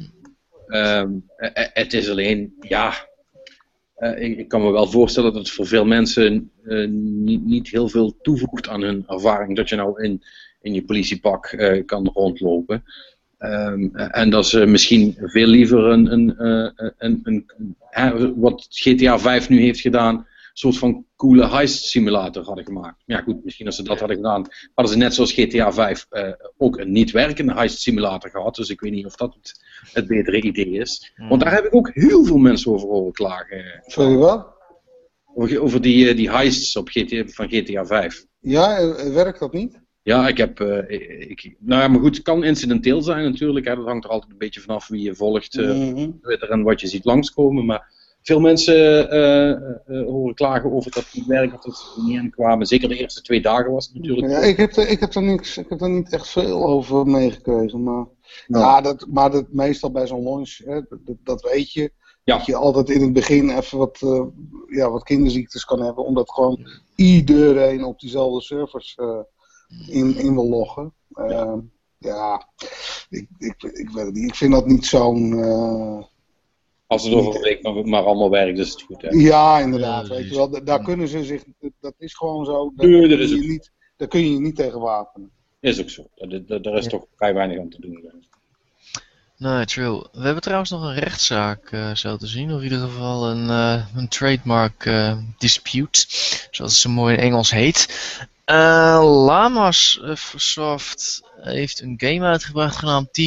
Ehm, eh, eh, het is alleen, ja, eh, ik, ik kan me wel voorstellen dat het voor veel mensen eh, niet, niet heel veel toevoegt aan hun ervaring, dat je nou in, in je politiepak eh, kan rondlopen. Um, en dat ze misschien veel liever een, een, uh, een, een, een hè, wat G T A vijf nu heeft gedaan, een soort van coole heist simulator hadden gemaakt. Ja goed, misschien als ze dat hadden gedaan, hadden ze net zoals G T A vijf uh, ook een niet werkende heist simulator gehad. Dus ik weet niet of dat het, het betere idee is. Want daar heb ik ook heel veel mensen over horen klagen. Sorry, wat? Over, over die, uh, die heists op G T A, van G T A vijf. Ja, eh, werkt dat niet? Ja, ik heb, uh, ik, nou ja, maar goed, het kan incidenteel zijn natuurlijk, hè, dat hangt er altijd een beetje vanaf wie je volgt, uh, Mhm. Twitter en wat je ziet langskomen, maar veel mensen uh, uh, horen klagen over dat het niet werkt, of dat ze er niet in kwamen, zeker de eerste twee dagen was het natuurlijk. Ja, ik, heb er, ik, heb er niks, ik heb er niet echt veel over meegekregen, maar, Ja. ja, dat, maar dat, meestal bij zo'n launch, hè, dat, dat weet je, Ja. dat je altijd in het begin even wat, uh, ja, wat kinderziektes kan hebben, omdat gewoon iedereen op diezelfde servers uh, in, in wil loggen. Uh, ja, ja ik, ik, ik weet het niet, ik vind dat niet zo'n... Uh, Als het over een week maar, maar allemaal werkt, is het goed. Hè? Ja, inderdaad. Ja, Weet je wel, da- daar kunnen ze zich, dat is gewoon zo. Daar, Nee, dat kun is je het. niet, daar kun je je niet tegen wapenen. Is ook zo. Daar is toch vrij weinig aan te doen. Nee, true. We hebben trouwens nog een rechtszaak uh, zo te zien, of in ieder geval een, uh, een trademark uh, dispute, zoals het zo mooi in Engels heet. Uh, Llamas uh, Soft heeft een game uitgebracht genaamd T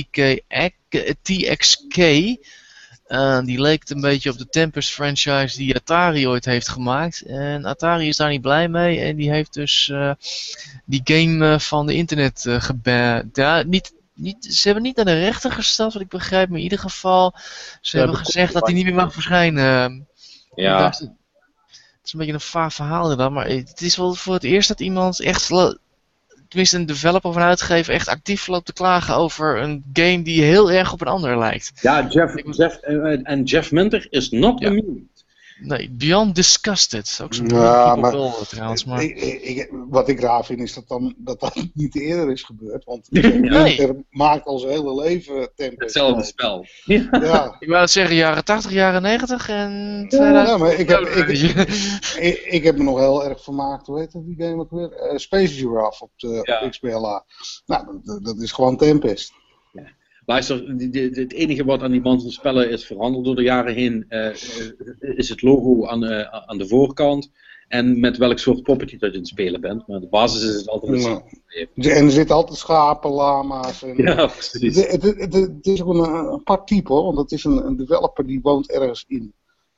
X K. Uh, die leek een beetje op de Tempest franchise die Atari ooit heeft gemaakt. En Atari is daar niet blij mee en die heeft dus uh, die game uh, van de internet uh, geband. Ja, niet, niet, ze hebben niet naar de rechter gesteld, wat ik begrijp, maar in ieder geval ze Ja, hebben gezegd dat hij niet meer mag verschijnen. Ja. Het is een beetje een vaag verhaal inderdaad, maar het is wel voor het eerst dat iemand echt, tenminste een developer of een uitgever, echt actief loopt te klagen over een game die heel erg op een ander lijkt. Ja, Jeff, Jeff, uh, en Jeff Minter is not Ja. amused. Nee, Beyond Disgusted. Ook zo'n Ja, people maar- goal, trouwens. Maar... Ik, ik, ik- wat ik raar vind is dat dan, dat, dat niet eerder is gebeurd. Want Nee. er maakt al zijn hele leven Tempest. Hetzelfde spel. Ja, Ik wou het zeggen, jaren tachtig, jaren negentig en ja, tweeduizend. maar ik heb, ik, ik, ik heb me nog heel erg vermaakt. Hoe heet dat die game ook weer? Uh, Space Giraffe op de Ja. op X B L A. Nou, dat, dat is gewoon Tempest. Luister, die- die- het enige wat aan die man van spellen is veranderd door de jaren heen, uh, is het logo aan, uh, aan de voorkant. En met welk soort poppetje dat je aan het spelen bent. Maar de basis is het altijd Ja. hetzelfde. En er zitten altijd schapen, lama's. En, Ja, precies. Het, het, het, het is ook een, een apart type hoor, want het is een, een developer die woont ergens in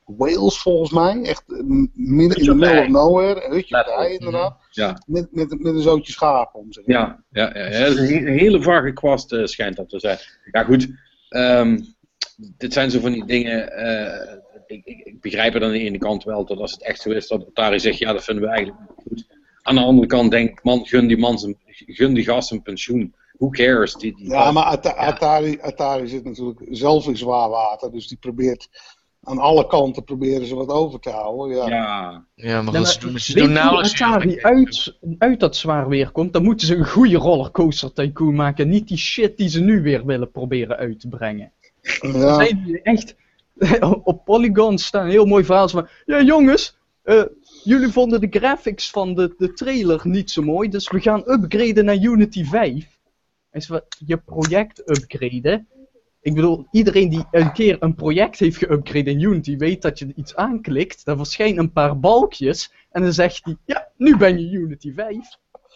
Wales volgens mij. Echt uh, midden in de middle of nowhere. Hutje bij, inderdaad. Ja. Met, met, met een zootje schapen om zich heen. Ja, ja, ja, ja. Dat is een hele vage kwast uh, schijnt dat te zijn. Ja goed, um, dit zijn zo van die dingen, uh, ik, ik, ik begrijp het aan de ene kant wel, dat als het echt zo is dat Atari zegt, ja dat vinden we eigenlijk niet goed. Aan de andere kant denk ik, man, gun die man zijn, gun die gast een pensioen. Who cares? Die, die ja, maar At- Atari, Atari zit natuurlijk zelf in zwaar water, dus die probeert aan alle kanten proberen ze wat over te houden. Ja, ja. Ja, maar Ja, goed, maar ze doen, ze weet doen je, nauwelijks... Atari uit, uit dat zwaar weer komt, dan moeten ze een goede rollercoaster tycoon maken. Niet die shit die ze nu weer willen proberen uit te brengen. ja. Zijn die echt... Op Polygon staan een heel mooi verhaal van... Ja jongens, uh, jullie vonden de graphics van de, de trailer niet zo mooi, dus we gaan upgraden naar Unity vijf. En ze je project upgraden. Ik bedoel, iedereen die een keer een project heeft geupgrade in Unity weet dat je iets aanklikt, dan verschijnen een paar balkjes en dan zegt hij, ja, nu ben je Unity vijf.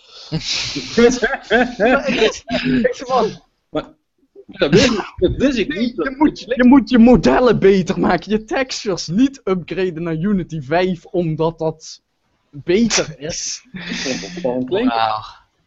Echt man. Dat wist ik, dat wist ik niet. Je moet, je moet je modellen beter maken, je textures niet upgraden naar Unity vijf omdat dat beter is. Wauw.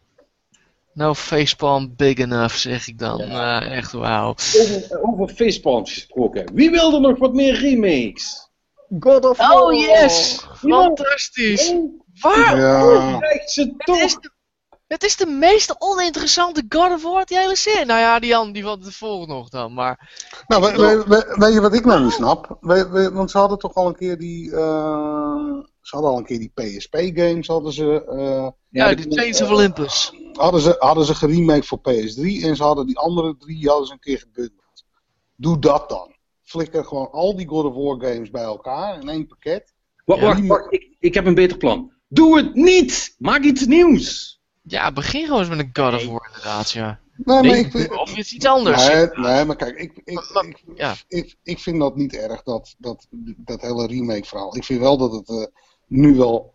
No facepalm big enough, zeg ik dan. Ja. Uh, echt wauw. Over, over facepalms gesproken. Wie wil er nog wat meer remakes? God of War! Oh yes! Fantastisch! Waar? Ja. Krijgt ze Het toch? is, de, het is de meest oninteressante God of War die hele serie. Nou ja, die, an- die van de volgende nog dan, maar... Nou, we, we, we, weet je wat ik nou niet snap? We, we, want ze hadden toch al een keer die... Uh, ze hadden al een keer die P S P-games, hadden ze... Uh, Ja, die Chains of Olympus. hadden ze, hadden ze geremaked voor P S drie en ze hadden die andere drie hadden ze een keer gebundeld. Doe dat dan. Flikker gewoon al die God of War games bij elkaar in één pakket. Wacht, Ja. wacht, wacht. Ik, ik heb een beter plan. Doe het niet! Maak iets nieuws! Ja, begin gewoon eens met een God of War inderdaad, ja. Nee, Nee, maar ik, Of iets iets anders. nee, nee, maar kijk, ik, ik, Maar- maar- ik, ja. ik, ik vind dat niet erg, dat, dat, dat hele remake verhaal. Ik vind wel dat het uh, nu wel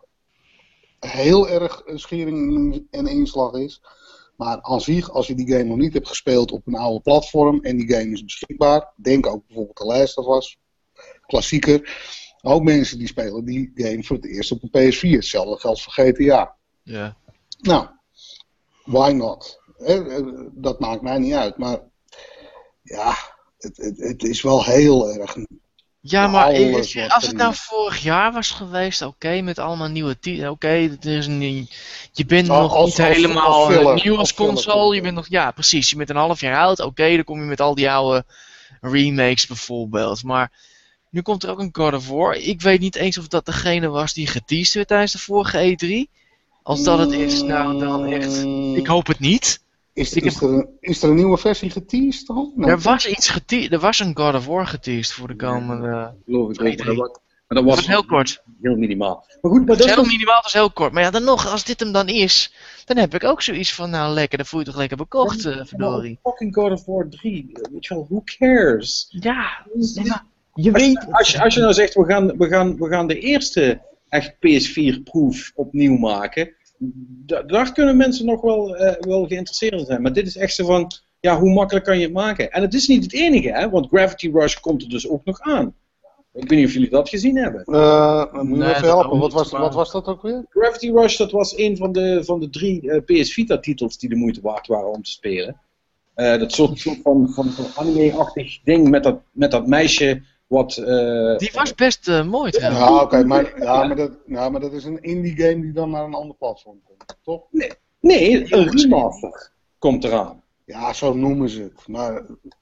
heel erg uh, schering en inslag is. Maar aan zich, als je die game nog niet hebt gespeeld op een oude platform en die game is beschikbaar, denk ook bijvoorbeeld The Last of Us, klassieker. Ook mensen die spelen die game voor het eerst op een P S vier. Hetzelfde geldt voor G T A. Ja. Nou, why not? Eh, Dat maakt mij niet uit, maar ja, het, het, het is wel heel erg. Ja, maar Alles weet je, wat als het nou erin. vorig jaar was geweest, oké, met allemaal nieuwe titels, oké, er is een, je bent Als- nog als- niet als- helemaal als filler, nieuw als als filler console, komt, je ja. bent nog, ja precies, je bent een half jaar oud, oké, dan kom je met al die oude remakes bijvoorbeeld, maar nu komt er ook een God of War, ik weet niet eens of dat degene was die geteased werd tijdens de vorige E drie, als dat het is, nou dan echt, ik hoop het niet. Is, ik is, er, een, is er een nieuwe versie geteased dan? Nee. Er was iets geteased, er was een God of War geteased voor de komende, Geloof ik ook. Twee, Maar drie. dat was, maar dat dat was was heel kort. heel minimaal. Maar goed, maar Dat dat is is heel toch- minimaal, dat is heel kort. Maar ja, dan nog, als dit hem dan is, dan heb ik ook zoiets van, nou lekker, dan voel je toch lekker bekocht, eh, verdorie. fucking God of War drie. Weet je wel, who cares? Ja, Nee, maar je Als, weet... als, je, als je nou zegt, we gaan, we gaan, we gaan de eerste echt P S vier proef opnieuw maken. da- daar kunnen mensen nog wel, uh, wel geïnteresseerd in zijn. Maar dit is echt zo van, ja, hoe makkelijk kan je het maken? En het is niet het enige, hè, want Gravity Rush komt er dus ook nog aan. Ik weet niet of jullie dat gezien hebben. Uh, moet je me Nee, even dat helpen, ook wat niet, was, maar- wat was dat ook weer? Gravity Rush, dat was een van de, van de drie uh, P S Vita-titels die de moeite waard waren om te spelen. Uh, dat soort, soort van, van, van anime-achtig ding met dat, met dat meisje wat... Uh, Die was best uh, mooi trouwens. Ja, oké, maar, ja, maar, dat, ja, maar dat is een indie game die dan naar een ander platform komt, toch? nee, een remaster komt eraan. Ja, zo noemen ze het. Maar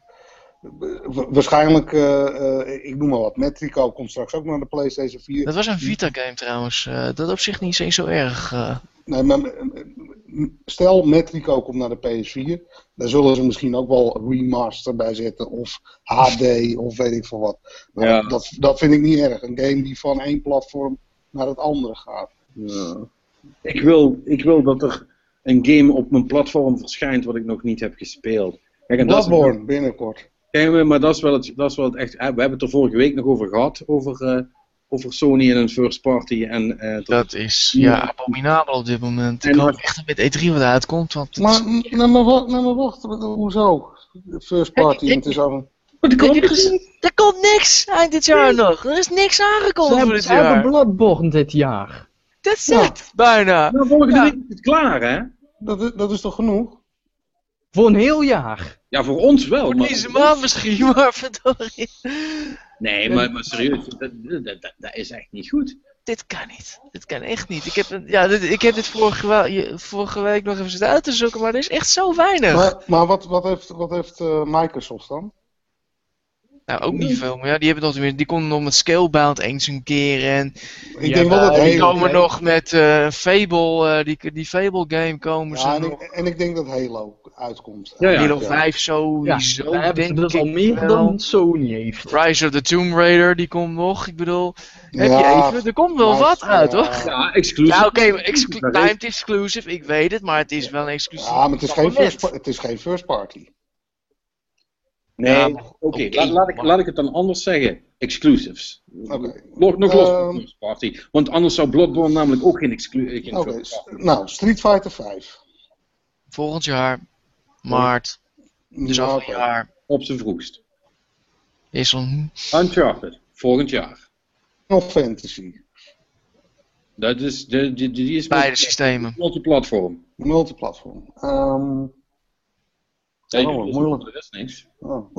wa- waarschijnlijk, uh, uh, ik noem maar wat, Metrico komt straks ook naar de PlayStation vier. Dat was een Vita-game trouwens. Uh, dat op zich niet eens zo erg. Uh. Nee, maar uh, stel Metrico komt naar de P S vier, daar zullen ze misschien ook wel remaster bij zetten of H D of weet ik veel wat. Maar Ja. dat, dat vind ik niet erg. Een game die van één platform naar het andere gaat. Ja. Ik, wil, ik wil dat er een game op mijn platform verschijnt wat ik nog niet heb gespeeld. Kijk, en dat is- Bloodborne, binnenkort. Kijk, maar dat is wel het, dat is wel het echt. We hebben het er vorige week nog over gehad, over, uh, over Sony en een first party. En, uh, dat, Dat is ja, abominabel op dit moment. Ik En- hoop echt dat met E drie wat uitkomt. Want het is- Maar, nou, maar, wacht, nou, maar wacht, hoezo? First party, Ik- ik- het is al... Wat Heb komt je gezien? Er komt niks eind dit jaar nog. Er is niks Ze aangekondigd voor hebben, dit ze hebben jaar. Bloodborne dit jaar. That's Ja. it. Bijna. Nou, volgende Ja. week is het klaar, hè? Dat, is- dat is toch genoeg? Voor een heel jaar. Ja, voor ons wel. Voor maar- deze maand misschien, maar verdorie. Nee, maar, maar serieus, dat, dat, dat, dat is echt niet goed. Dit kan niet. Dit kan echt niet. Ik heb, een- ja, dit, ik heb dit vorige, wa- je- vorige week nog even zitten uit te zoeken, maar er is echt zo weinig. Maar, maar wat, wat heeft, wat heeft eh, Microsoft dan? Nou, ook niet veel, maar ja, die hebben nog weer, die komen nog met Scalebound eens een keer en Ik Ja, denk wel dat maar die Halo... komen nog met eh, Fable, eh, die, die Fable game komen ze Ja, en, nog. ik, en ik denk dat Halo uitkomt. Ja, ja. Halo Ja. vijf Ja, sowieso, daar hebben denk ze dus ik al meer wel. dan Sony heeft. Rise of the Tomb Raider, die komt nog. Ik bedoel, heb Ja, je even, er komt wel maar- wat uit, ja. hoor. Ja, exclusief. Ja, oké, maar exclu- Dat is- timed exclusive, ik weet het, maar het is wel een exclusief. Ja, maar het is, geen abonnement. first, pa- het is geen first party. Nee, Ja, oké, maar- oké, laat, laat, ik, maar- laat ik het dan anders zeggen. Exclusives. Oké. Nog, nog los van Ehm, de first party. Want anders zou Bloodborne namelijk ook geen exclusive. Oké, s- nou, Street Fighter vijf. Volgend jaar, maart, dus Ja, over oké. een jaar, Op zijn vroegst. is een... Uncharted, volgend jaar. Final Fantasy. Dat is, de, die, die is Beide systemen. multiplatform. Multiplatform. Ehm Ja, Oh, je- moeilijk. Dat is niks. oh.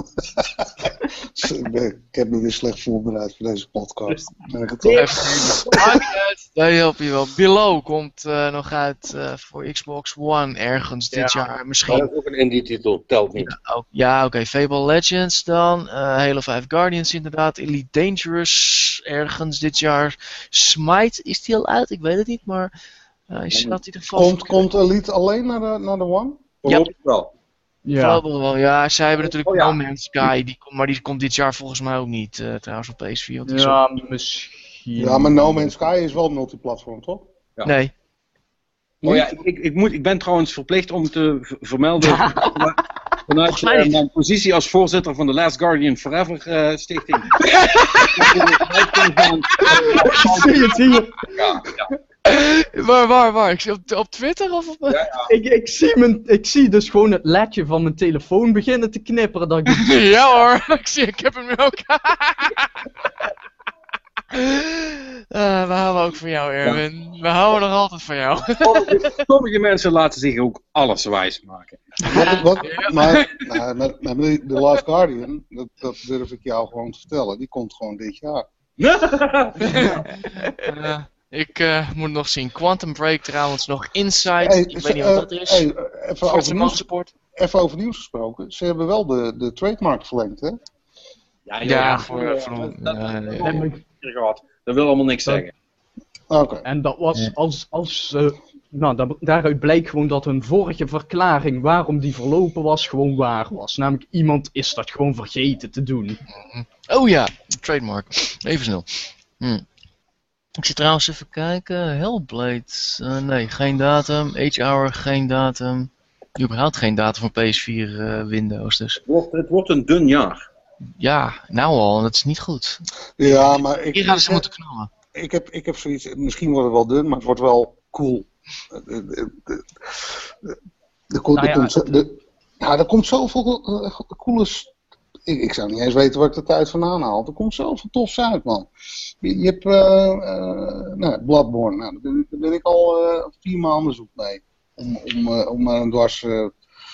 ik heb me weer slecht voorbereid voor deze podcast. Ben ik het Even- al? Maakt niet uit. Nee, help je wel. Below komt eh, nog uit eh, voor Xbox One ergens dit jaar. Dat Misschien is ook een indie-titel, telt niet. ook. Ja, oké. Fable Legends dan. eh, Halo vijf Guardians inderdaad. Elite Dangerous ergens dit jaar. Smite, is die al uit? Ik weet het niet, maar eh hij staat in ieder geval... Komt, komt Elite alleen naar de, naar de One? Voorlopig wel. Ja. Global wel, ja. Zij hebben natuurlijk Oh, ja. No Man's Sky, die, komt- maar die komt dit jaar volgens mij ook niet, eh, trouwens op P S vier. Want die is Ja, misschien. Ja, maar No Man's Sky is wel multiplatform, toch? ook- Nee. Oh ja, ik, ik, ik, moet, ik ben trouwens verplicht om te v- vermelden vanuit mij eh, niet. mijn positie als voorzitter van de Last Guardian Forever eh, stichting. Zie het hier. Ja, ja. Waar, waar, waar? Ik zie op, op Twitter of op... Ik, ik, zie mijn, ik zie dus gewoon het ledje van mijn telefoon beginnen te knipperen. Dat ik denk, Ja hoor, ik, zie, ik heb hem nu ook. Eh, we houden ook van jou, Erwin. We houden nog altijd van jou. Sommige, sommige mensen laten zich ook alles wijs maken. Wat, wat, maar nou, met, met de The Last Guardian, dat, dat durf ik jou gewoon te vertellen, die komt gewoon dit jaar. Eh, ik eh, moet nog zien. Quantum Break trouwens nog. Inside. Hey, ik weet niet eh, wat dat is. hey, even, Forza over nieuws, Motorsport. even over nieuws gesproken. Ze hebben wel de, de trademark verlengd, hè? Ja, Ja, voor... voor dat, ja, ja. nee, maar- gehad. Dat wil allemaal niks zeggen. Oké. En dat was als, als eh, nou, da- daaruit blijkt gewoon dat hun vorige verklaring waarom die verlopen was, gewoon waar was. Namelijk, iemand is dat gewoon vergeten te doen. Oh ja, trademark. Even snel. Hm. Ik zit trouwens even kijken. Hellblade. eh, nee, geen datum. H-Hour, geen datum. Überhaupt geen datum voor P S vier eh, Windows. Dus Het wordt, het wordt een dun jaar. ja, nou al. En dat is niet goed. Ja, maar ik, Hier gaan ze ik, moeten knallen. ik, heb, ik heb zoiets, misschien wordt het wel dun, maar het wordt wel cool. Er- er- er- Er komt- Nou er ja, komt zo- er- ja, er komt zoveel eh, coole... s- Ik, ik zou niet eens weten waar ik de tijd vandaan haal. Er komt zoveel tofs uit, man. Je, je hebt eh, eh, nou, Bloodborne. Nou, daar, ben, ik- daar ben ik al eh, vier maanden zoek mee. Om, om, eh, om maar een dwars... eh,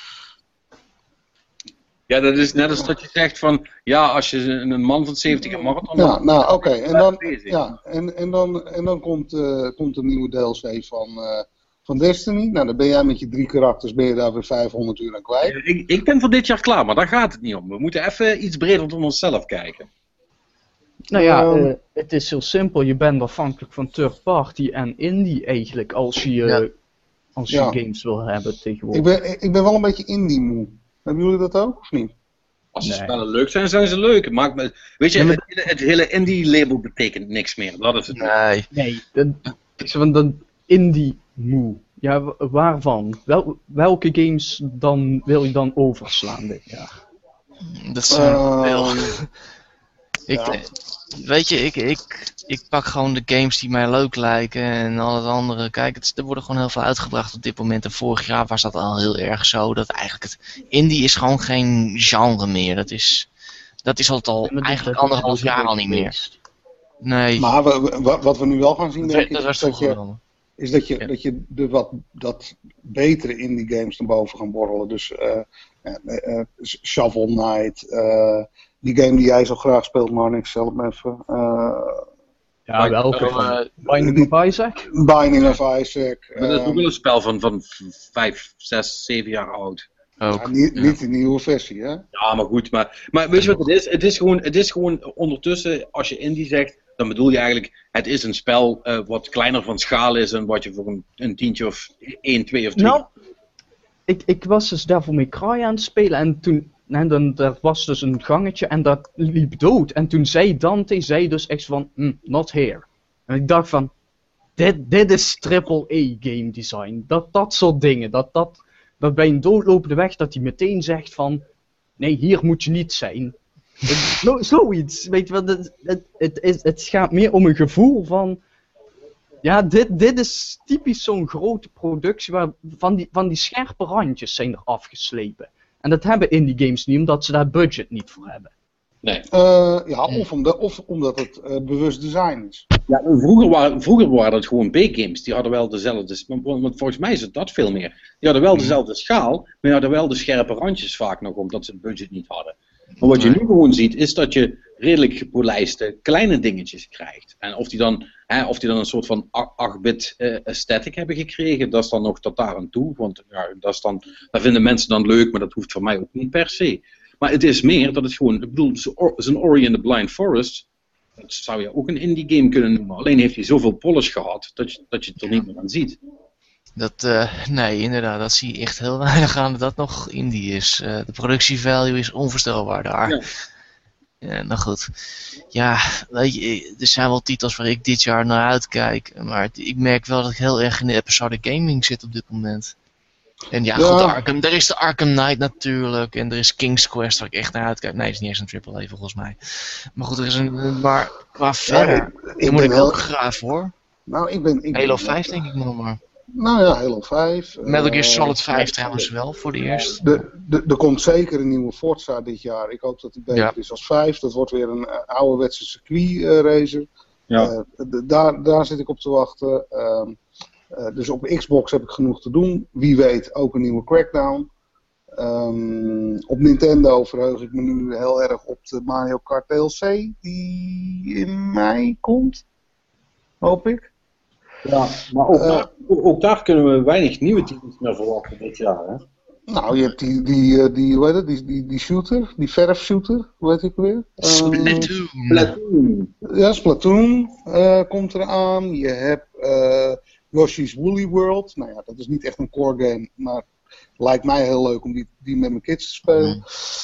Ja, dat is net als dat je zegt van, ja, als je een een man van zeventig een marathon ja, loopt, nou oké. En, dan, bezig. ja, en, en dan, en dan komt, eh, komt een nieuwe D L C van, eh, van Destiny. Nou, dan ben jij met je drie karakters ben je daar weer vijfhonderd uur aan kwijt. Ik, ik ben voor dit jaar klaar, maar daar gaat het niet om. We moeten even iets breder dan onszelf kijken. Nou ja, Ehm. eh, het is heel simpel. Je bent afhankelijk van third party en indie eigenlijk als je, Ja. als je Ja. games wil hebben tegenwoordig. Ik ben, ik ben wel een beetje indie moe. Hebben jullie dat ook, of niet? Als de Nee. spellen leuk zijn, zijn ze leuk. Maakt me, weet je, Ja, maar- het, hele- het hele indie-label betekent niks meer. Dat is het. Nee. Nee, dat, ik zeg van de indie moe. Ja, wa- waarvan? Wel, welke games dan wil je dan overslaan dit jaar? Dat is uh, veel. Ehm, Ik, ja. Weet je, ik, ik, ik pak gewoon de games die mij leuk lijken en al het andere. Kijk, het, er worden gewoon heel veel uitgebracht op dit moment. En vorig jaar was dat al heel erg zo. Dat eigenlijk het indie is gewoon geen genre meer. Dat is Dat is al, al Maar dat- eigenlijk dat is anderhalf ook jaar al leuk niet meer. geweest. Nee, Maar we- we- wat we nu wel gaan zien, dat, denk ik, dat was is dat vroeger je, dan. is dat je, Ja. dat je de wat dat betere indie games naar boven gaan borrelen. Dus eh, eh, eh, Shovel Knight, eh, die game die jij zo graag speelt, Marnix, zelf maar even. eh, Ja, welke Oh, van? eh, Binding of Isaac? Binding of Isaac. Maar dat is ook ehm, wel een spel van, van vijf, zes, zeven jaar oud. ook. ja, niet, Ja. niet de nieuwe versie, hè? Ja, maar goed. Maar, maar weet je wat het is? Het is, gewoon, het is gewoon ondertussen, als je indie zegt, dan bedoel je eigenlijk, het is een spel eh, wat kleiner van schaal is en wat je voor een, een tientje of één, twee of drie... Nou, ik, ik was dus Devil May Cry aan het spelen en toen, en dan, er was dus een gangetje en dat liep dood. En toen zei Dante, zei dus echt van, mm, not here. En ik dacht van, dit, dit is triple A game design. Dat, dat soort dingen, dat, dat, dat bij een doodlopende weg, dat hij meteen zegt van, nee, hier moet je niet zijn. Zo, zoiets, weet je wel, het, het, het, is, het gaat meer om een gevoel van, ja, dit, dit is typisch zo'n grote productie waar van die, van die scherpe randjes zijn er afgeslepen. En dat hebben indie games niet, omdat ze daar budget niet voor hebben. Nee. Eh, ja, of, omdat, of omdat het eh, bewust design is. Ja, vroeger waren, vroeger waren dat gewoon B-games. Die hadden wel dezelfde... Want, want volgens mij is het dat veel meer. Die hadden wel dezelfde schaal, maar die hadden wel de scherpe randjes vaak nog, omdat ze het budget niet hadden. Maar wat je nu gewoon ziet, is dat je redelijk gepolijste kleine dingetjes krijgt. En of die dan, hè, of die dan een soort van acht-bit uh, aesthetic hebben gekregen, dat is dan nog tot daar aan toe. Want ja, dat, is dan, dat vinden mensen dan leuk, maar dat hoeft voor mij ook niet per se. Maar het is meer dat het gewoon, ik bedoel, zo'n Ori and the Blind Forest, dat zou je ook een indie game kunnen noemen. Alleen heeft hij zoveel polish gehad, dat je, dat je het er niet meer aan ziet. Dat, uh, nee, inderdaad, dat zie je echt heel weinig aan dat dat nog indie is. Uh, de productievalue is onvoorstelbaar daar. Ja. Ja, nou goed. Ja, weet je, er zijn wel titels waar ik dit jaar naar uitkijk. Maar het, ik merk wel dat ik heel erg in de episodic gaming zit op dit moment. En ja, Ja. goed, Arkham, er is de Arkham Knight natuurlijk. En er is King's Quest waar ik echt naar uitkijk. Nee, het is niet eens een triple A volgens mij. Maar goed, er is een... Maar qua verder, Ja, daar ik moet ben ik heel- ook graag voor. Nou, ik ben... Ik Halo ben- vijf denk ik nog maar. Nou ja, Halo vijf. Metal Gear eh, Solid vijf trouwens wel, voor de eerst. de- de- Er komt zeker een nieuwe Forza dit jaar. Ik hoop dat die beter Ja. is als vijf. Dat wordt weer een uh, ouderwetse circuit uh, racer. Ja. Eh, d- daar, daar zit ik op te wachten. Ehm, eh, dus op Xbox heb ik genoeg te doen. Wie weet ook een nieuwe Crackdown. Ehm, op Nintendo verheug ik me nu heel erg op de Mario Kart D L C. Die in mei komt. Hoop ik. Ja, maar ook, Eh. daar, ook, ook daar kunnen we weinig nieuwe titels meer verwachten dit jaar. Hè? Nou, je hebt die, die, eh, die, hoe heet het, die, die, die shooter, die verfshooter, hoe heet ik weer? Eh, Splatoon. Platoon. Ja, Splatoon eh, komt eraan. Je hebt eh, Yoshi's Woolly World. Nou ja, dat is niet echt een core game, maar lijkt mij heel leuk om die, die met mijn kids te spelen.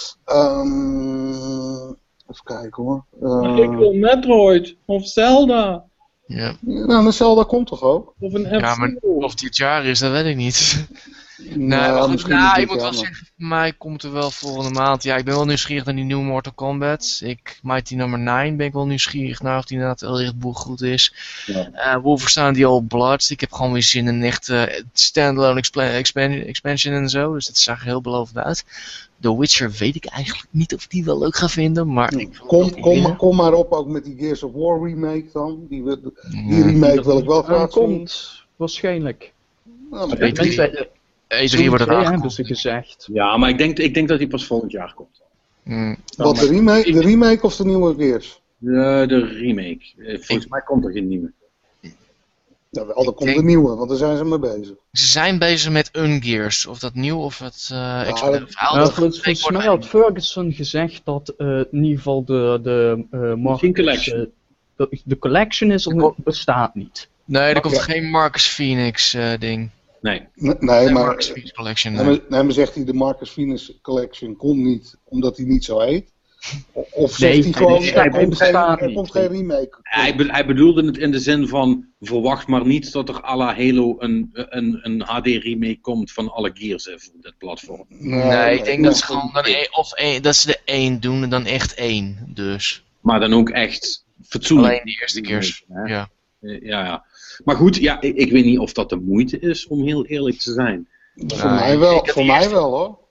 Ehm, even kijken hoor. Eh, Ik wil Metroid of Zelda Ja. nou, de Zelda komt toch ook? of een Ja, maar F-Zero. of het dit jaar is, dat weet ik niet. Nee, Nou, maar goed, misschien nou, niet ik moet dit wel jaar, maar- zeggen, voor mij komt er wel volgende maand. Ja, ik ben wel nieuwsgierig naar die nieuwe Mortal Kombat. Ik, Mighty nummer negen ben ik wel nieuwsgierig naar of die inderdaad heel erg boelgoed is. Ja. Uh, Wolfenstein The Old Bloods. Ik heb gewoon weer zin in een echte standalone expla- expan- expansion en zo. Dus dat zag er heel belovend uit. The Witcher weet ik eigenlijk niet of ik die wel leuk ga vinden, maar ik wil Kom, het kom, proberen. kom maar op ook met die Gears of War remake dan. Die, wil- die Ja. remake wil ik wel graag zien. komt, waarschijnlijk. Nou, maar- E drie. Mensen- E drie wordt er hebben aangekondigd. ze gezegd. Ja, maar ik denk, ik denk dat die pas volgend jaar komt. Mm. Wat, de remake, de remake of de nieuwe Gears? De, de remake. Eh, Volgens mij komt er geen nieuwe. Ja, wel, er komt denk- een nieuwe, want daar zijn ze mee bezig. Ze zijn bezig met Ungears. Of dat nieuw of het uh, exp- dat- of oude. Nou, volgens, Ik volgens word mij er- had Ferguson gezegd dat eh, in ieder geval de, de uh, Marcus, collection. eh, de, de collection is er, Ko- bestaat niet. Nee, er Oké. komt geen Marcus Phoenix uh, ding. Nee. Nee, nee, Nee, maar, Marcus Phoenix Collection. nee, nee. maar, nee, maar zegt hij de Marcus Venus Collection komt niet omdat hij niet zo heet? O- Of Nee, zegt hij gewoon, hij er, bestaat komt geen, er niet. komt geen remake? Hij, be- hij bedoelde het in de zin van, verwacht maar niet dat er à la Halo een, een, een H D remake komt van alle Gears even op dit platform. Nee, ik denk dat ze nee. gewoon dan één- of één, dat ze er één doen en dan echt één. Dus Maar dan ook echt fatsoenlijk. alleen die eerste keer. Hè? Ja. Eh, Ja, ja. Maar goed, ja, ik, ik weet niet of dat de moeite is, om heel eerlijk te zijn. Voor Nee, mij wel, ik heb voor die mij eerste- wel hoor.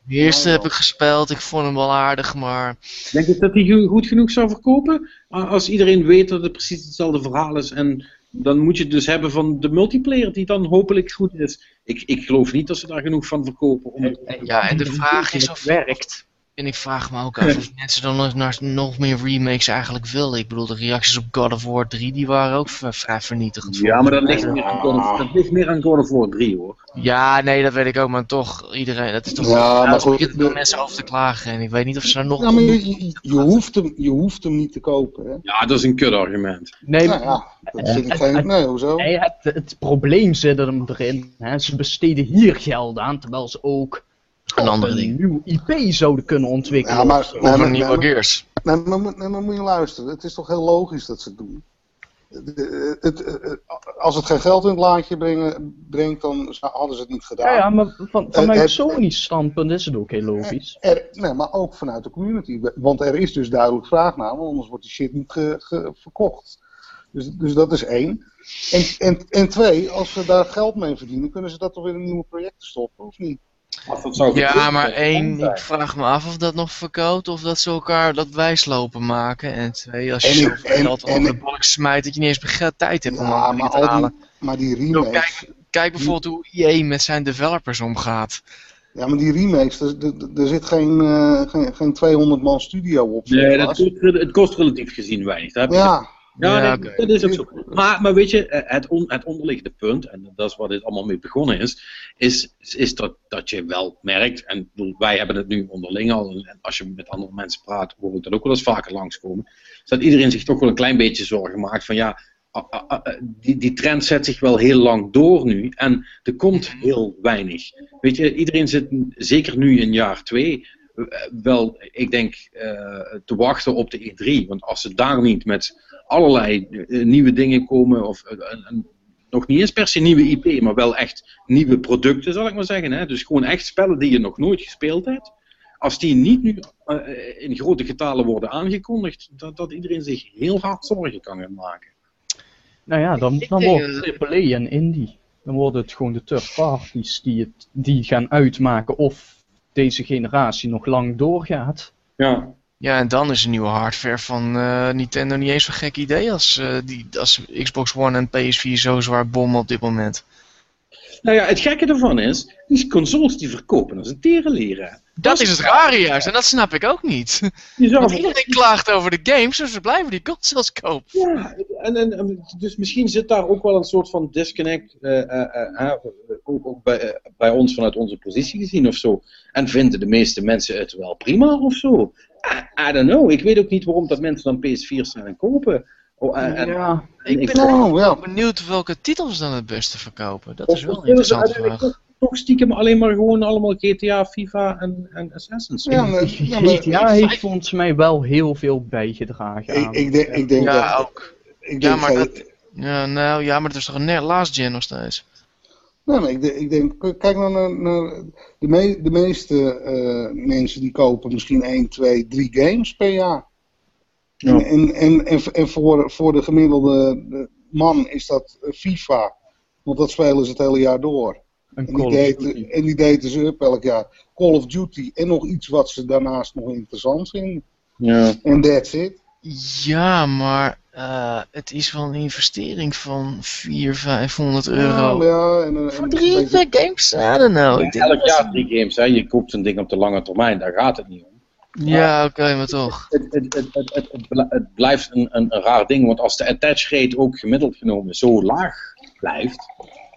De eerste Nou, heb ik gespeeld, ik vond hem wel aardig, maar... Denk je dat hij goed genoeg zou verkopen? Als iedereen weet dat het precies hetzelfde verhaal is en dan moet je het dus hebben van de multiplayer die dan hopelijk goed is. Ik, ik geloof niet dat ze daar genoeg van verkopen. Om het... Ja, en de vraag is of het werkt. En ik vraag me ook af of mensen dan nog, naar, nog meer remakes eigenlijk willen. Ik bedoel, de reacties op God of War drie die waren ook v- vrij vernietigend. Ja, maar dat ligt, meer aan God of, dat ligt meer aan God of War drie hoor. Ja, nee, dat weet ik ook, maar toch, iedereen, dat is toch... Ja, maar nou, goed, begint er dan de- mensen over te klagen en ik weet niet of ze daar nog... Ja, maar je, je, je, hoeft hem, je hoeft hem niet te kopen, hè? Ja, dat is een kutargument. Nee, Nou ja, dat vind ik geen... Nee, hoezo? nee het, het probleem zit hem erin. Hè. Ze besteden hier geld aan, terwijl ze ook Een andere een ding. nieuw I P zouden kunnen ontwikkelen. Ja, maar, of zo. nee, Over maar- een nieuwe nee, Gears. maar- nee, maar, moet- nee, maar moet je luisteren. Het is toch heel logisch dat ze het doen. Het, het, het, als het geen geld in het laadje brengen, brengt, dan zou- hadden ze het niet gedaan. Ja, ja, maar van, vanuit Eh, eh, Sony's standpunt is het ook heel logisch. Er, nee, maar ook vanuit de community. Want er is dus duidelijk vraag naar, want anders wordt die shit niet ge- ge- verkocht. Dus, dus dat is één. En, en, en twee, als ze daar geld mee verdienen, kunnen ze dat toch weer in nieuwe projecten stoppen, of niet? Als dat zou Ja, gebeuren, maar zou het één, zijn. ik vraag me af of dat nog verkoopt of dat ze elkaar dat wijslopen maken. En twee, als En je ik- zoveel en- geld en- over de balk smijt dat je niet eens meer tijd hebt om Ja, het maar, te al halen. die, maar die Ik bedoel, remakes... Kijk, kijk bijvoorbeeld hoe E A met zijn developers omgaat. Ja, maar die remakes, er, er, er zit geen, eh, geen, geen tweehonderd man studio op. Nee, dat vast. kost, het kost relatief gezien weinig. Daar heb je Ja, Ja, Ja, nee, oké. dat is ook zo. Maar, maar weet je, eh, het, on, het onderliggende punt, en dat is waar dit allemaal mee begonnen is, is, is dat, dat je wel merkt, en ik bedoel, wij hebben het nu onderling al, en als je met andere mensen praat, hoor ik dat ook wel eens vaker langskomen, is dat iedereen zich toch wel een klein beetje zorgen maakt van ja, a- a- a- die, die trend zet zich wel heel lang door nu, en er komt heel weinig. Weet je, iedereen zit zeker nu in jaar twee, eh, wel, ik denk, eh, te wachten op de E drie, want als ze daar niet met allerlei uh, nieuwe dingen komen, of uh, uh, uh, nog niet eens per se nieuwe I P, maar wel echt nieuwe producten, zal ik maar zeggen. Hè? Dus gewoon echt spellen die je nog nooit gespeeld hebt. Als die niet nu uh, in grote getalen worden aangekondigd, dat, dat iedereen zich heel hard zorgen kan gaan maken. Nou ja, dan, Ik dan denk wordt dat- triple A en indie. Dan worden het gewoon de third parties die, het, die gaan uitmaken of deze generatie nog lang doorgaat. Ja. Ja, en dan is een nieuwe hardware van uh, Nintendo niet eens zo'n gek idee als, uh, die, als Xbox One en P S vier zo zwaar bommen op dit moment. Nou ja, het gekke ervan is, die consoles die verkopen als een terenleren. Dat is het rare juist, en dat snap ik ook niet. Je zou Want iedereen klaagt over de games, dus we blijven die consoles kopen. Ja, en, en, en, dus misschien zit daar ook wel een soort van disconnect, uh, uh, uh, uh, ook, ook bij, uh, bij ons vanuit onze positie gezien of zo. En vinden de meeste mensen het wel prima of zo? I, I don't know, ik weet ook niet waarom dat mensen dan P S vier zijn en kopen. Oh, en, en, Ja, en Ik ben Oh, ook ja. wel benieuwd welke titels dan het beste verkopen. Dat is of- wel of een willen ze interessante uiteindelijk vraag. toch, toch stiekem alleen maar gewoon allemaal G T A, FIFA en, en Assassin's Ja, Creed? maar- ja, maar- G T A heeft volgens mij wel heel veel bijgedragen ik, aan. ik denk, ik denk Ja, dat... ook. Ik Ja, denk maar geen- dat... Ja, nou, ja, maar dat is toch een ne- last gen nog steeds? Nee, maar ik, denk- ik denk, kijk nou naar, naar de, me, de meeste eh, mensen die kopen misschien één, twee, drie games per jaar. Ja. En, en, en, en, en voor, voor de gemiddelde de man is dat eh, FIFA. Want dat spelen ze het hele jaar door. Een En Call die, of daten, Duty. en die daten ze up elk jaar. Call of Duty en nog iets wat ze daarnaast nog interessant vinden. Ja. En that's it. Ja, maar uh, het is wel een investering van vierhonderd, vijfhonderd Ja, euro. ja, en, en, Voor en drie een beetje- games? I don't know. Ik denk Elk dat- jaar drie games, hè? Je koopt een ding op de lange termijn, daar gaat het niet om. Ja, oké, okay, maar toch. Het, het, het, het, het, het bl- het blijft een, een, een raar ding, want als de attach rate ook gemiddeld genomen zo laag blijft,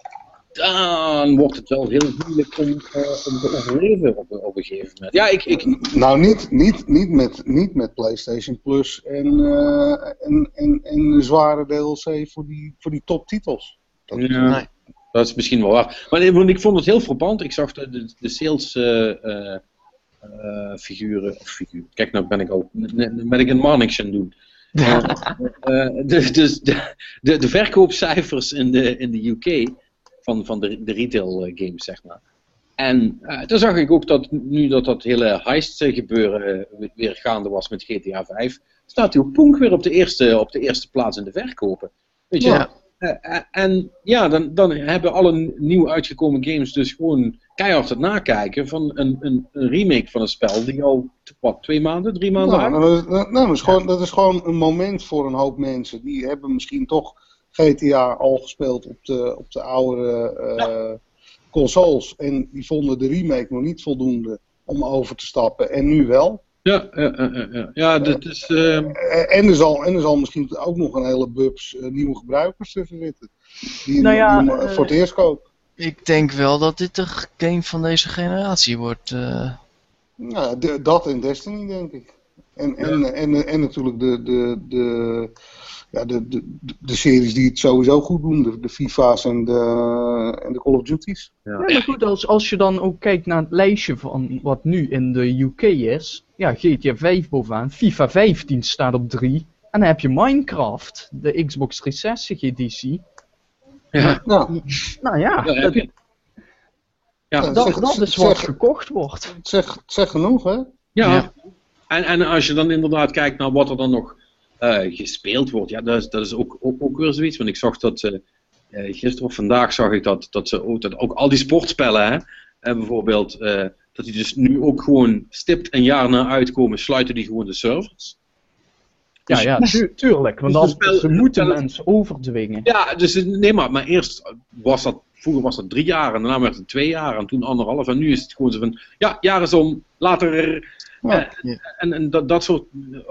dan wordt het wel heel moeilijk om, uh, om te overleven op, op een gegeven moment. Ja, ik, ik, Nou, niet, niet, niet, met, niet met PlayStation Plus en, eh, en, en, en een zware D L C voor die, voor die toptitels. Dat- ja, Nee. dat is misschien wel waar. Maar nee, want ik vond het heel frappant. Ik zag de, de, de sales uh, uh, uh, figuren, of figuren. Kijk, nou ben ik al, n- ben ik een Marnix aan het doen. Uh, uh, de, dus de, de, de verkoopcijfers in de, in de U K van, van de, de retail uh, games, zeg maar. En uh, toen zag ik ook dat nu dat dat hele heist uh, gebeuren uh, weer gaande was met G T A vijf, staat die ook Punk weer op de eerste, op de eerste plaats in de verkopen. Weet je? Ja. Uh, uh, en ja, dan, dan hebben alle nieuw uitgekomen games dus gewoon keihard het nakijken van een, een, een remake van een spel die al wat, twee maanden, drie maanden Nou, oud nou, nou, nou, dat, is gewoon, dat is gewoon een moment voor een hoop mensen. Die hebben misschien toch G T A al gespeeld op de, op de oudere uh, ja. consoles. En die vonden de remake nog niet voldoende om over te stappen. En nu wel. Ja, ja, ja, ja. ja dat is... Uh... En, er zal, en er zal misschien ook nog een hele bubs uh, nieuwe gebruikers tussen zitten. Die, nou ja, die uh, voor het eerst kopen. Ik denk wel dat dit de game van deze generatie wordt. Uh... Ja, de, dat en Destiny, denk ik. En, en, ja. en, en, en natuurlijk de, de, de, ja, de, de, de series die het sowieso goed doen. De, de FIFA's en de, en de Call of Duty's. Ja, ja maar goed, als, als je dan ook kijkt naar het lijstje van wat nu in de U K is. Ja, G T A vijf bovenaan. FIFA vijftien staat op drie. En dan heb je Minecraft, de Xbox driehonderdzestig editie. Ja. Nou, nou ja, ja, dat, ja. dat, zeg, dat is zeg, wat gekocht wordt. Zeg, zeg genoeg, hè? Ja, ja. En, en als je dan inderdaad kijkt naar wat er dan nog uh, gespeeld wordt, ja, dat is, dat is ook, ook, ook weer zoiets. Want ik zag dat, uh, gisteren of vandaag zag ik dat, dat, ze ook, dat ook al die sportspellen, hè, uh, bijvoorbeeld, uh, dat die dus nu ook gewoon stipt een jaar na uitkomen, sluiten die gewoon de servers. Dus, ja, ja, tu tuurlijk, want dan dus ze moeten mensen overdwingen. Ja, dus nee, maar, maar eerst was dat, vroeger was dat drie jaar en daarna werd het twee jaar en toen anderhalf en nu is het gewoon zo van, ja, jaar is om, later, ja. eh, en, en dat, dat soort,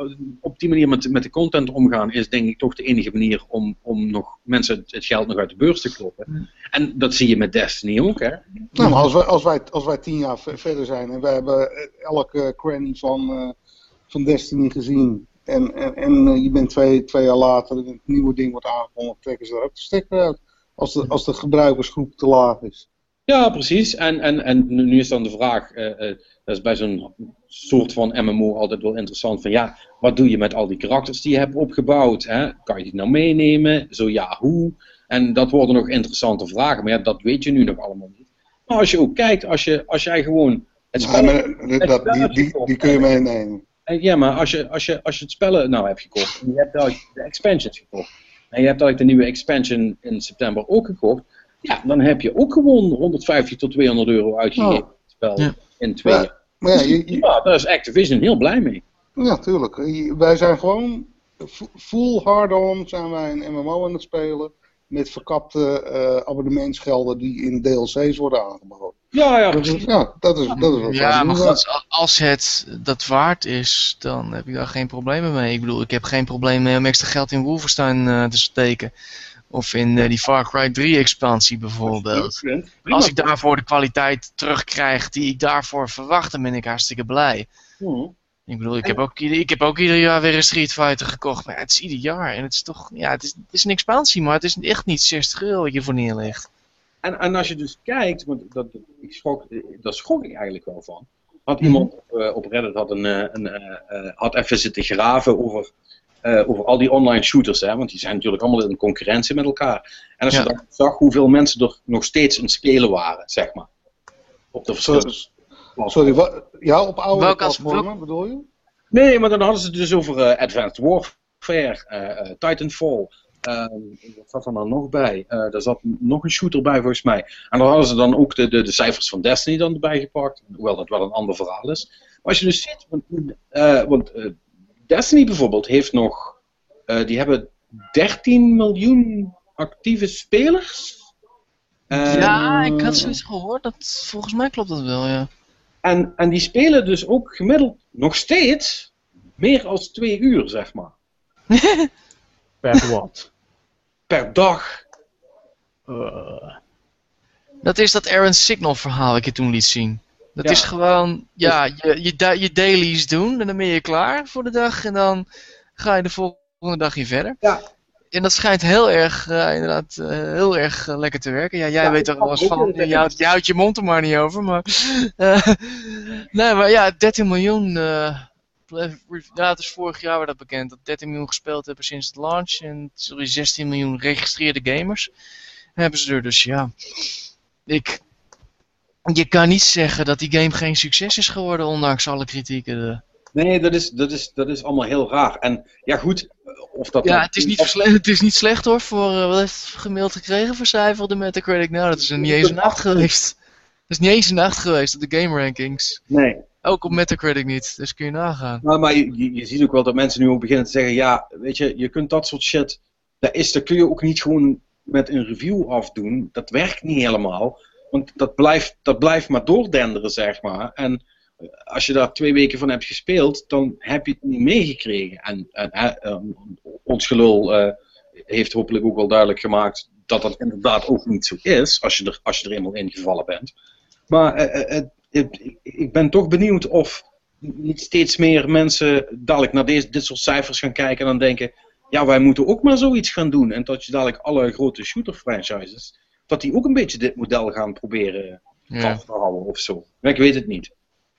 op die manier met, met de content omgaan is denk ik toch de enige manier om, om nog mensen het geld nog uit de beurs te kloppen. Ja. En dat zie je met Destiny ook, hè. Nou, maar als wij, als wij, als wij tien jaar verder zijn en wij hebben elke cranny van, uh, van Destiny gezien. En, en, en uh, je bent twee, twee jaar later en het nieuwe ding wordt aangekondigd, trekken ze er ook de stekker uit. Als de, als de gebruikersgroep te laag is. Ja, precies. En, en, en nu is dan de vraag, uh, uh, dat is bij zo'n soort van M M O altijd wel interessant, van ja, wat doe je met al die karakters die je hebt opgebouwd? Hè? Kan je die nou meenemen? Zo ja, hoe? En dat worden nog interessante vragen, maar ja, dat weet je nu nog allemaal niet. Maar als je ook kijkt, als, je, als jij gewoon het spel... Ja, maar dat, die, die, die kun je meenemen. Ja, maar als je, als je, als je het spellen nou hebt gekocht, en je hebt de expansions gekocht, en je hebt eigenlijk de nieuwe expansion in september ook gekocht, ja, dan heb je ook gewoon honderdvijftig tot tweehonderd euro uitgegeven in het spel ja. in twee jaar. Ja, maar ja, je, je, ja, daar is Activision heel blij mee. Ja, tuurlijk. Wij zijn gewoon full hard-on zijn wij een M M O aan het spelen met verkapte uh, abonnementsgelden die in D L C's worden aangeboden. Ja, ja, dat is, ja, dat is, dat is wat ja, maar goed, als het dat waard is, dan heb ik daar geen problemen mee. Ik bedoel, ik heb geen probleem mee om extra geld in Wolfenstein uh, te steken. Of in uh, die Far Cry drie expansie bijvoorbeeld. Als ik daarvoor de kwaliteit terugkrijg die ik daarvoor verwacht, dan ben ik hartstikke blij. Mm. Ik bedoel, ik heb, ook, ik heb ook ieder jaar weer een Street Fighter gekocht, maar het is ieder jaar. En het is toch, ja, het is, het is een expansie, maar het is echt niet zestig euro wat je voor neerlegt. En, en als je dus kijkt, want dat, ik schrok, daar schrok ik eigenlijk wel van. Had iemand op, uh, op Reddit had, een, een, uh, had even zitten graven over, uh, over al die online shooters, hè, want die zijn natuurlijk allemaal in concurrentie met elkaar. En als ja. je dan zag hoeveel mensen er nog steeds aan het spelen waren, zeg maar. Op de verschillende... Sorry, wat, ja, op oude welk platformen welk... bedoel je? Nee, maar dan hadden ze het dus over uh, Advanced Warfare, uh, uh, Titanfall. Uh, wat zat er dan nog bij? Uh, daar zat nog een shooter bij volgens mij. En dan hadden ze dan ook de, de, de cijfers van Destiny dan erbij gepakt. Hoewel dat wel een ander verhaal is. Maar als je dus ziet, want, uh, want uh, Destiny bijvoorbeeld heeft nog, uh, die hebben dertien miljoen actieve spelers. Uh, ja, ik had zoiets gehoord. Dat, volgens mij klopt dat wel, ja. En, en die spelen dus ook gemiddeld nog steeds meer dan twee uur, zeg maar. Per wat? Per dag. Uh. Dat is dat Aaron Signal verhaal wat ik je toen liet zien. Dat ja. is gewoon, ja, je, je, je dailies doen en dan ben je klaar voor de dag en dan ga je de volgende dag hier verder. Ja. En dat schijnt heel erg, uh, inderdaad, uh, heel erg uh, lekker te werken. Ja, jij ja, weet er wel eens van, je houdt, je houdt je mond er maar niet over, maar... Uh, nee, maar ja, dertien miljoen... Uh, ja, het is vorig jaar werd dat bekend, dat dertien miljoen gespeeld hebben sinds het launch. En sorry, zestien miljoen geregistreerde gamers hebben ze er, dus ja. Ik... Je kan niet zeggen dat die game geen succes is geworden, ondanks alle kritieken. Nee, dat is, dat is, dat is allemaal heel raar. En ja, goed... Of dat ja, het is, niet het is niet slecht hoor, voor uh, wat heeft het gemaild gekregen voor cijfer de Metacritic? Nou, dat is er niet eens een acht geweest. is niet eens een nacht geweest op de game rankings. Nee. Ook op Metacritic niet, dus kun je nagaan. Maar, maar je, je- je ziet ook wel dat mensen nu ook beginnen te zeggen, ja, weet je, je kunt dat soort shit, dat, is, dat kun je ook niet gewoon met een review afdoen. Dat werkt niet helemaal, want dat blijft, dat blijft maar doordenderen, zeg maar. En als je daar twee weken van hebt gespeeld, dan heb je het niet meegekregen. En, en eh, eh, ons gelul eh, heeft hopelijk ook wel duidelijk gemaakt dat dat inderdaad ook niet zo is, als je er, als je er eenmaal ingevallen bent. Maar eh, eh, het- het- ik ben toch benieuwd of niet steeds meer mensen dadelijk naar deze, dit soort cijfers gaan kijken en dan denken, ja, wij moeten ook maar zoiets gaan doen. En dat je dadelijk alle grote shooter franchises, dat die ook een beetje dit model gaan proberen Ja, vast te houden of zo. Maar ik weet het niet.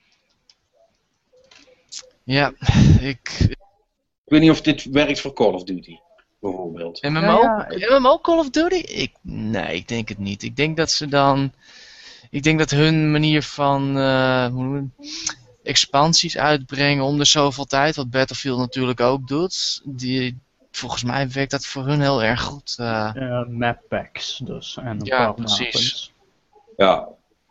ja ik... Ik weet niet of dit werkt voor Call of Duty, bijvoorbeeld. M M O? Ja, ja, M M O Call of Duty? Ik, nee, ik denk het niet. Ik denk dat ze dan... Ik denk dat hun manier van eh, hoe noem je het? Expansies uitbrengen om de zoveel tijd, wat Battlefield natuurlijk ook doet, die, volgens mij werkt dat voor hun heel erg goed. eh. eh, map packs dus. En een Ja, paar precies. wapens. Ja.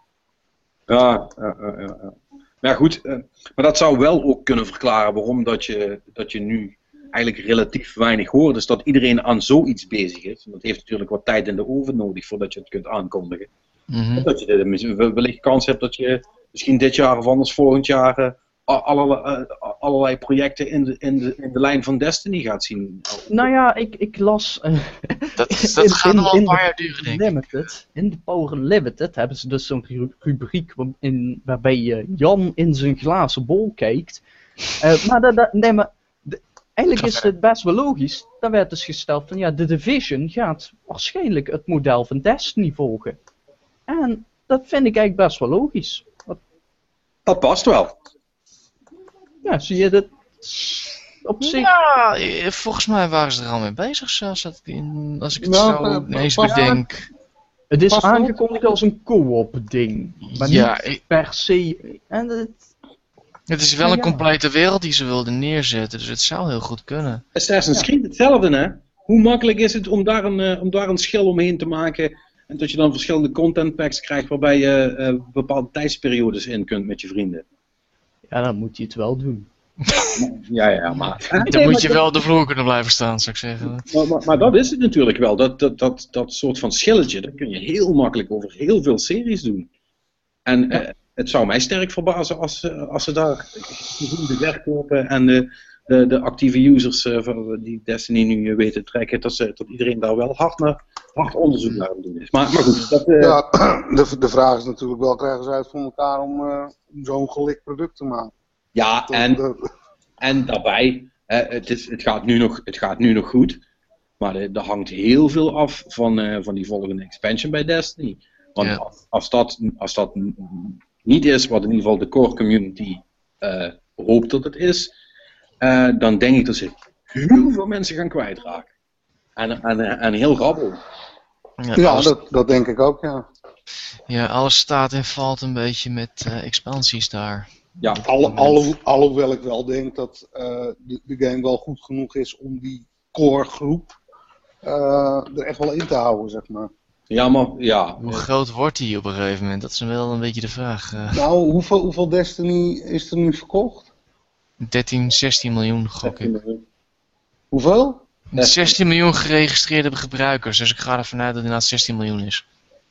Ja, ja, ja, ja, ja. Maar ja, goed, eh, maar dat zou wel ook kunnen verklaren waarom dat je, dat je nu eigenlijk relatief weinig hoort. Dus dat iedereen aan zoiets bezig is. En dat heeft natuurlijk wat tijd in de oven nodig voordat je het kunt aankondigen. Mhm. Dat je de- wellicht kans hebt dat je misschien dit jaar of anders volgend jaar eh, allerlei, eh, allerlei projecten in de, in, de, in de lijn van Destiny gaat zien. Nou ja, ik, ik las... eh, Dat, in- dat gaat in- nog wel een in paar de jaar duren, denk ik. Limited, in de Power Limited hebben ze dus zo'n ru- rubriek wa- in, waarbij je Jan in zijn glazen bol kijkt. Eh, maar, dat, dat- nee, maar de- eigenlijk is het best wel logisch. Daar werd dus gesteld van ja, de Division gaat waarschijnlijk het model van Destiny volgen. En dat vind ik eigenlijk best wel logisch. Want, Dat past wel. ja, zie je dat op zich... Ja, eh, volgens mij waren ze er al mee bezig, zelfs dat ik in, als ik het Nou, zo eh, ineens pas- bedenk. Het is Past wel. aangekondigd als een co-op ding. Maar Ja, niet ik- per se... En het, Het is wel Ja, een ja. complete wereld die ze wilden neerzetten, dus het zou heel goed kunnen. Assassin's Creed hetzelfde, hè? Hoe makkelijk is het om daar een, eh, om daar een schil omheen te maken en dat je dan verschillende content packs krijgt waarbij je eh, bepaalde tijdsperiodes in kunt met je vrienden? ja, dan moet je het wel doen. Ja, ja, maar... Dan moet je wel op de vloer kunnen blijven staan, zou ik zeggen. Maar, maar, maar dat is het natuurlijk wel. Dat, dat, dat, dat soort van schilletje, dat kun je heel makkelijk over heel veel series doen. En eh, het zou mij sterk verbazen als, eh, als ze daar de werkkopen en de, de, de actieve users eh, van die Destiny nu eh, weten te trekken, dat, ze, dat iedereen daar wel hard, naar, hard onderzoek naar aan het doen is. Maar, maar goed, dat, eh, Ja, de, de vraag is natuurlijk wel, krijgen ze uit voor elkaar om, eh, om zo'n gelikt product te maken? ja, Dat- en, dat- en daarbij, eh, het, is, het, gaat nu nog, het gaat nu nog goed, maar er er hangt heel veel af van, eh, van die volgende expansion bij Destiny. Want Ja. als, als, dat, als dat n- niet is wat in ieder geval de core community eh, hoopt dat het is, eh, dan denk ik dat ze heel veel mensen gaan kwijtraken. En, en, en heel rabbel. Ja, ja, alles, dat, dat denk ik ook, ja. ja, alles staat en valt een beetje met eh, expansies daar. Ja, Alle, alle, alhoewel ik wel denk dat eh, de, de game wel goed genoeg is om die core groep eh, er echt wel in te houden, zeg maar. ja, maar ja. Hoe groot wordt die op een gegeven moment? Dat is wel een beetje de vraag. eh. Nou, hoeveel, hoeveel Destiny is er nu verkocht? dertien, zestien miljoen gok ik. Hoeveel? zestien miljoen geregistreerde gebruikers, dus ik ga ervan uit dat het inderdaad zestien miljoen is.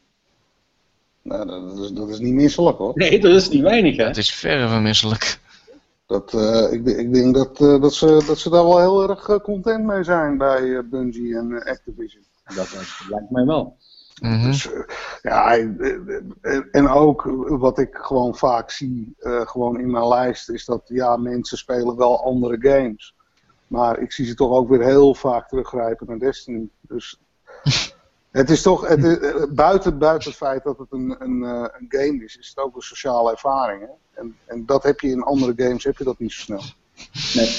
Nou, dat is, dat is niet misselijk hoor. Nee, dat is niet weinig, hè? Het is verre van misselijk. Dat, eh, ik, ik denk dat, eh, dat, ze, dat ze daar wel heel erg eh, content mee zijn bij eh, Bungie en eh, Activision. Dat, dat lijkt mij wel. Mhm. Dus, eh, ja, eh, eh, en ook eh, wat ik gewoon vaak zie, eh, gewoon in mijn lijst, is dat ja, mensen spelen wel andere games. Maar ik zie ze toch ook weer heel vaak teruggrijpen naar Destiny. Dus het is toch, het is, eh, buiten, buiten het feit dat het een, een, eh, een game is, is het ook een sociale ervaring. Hè? En, en dat heb je in andere games, heb je dat niet zo snel. Nee.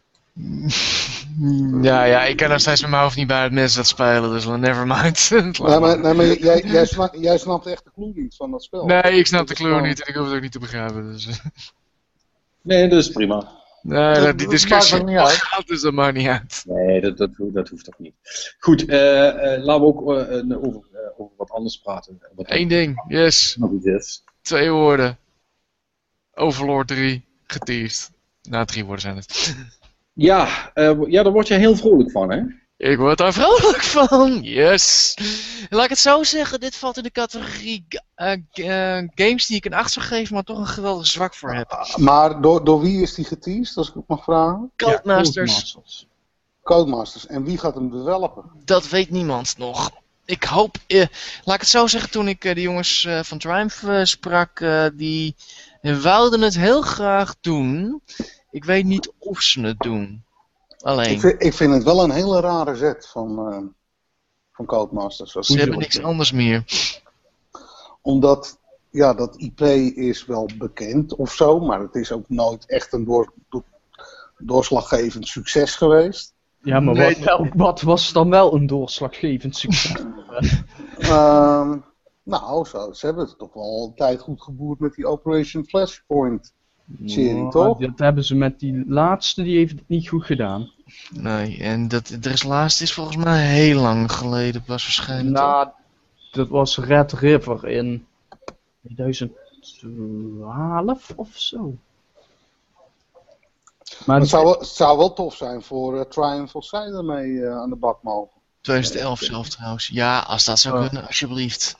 Ja, ja, ik kan nog steeds met mijn hoofd niet bij het mensen dat spelen, dus well, never mind. Nee, maar, nee, maar jij, jij, snapt, jij snapt echt de clue niet van dat spel. Nee, ik snap de Dat is clue gewoon- niet en ik hoef het ook niet te begrijpen. Dus. eh. Nee, dat is prima. Nee, Dat- dat, die dat discussie maakt ook niet uit. gaat dus dat maakt niet uit. Nee, dat, dat, ho- dat hoeft toch niet. Goed, eh, eh, laten we ook eh, eh, over, eh, over wat anders praten. Wat Eén ding, yes. nog iets is. Twee woorden. Overlord drie, geteased. Nou, drie woorden zijn het. Ja, uh, ja, daar word je heel vrolijk van, hè? Ik word daar vrolijk van, yes. Laat ik het zo zeggen, dit valt in de categorie uh, uh, games die ik een acht zou geven, maar toch een geweldig zwak voor heb. Maar door, door wie is die geteased, als ik het mag vragen? Codemasters. Ja, Codemasters. Codemasters. En wie gaat hem developen? Dat weet niemand nog. Ik hoop, uh, laat ik het zo zeggen, toen ik uh, de jongens uh, van Triumph uh, sprak, uh, die wouden het heel graag doen. Ik weet niet of ze het doen. Alleen. Ik vind, ik vind het wel een hele rare zet van, uh, van Codemasters. Ze Hoe hebben niks anders meer. Omdat, ja, dat I P is wel bekend of zo, maar het is ook nooit echt een door, door, doorslaggevend succes geweest. Ja, maar wat, wel, wat was dan wel een doorslaggevend succes? uh, nou, zo, ze hebben het toch wel een tijd goed geboerd met die Operation Flashpoint serie, Ja, toch? Dat hebben ze met die laatste, die heeft het niet goed gedaan. Nee, en dat, er is laatst is volgens mij heel lang geleden pas verschenen. Nou, dat was Red River in tweeduizend twaalf of zo. Maar het, zou wel, het zou wel tof zijn voor uh, Triumph als zij ermee uh, aan de bak mogen. twintig elf zelf trouwens. Ja, als dat zou kunnen, alsjeblieft.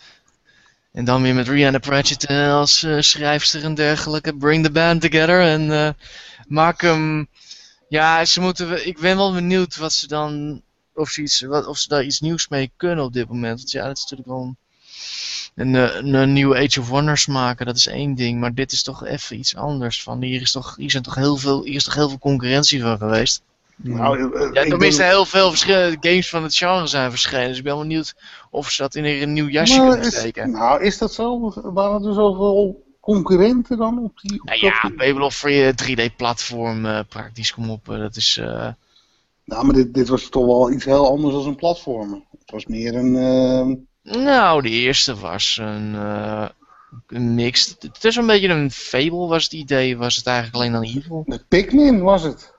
En dan weer met Rihanna Pratchett uh, als uh, schrijfster en dergelijke. Bring the band together en uh, maak hem... Ja, ze moeten... Ik ben wel benieuwd wat ze dan... Of ze, iets, wat, of ze daar iets nieuws mee kunnen op dit moment. Want ja, dat is natuurlijk wel een, een, een, een nieuwe Age of Wonders maken. Dat is één ding. Maar dit is toch even iets anders. Van, hier, is toch, hier, zijn toch heel veel, hier is toch heel veel concurrentie van geweest. Nou, uh, Ja, ik tenminste denk... heel veel verschillende games van het genre zijn verschenen. Dus ik ben wel benieuwd of ze dat in een nieuw jasje maar kunnen is, steken. nou, is dat zo? Waren er zoveel concurrenten dan op die... Op Nou ja, die... Babylon voor je drie D-platform uh, praktisch, kom op. Uh, dat is... Uh... Nou, maar dit, dit was toch wel iets heel anders dan een platformer. Het was meer een... Uh... Nou, de eerste was een, uh, een mix. Het is een beetje een Fable was het idee. Was het eigenlijk alleen dan Evil. Met Pikmin was het.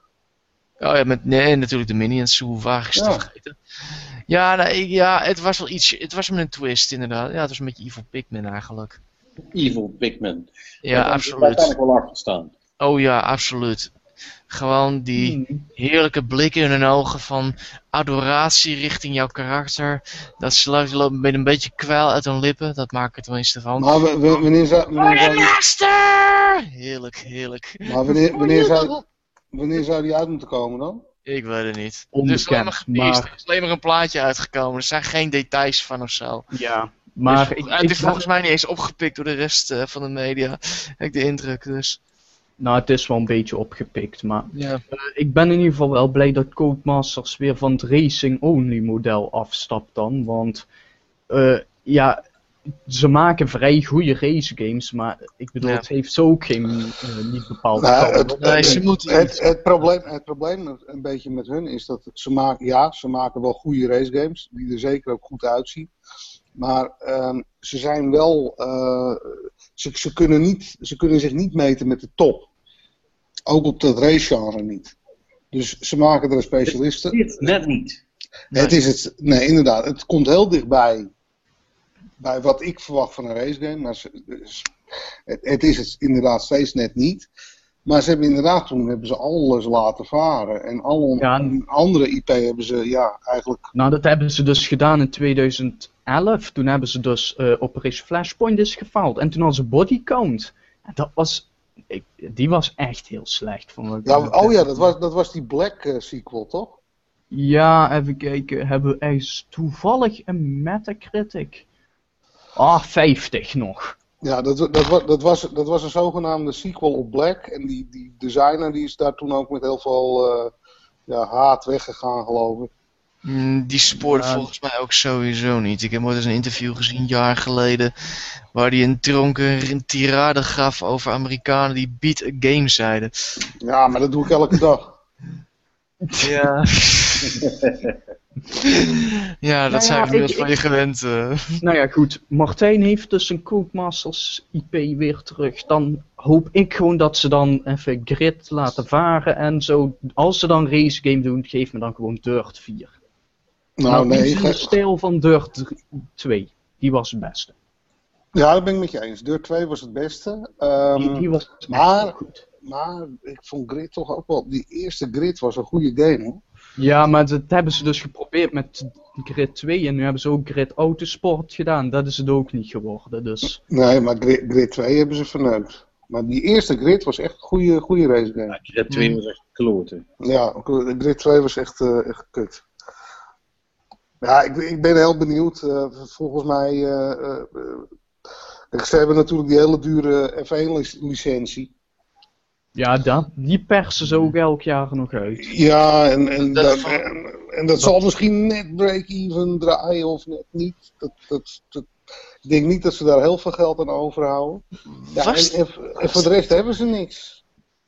Oh ja, met, nee, natuurlijk de Minions, hoe vaag is Ja. te vergeten. Ja, nee, ja, het was wel iets, het was met een twist inderdaad. Ja, het was een beetje Evil Pikmin eigenlijk. Evil Pikmin. Ja, Daar absoluut. kan ik wel achter staan. Oh ja, absoluut. Gewoon die heerlijke blikken in hun ogen van adoratie richting jouw karakter. Dat ze lopen met een beetje kwijl uit hun lippen, dat maakt het tenminste van. Maar w- w- wanneer zou... Wanneer zou die... Master! Heerlijk, heerlijk. Maar wanneer, wanneer, zou, wanneer zou die uit moeten komen dan? Ik weet het niet. Onbekend, er is alleen maar, geteased. maar- Er is alleen maar een plaatje uitgekomen. Er zijn geen details van of zo. Ja, maar Dus ik, het ik is volgens mij niet eens opgepikt door de rest uh, van de media. Heb ik de indruk dus. Nou, het is wel een beetje opgepikt, maar Ja. uh, ik ben in ieder geval wel blij dat Codemasters weer van het racing-only model afstapt dan, want uh, ja, ze maken vrij goede racegames, maar ik bedoel, Ja. het heeft zo ook geen, uh, niet bepaald Nou, talent. het, Nee, het, ze moeten het, iets. het, probleem, het probleem een beetje met hun is dat ze maken, ja, ze maken wel goede racegames, die er zeker ook goed uitzien. Maar uh, ze zijn wel, uh, ze, ze, kunnen niet, ze kunnen zich niet meten met de top. Ook op dat racegenre niet. Dus ze maken er een specialisten. Dit net niet. Nee. Het is het, nee, inderdaad. Het komt heel dichtbij bij wat ik verwacht van een racegame. Maar ze, het, het is het inderdaad steeds net niet. Maar ze hebben inderdaad toen hebben ze alles laten varen. En alle Ja. andere I P hebben ze ja, eigenlijk... Nou, dat hebben ze dus gedaan in tweeduizend elf. Toen hebben ze dus uh, Operation Flashpoint is gefaald. En toen hadden ze Body Count. En dat was... Ik, die was echt heel slecht. Van wat ik- Ja, oh ja, dat was, dat was die Black uh, sequel, toch? Ja, even kijken. Hebben we ergens toevallig een Metacritic? Ah, vijftig nog. Ja, dat, dat, was, dat, was, dat was een zogenaamde sequel op Black. En die, die designer die is daar toen ook met heel veel uh, ja, haat weggegaan, geloof ik. Mm, die spoorde Ja. volgens mij ook sowieso niet. Ik heb ooit eens een interview gezien, een jaar geleden, waar hij een dronken tirade gaf over Amerikanen die beat a game zeiden. Ja, maar dat doe ik elke dag. Ja. Ja, dat Nou ja, zijn we inmiddels ik- van je gewend. uh. Nou ja, goed. Martijn heeft dus een Codemasters I P weer terug. Dan hoop ik gewoon dat ze dan even Grid laten varen en zo. Als ze dan race game doen, geef me dan gewoon Dirt vier. Nou, Nou, nee. iets in de ge- stijl van Dirt twee. die was het beste. Ja, dat ben ik met je eens. Deur twee was het beste. Um, Die, die was maar- echt goed. Maar ik vond Grid toch ook wel... Die eerste Grid was een goede game, hoor. Ja, maar dat hebben ze dus geprobeerd met Grid twee en nu hebben ze ook Grid Autosport gedaan. Dat is het ook niet geworden, dus... Nee, maar Grid, Grid twee hebben ze verneukt. Maar die eerste Grid was echt een goede, goede race game. Ja, Grid twee was echt kloten. Ja, Grid twee was echt, uh, echt kut. Ja, ik, ik ben heel benieuwd. Uh, volgens mij... Uh, uh, uh, ze hebben natuurlijk die hele dure F één licentie. Ja, dat, die persen ze ook elk jaar nog uit. Ja, en, en, Dat dat, van- en, en dat zal misschien net break-even draaien of net niet. Dat, dat, dat, ik denk niet dat ze daar heel veel geld aan overhouden. Ja, en, Was- en, en voor de rest hebben ze niks.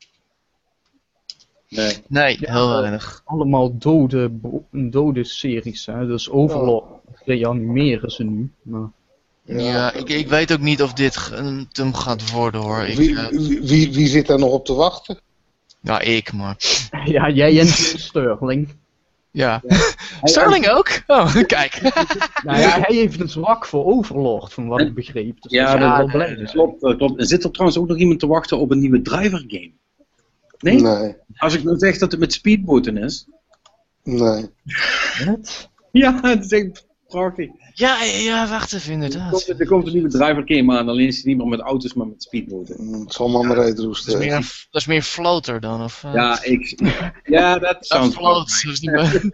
Nee. Nee, Ja, heel eh, weinig. Allemaal dode, bo- dode series, hè. Dus Overlord reanimeren ze nu. Maar... Ja, ik, ik weet ook niet of dit ge- een- hem gaat worden hoor. Ik, Wie, eh, wie, wie, wie zit daar nog op te wachten? ja, ik maar. Ja, jij en Sterling. Ja. Sterling ook? Oh, kijk. Nou ja, hij heeft een zwak voor Overlord, van wat ik begreep. Dus Ja, daar dat- ben ik wel blij mee. Klopt, eh, klopt. Er zit er trouwens ook nog iemand te wachten op een nieuwe driver game. Nee? Nee, Als ik nou zeg dat het met speedboten is. nee. Wat? Ja, het is echt prachtig. Ja, ja, wacht even, Er inderdaad. komt, er komt een nieuwe driver game aan, alleen is het niet meer met auto's, maar met speedboten. Mm, Het zal maar maar reet Dat is roesten. meer, een- dat is meer floater dan, of... eh? Ja, ik... Ja, dat dat sounds float. Dat is niet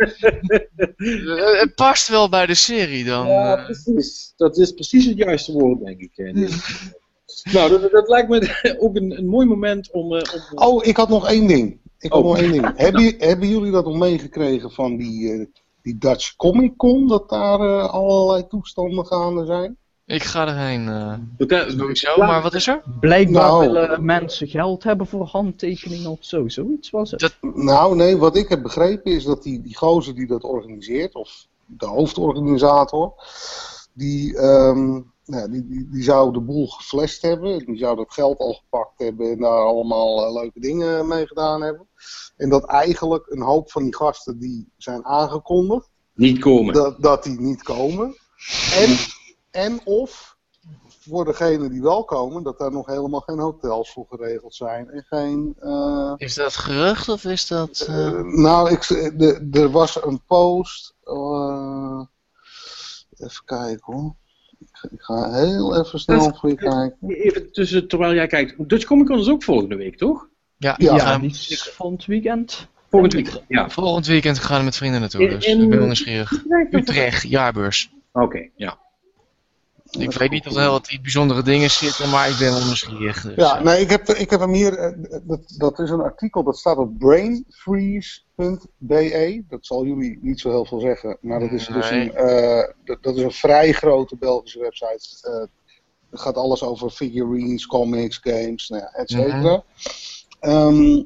bij- Het past wel bij de serie dan. Ja, eh. precies. Dat is precies het juiste woord, denk ik. eh. Nou, dat, dat lijkt me ook een, een mooi moment om... eh, om... Oh, ik had nog één ding. Ik had Oh. nog één ding. Hebben, je- hebben jullie dat nog meegekregen van die, eh, die Dutch Comic Con? Dat daar eh, allerlei toestanden gaande zijn? Ik ga erheen. eh We kunnen- sowieso, maar wat is er? Blijkbaar Nou. willen mensen geld hebben voor handtekeningen of zo, zoiets was het. Dat- Nou, nee, wat ik heb begrepen is dat die, die gozer die dat organiseert, of de hoofdorganisator, die, ehm, nou, die, die, die zou de boel geflasht hebben. Die zou dat geld al gepakt hebben en daar allemaal eh, leuke dingen mee gedaan hebben. En dat eigenlijk een hoop van die gasten die zijn aangekondigd, Niet komen. dat, dat die niet komen. En, en of voor degenen die wel komen, dat daar nog helemaal geen hotels voor geregeld zijn. En geen... eh, Is dat gerucht of is dat... eh, eh, nou, ik, de, er was een post. eh, even kijken hoor. Ik ga, ik ga heel even snel voor je kijken. Even tussen, terwijl jij kijkt. Dutch Comic Con is ook volgende week, toch? ja, Ja, ik Ja, ga- die is van het weekend. Volgend week. Ja. volgend weekend gaan we met vrienden naartoe, In- dus in- ik ben wel nieuwsgierig. Utrecht, jaarbeurs. Oké, ja. Ik weet niet of er heel wat bijzondere dingen zitten, maar ik ben wel nieuwsgierig. Dus, Ja, eh. nee, ik heb, ik heb hem hier. eh, Dat, dat is een artikel dat staat op brainfreeze punt b e. Dat zal jullie niet zo heel veel zeggen, maar dat is dus Nee. een, eh, dat, dat is een vrij grote Belgische website. Eh, het gaat alles over figurines, comics, games, nou ja, et cetera. Ehm,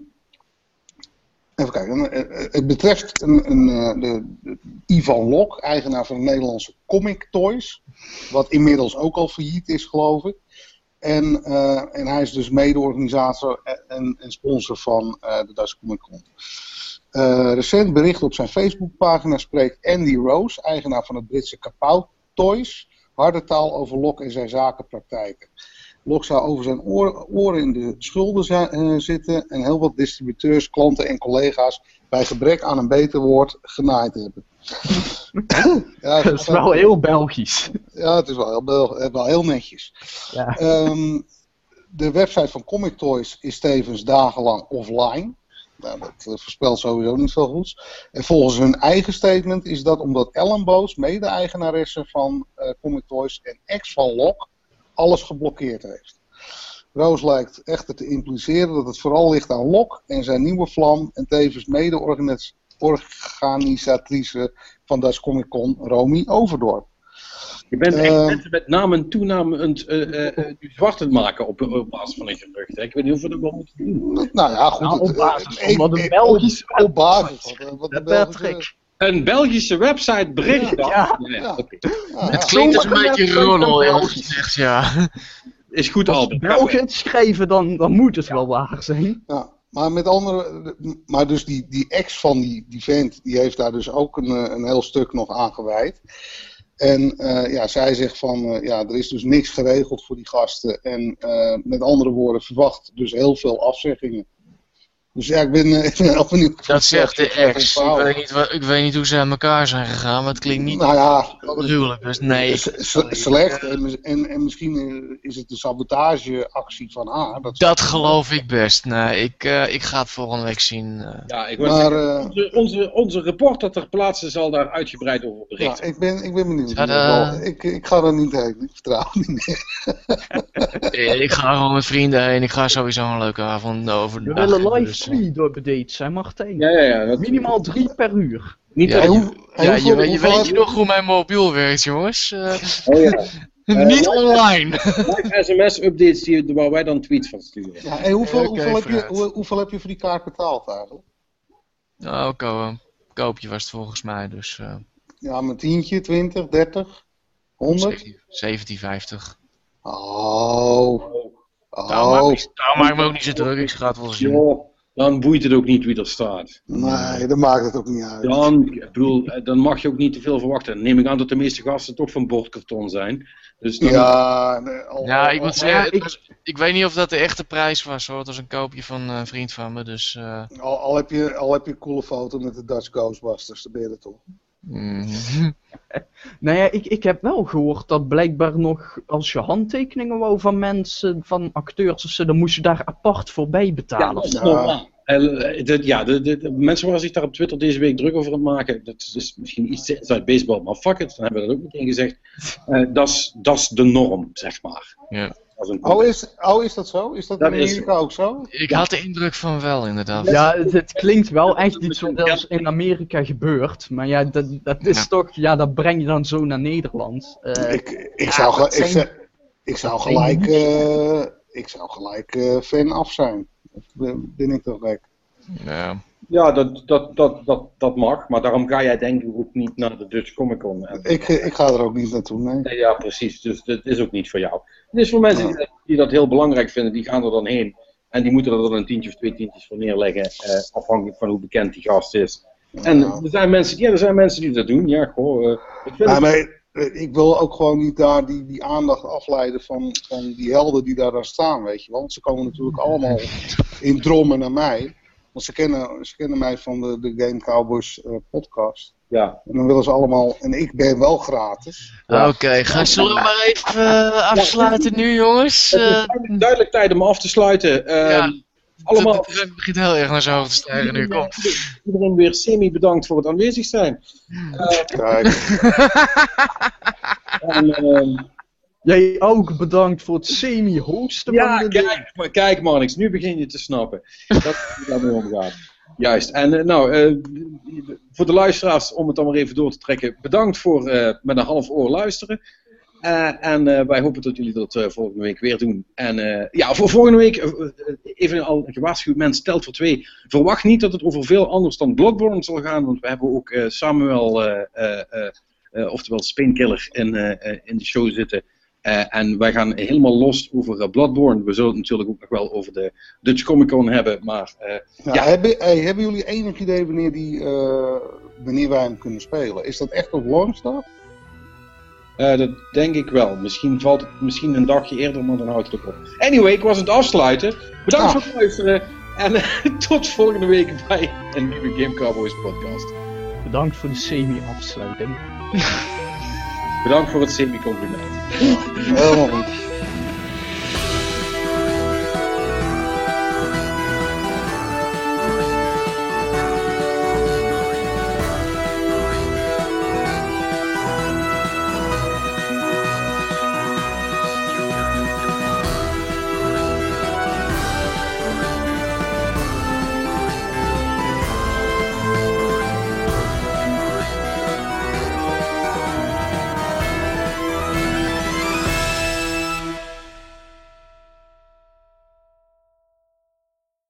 even kijken. eh, Het betreft een, een, eh, de, de Ivan Lok, eigenaar van de Nederlandse Comic Toys. Wat inmiddels ook al failliet is, geloof ik. En, eh, en hij is dus mede-organisator en, en sponsor van eh, de Dutch Comic Con. Eh, recent bericht op zijn Facebookpagina spreekt Andy Rose, eigenaar van het Britse Kapow Toys, harde taal over Lok en zijn zakenpraktijken. Lok zou over zijn oor- oren in de schulden zi- eh, zitten en heel wat distributeurs, klanten en collega's bij gebrek aan een beter woord genaaid hebben. Ja, Dat is wel heel Belgisch. ja, het is wel heel, wel- wel heel netjes. Ja. Ehm, de website van Comic Toys is tevens dagenlang offline. Nou, dat eh, voorspelt sowieso niet veel goeds. En volgens hun eigen statement is dat omdat Ellen Boos, mede-eigenaresse van eh, Comic Toys en ex van Lok, alles geblokkeerd heeft. Roos lijkt echter te impliceren dat het vooral ligt aan Lok en zijn nieuwe vlam en tevens mede-organisatrice van Dutch Comic Con, Romy Overdorp. Je bent echt Eh, mensen met naam en toenaam een, uh, uh, uh, zwart te maken op, op basis van een gerucht. Hè. Ik weet niet of we dat wel moeten doen. Nou ja, goed. Nou, op het, basis eh, van ik- wat een ik- Belgische op, op basis van eh, wat de Dat Belgische... Patrick. Een Belgische website bericht dat. Ja. Ja. Oké. Ja, Het ja. klinkt als een Sommige beetje websites roddel, zijn eerlijk Belgisch. gezegd, ja. Is goed, Als Albert. Belgen het schrijven, dan, dan moet het wel waar zijn. Ja, maar met andere, maar dus die, die ex van die, die vent, die heeft daar dus ook een, eh, een heel stuk nog aan gewijd. En uh, ja, zij zegt van, uh, ja, er is dus niks geregeld voor die gasten. En uh, met andere woorden, verwacht dus heel veel afzeggingen. Dus ja, ik ben, uh, ik ben heel benieuwd. Dat zegt de ex. Ik weet, niet, wat, ik weet niet hoe ze aan elkaar zijn gegaan, maar het klinkt niet nou ja, gruwelijk. Dus nee. S- s- slecht. En, en, en misschien is het een sabotageactie van haar. Dat, dat geloof ik best. Nee, ik, uh, ik ga het volgende week zien. Uh. Ja, ik wil maar, zeggen, uh, onze, onze, onze reporter ter plaatse zal daar uitgebreid over berichten. Ja, ik ben, ik ben benieuwd. Ja, ik, ik ga er niet heen. Ik vertrouw niet meer. Ja, ik ga gewoon met vrienden heen. Ik ga sowieso een leuke avond over de We willen live tweet door updates, hè Martijn? Ja, ja, ja. Dat... Minimaal drie per uur. Niet ja, dat je, hoe, ja, je, weet, je weet hoeveel... je nog hoe mijn mobiel werkt, jongens? Uh, oh ja. Uh, niet uh, online. Live sms-updates die, waar wij dan tweets van sturen. Ja, en hoeveel, okay, hoeveel, heb je, hoe, hoeveel heb je voor die kaart betaald eigenlijk? Nou, ko- koopje was het volgens mij, dus... Uh, ja, met tientje, twintig, dertig, honderd? zeventien vijftig. Oh. Oh. Nou, maakt me ook niet zo druk, ik ga het wel zien. Jo, dan boeit het ook niet wie er staat. Nee, dan maakt het ook niet uit. Dan, ik bedoel, dan mag je ook niet te veel verwachten. Dan neem ik aan dat de meeste gasten toch van bordkarton zijn. Dus dan... Ja, nee, al, ja, ik moet al, zeggen, ja, ik... Was, ik weet niet of dat de echte prijs was hoor. Het was een koopje van een vriend van me, dus... Uh... Al, al, heb je, al heb je een coole foto met de Dutch Ghostbusters, dan ben je er toch. Mm-hmm. Nou ja, ik, ik heb wel gehoord dat blijkbaar nog, als je handtekeningen wou van mensen, van acteurs of zo, dan moest je daar apart voor bij betalen. Ja, dat is normaal. Uh, de, ja, de, de, de mensen waren zich daar op Twitter deze week druk over aan het maken. Dat is misschien iets uit baseball, maar fuck it, dan hebben we dat ook meteen gezegd. Uh, dat is de norm, zeg maar. Ja. Oh is, oh, is dat zo? Is dat, dat in Amerika ook zo? Ik had de indruk van wel, inderdaad. Ja, het, het klinkt wel echt niet zoals in Amerika gebeurt. Maar ja, dat, dat is ja. toch, ja, dat breng je dan zo naar Nederland. Uh, ik, ik, zou ja, ge, ik, zijn... ik zou gelijk, uh, ik zou gelijk uh, fan af zijn. Dat ben ik toch gek. Ja. Ja, dat, dat, dat, dat, dat mag, maar daarom ga jij denk ik ook niet naar de Dutch Comic Con. Ik, ik ga er ook niet naartoe, nee. nee. Ja, precies, dus dat is ook niet voor jou. Het is voor mensen ja. die, die dat heel belangrijk vinden, die gaan er dan heen. En die moeten er dan een tientje of twee tientjes voor neerleggen, eh, afhankelijk van hoe bekend die gast is. Ja. En er zijn, mensen, ja, er zijn mensen die dat doen, ja, goh. Uh, ik, vind ja, maar, ik wil ook gewoon niet daar die, die aandacht afleiden van, van die helden die daar dan staan, weet je wel. Want ze komen natuurlijk allemaal in drommen naar mij. Want ze kennen, ze kennen mij van de, de Game Cowboys uh, podcast. Ja. En dan willen ze allemaal... En ik ben wel gratis. Ja. Oké, okay, ga zullen we maar even uh, afsluiten nu, jongens? Het is duidelijk, duidelijk tijd om af te sluiten. Uh, ja. Allemaal... Het begint heel erg naar zijn hoofd te stijgen nu, kom. Iedereen weer semi-bedankt voor het aanwezig zijn. Uh, Kijk. en, uh, Jij ook bedankt voor het semi-hosten ja, van de kijk, maar, kijk Marnix, nu begin je te snappen. Dat het daarmee omgaat. Juist. En uh, nou, uh, voor de luisteraars, om het dan maar even door te trekken, bedankt voor uh, met een half oor luisteren. Uh, en uh, wij hopen dat jullie dat uh, volgende week weer doen. En uh, ja, voor volgende week, uh, even al gewaarschuwd mensen, telt voor twee. Verwacht niet dat het over veel anders dan Bloodborne zal gaan, want we hebben ook uh, Samuel, uh, uh, uh, uh, oftewel Spainkiller, in, uh, uh, in de show zitten. Uh, en wij gaan helemaal los over uh, Bloodborne. We zullen het natuurlijk ook nog wel over de Dutch Comic Con hebben, maar... Uh, ja, ja. Hebben, hey, hebben jullie enig idee wanneer, die, uh, wanneer wij hem kunnen spelen? Is dat echt op launchdag? Uh, dat denk ik wel. Misschien valt het misschien een dagje eerder, maar dan houdt het ook op. Anyway, ik was aan het afsluiten. Bedankt ah. voor het luisteren. En uh, tot volgende week bij een nieuwe Game Cowboys podcast. Bedankt voor de semi-afsluiting. Bedankt voor het semi-compliment. Helemaal goed.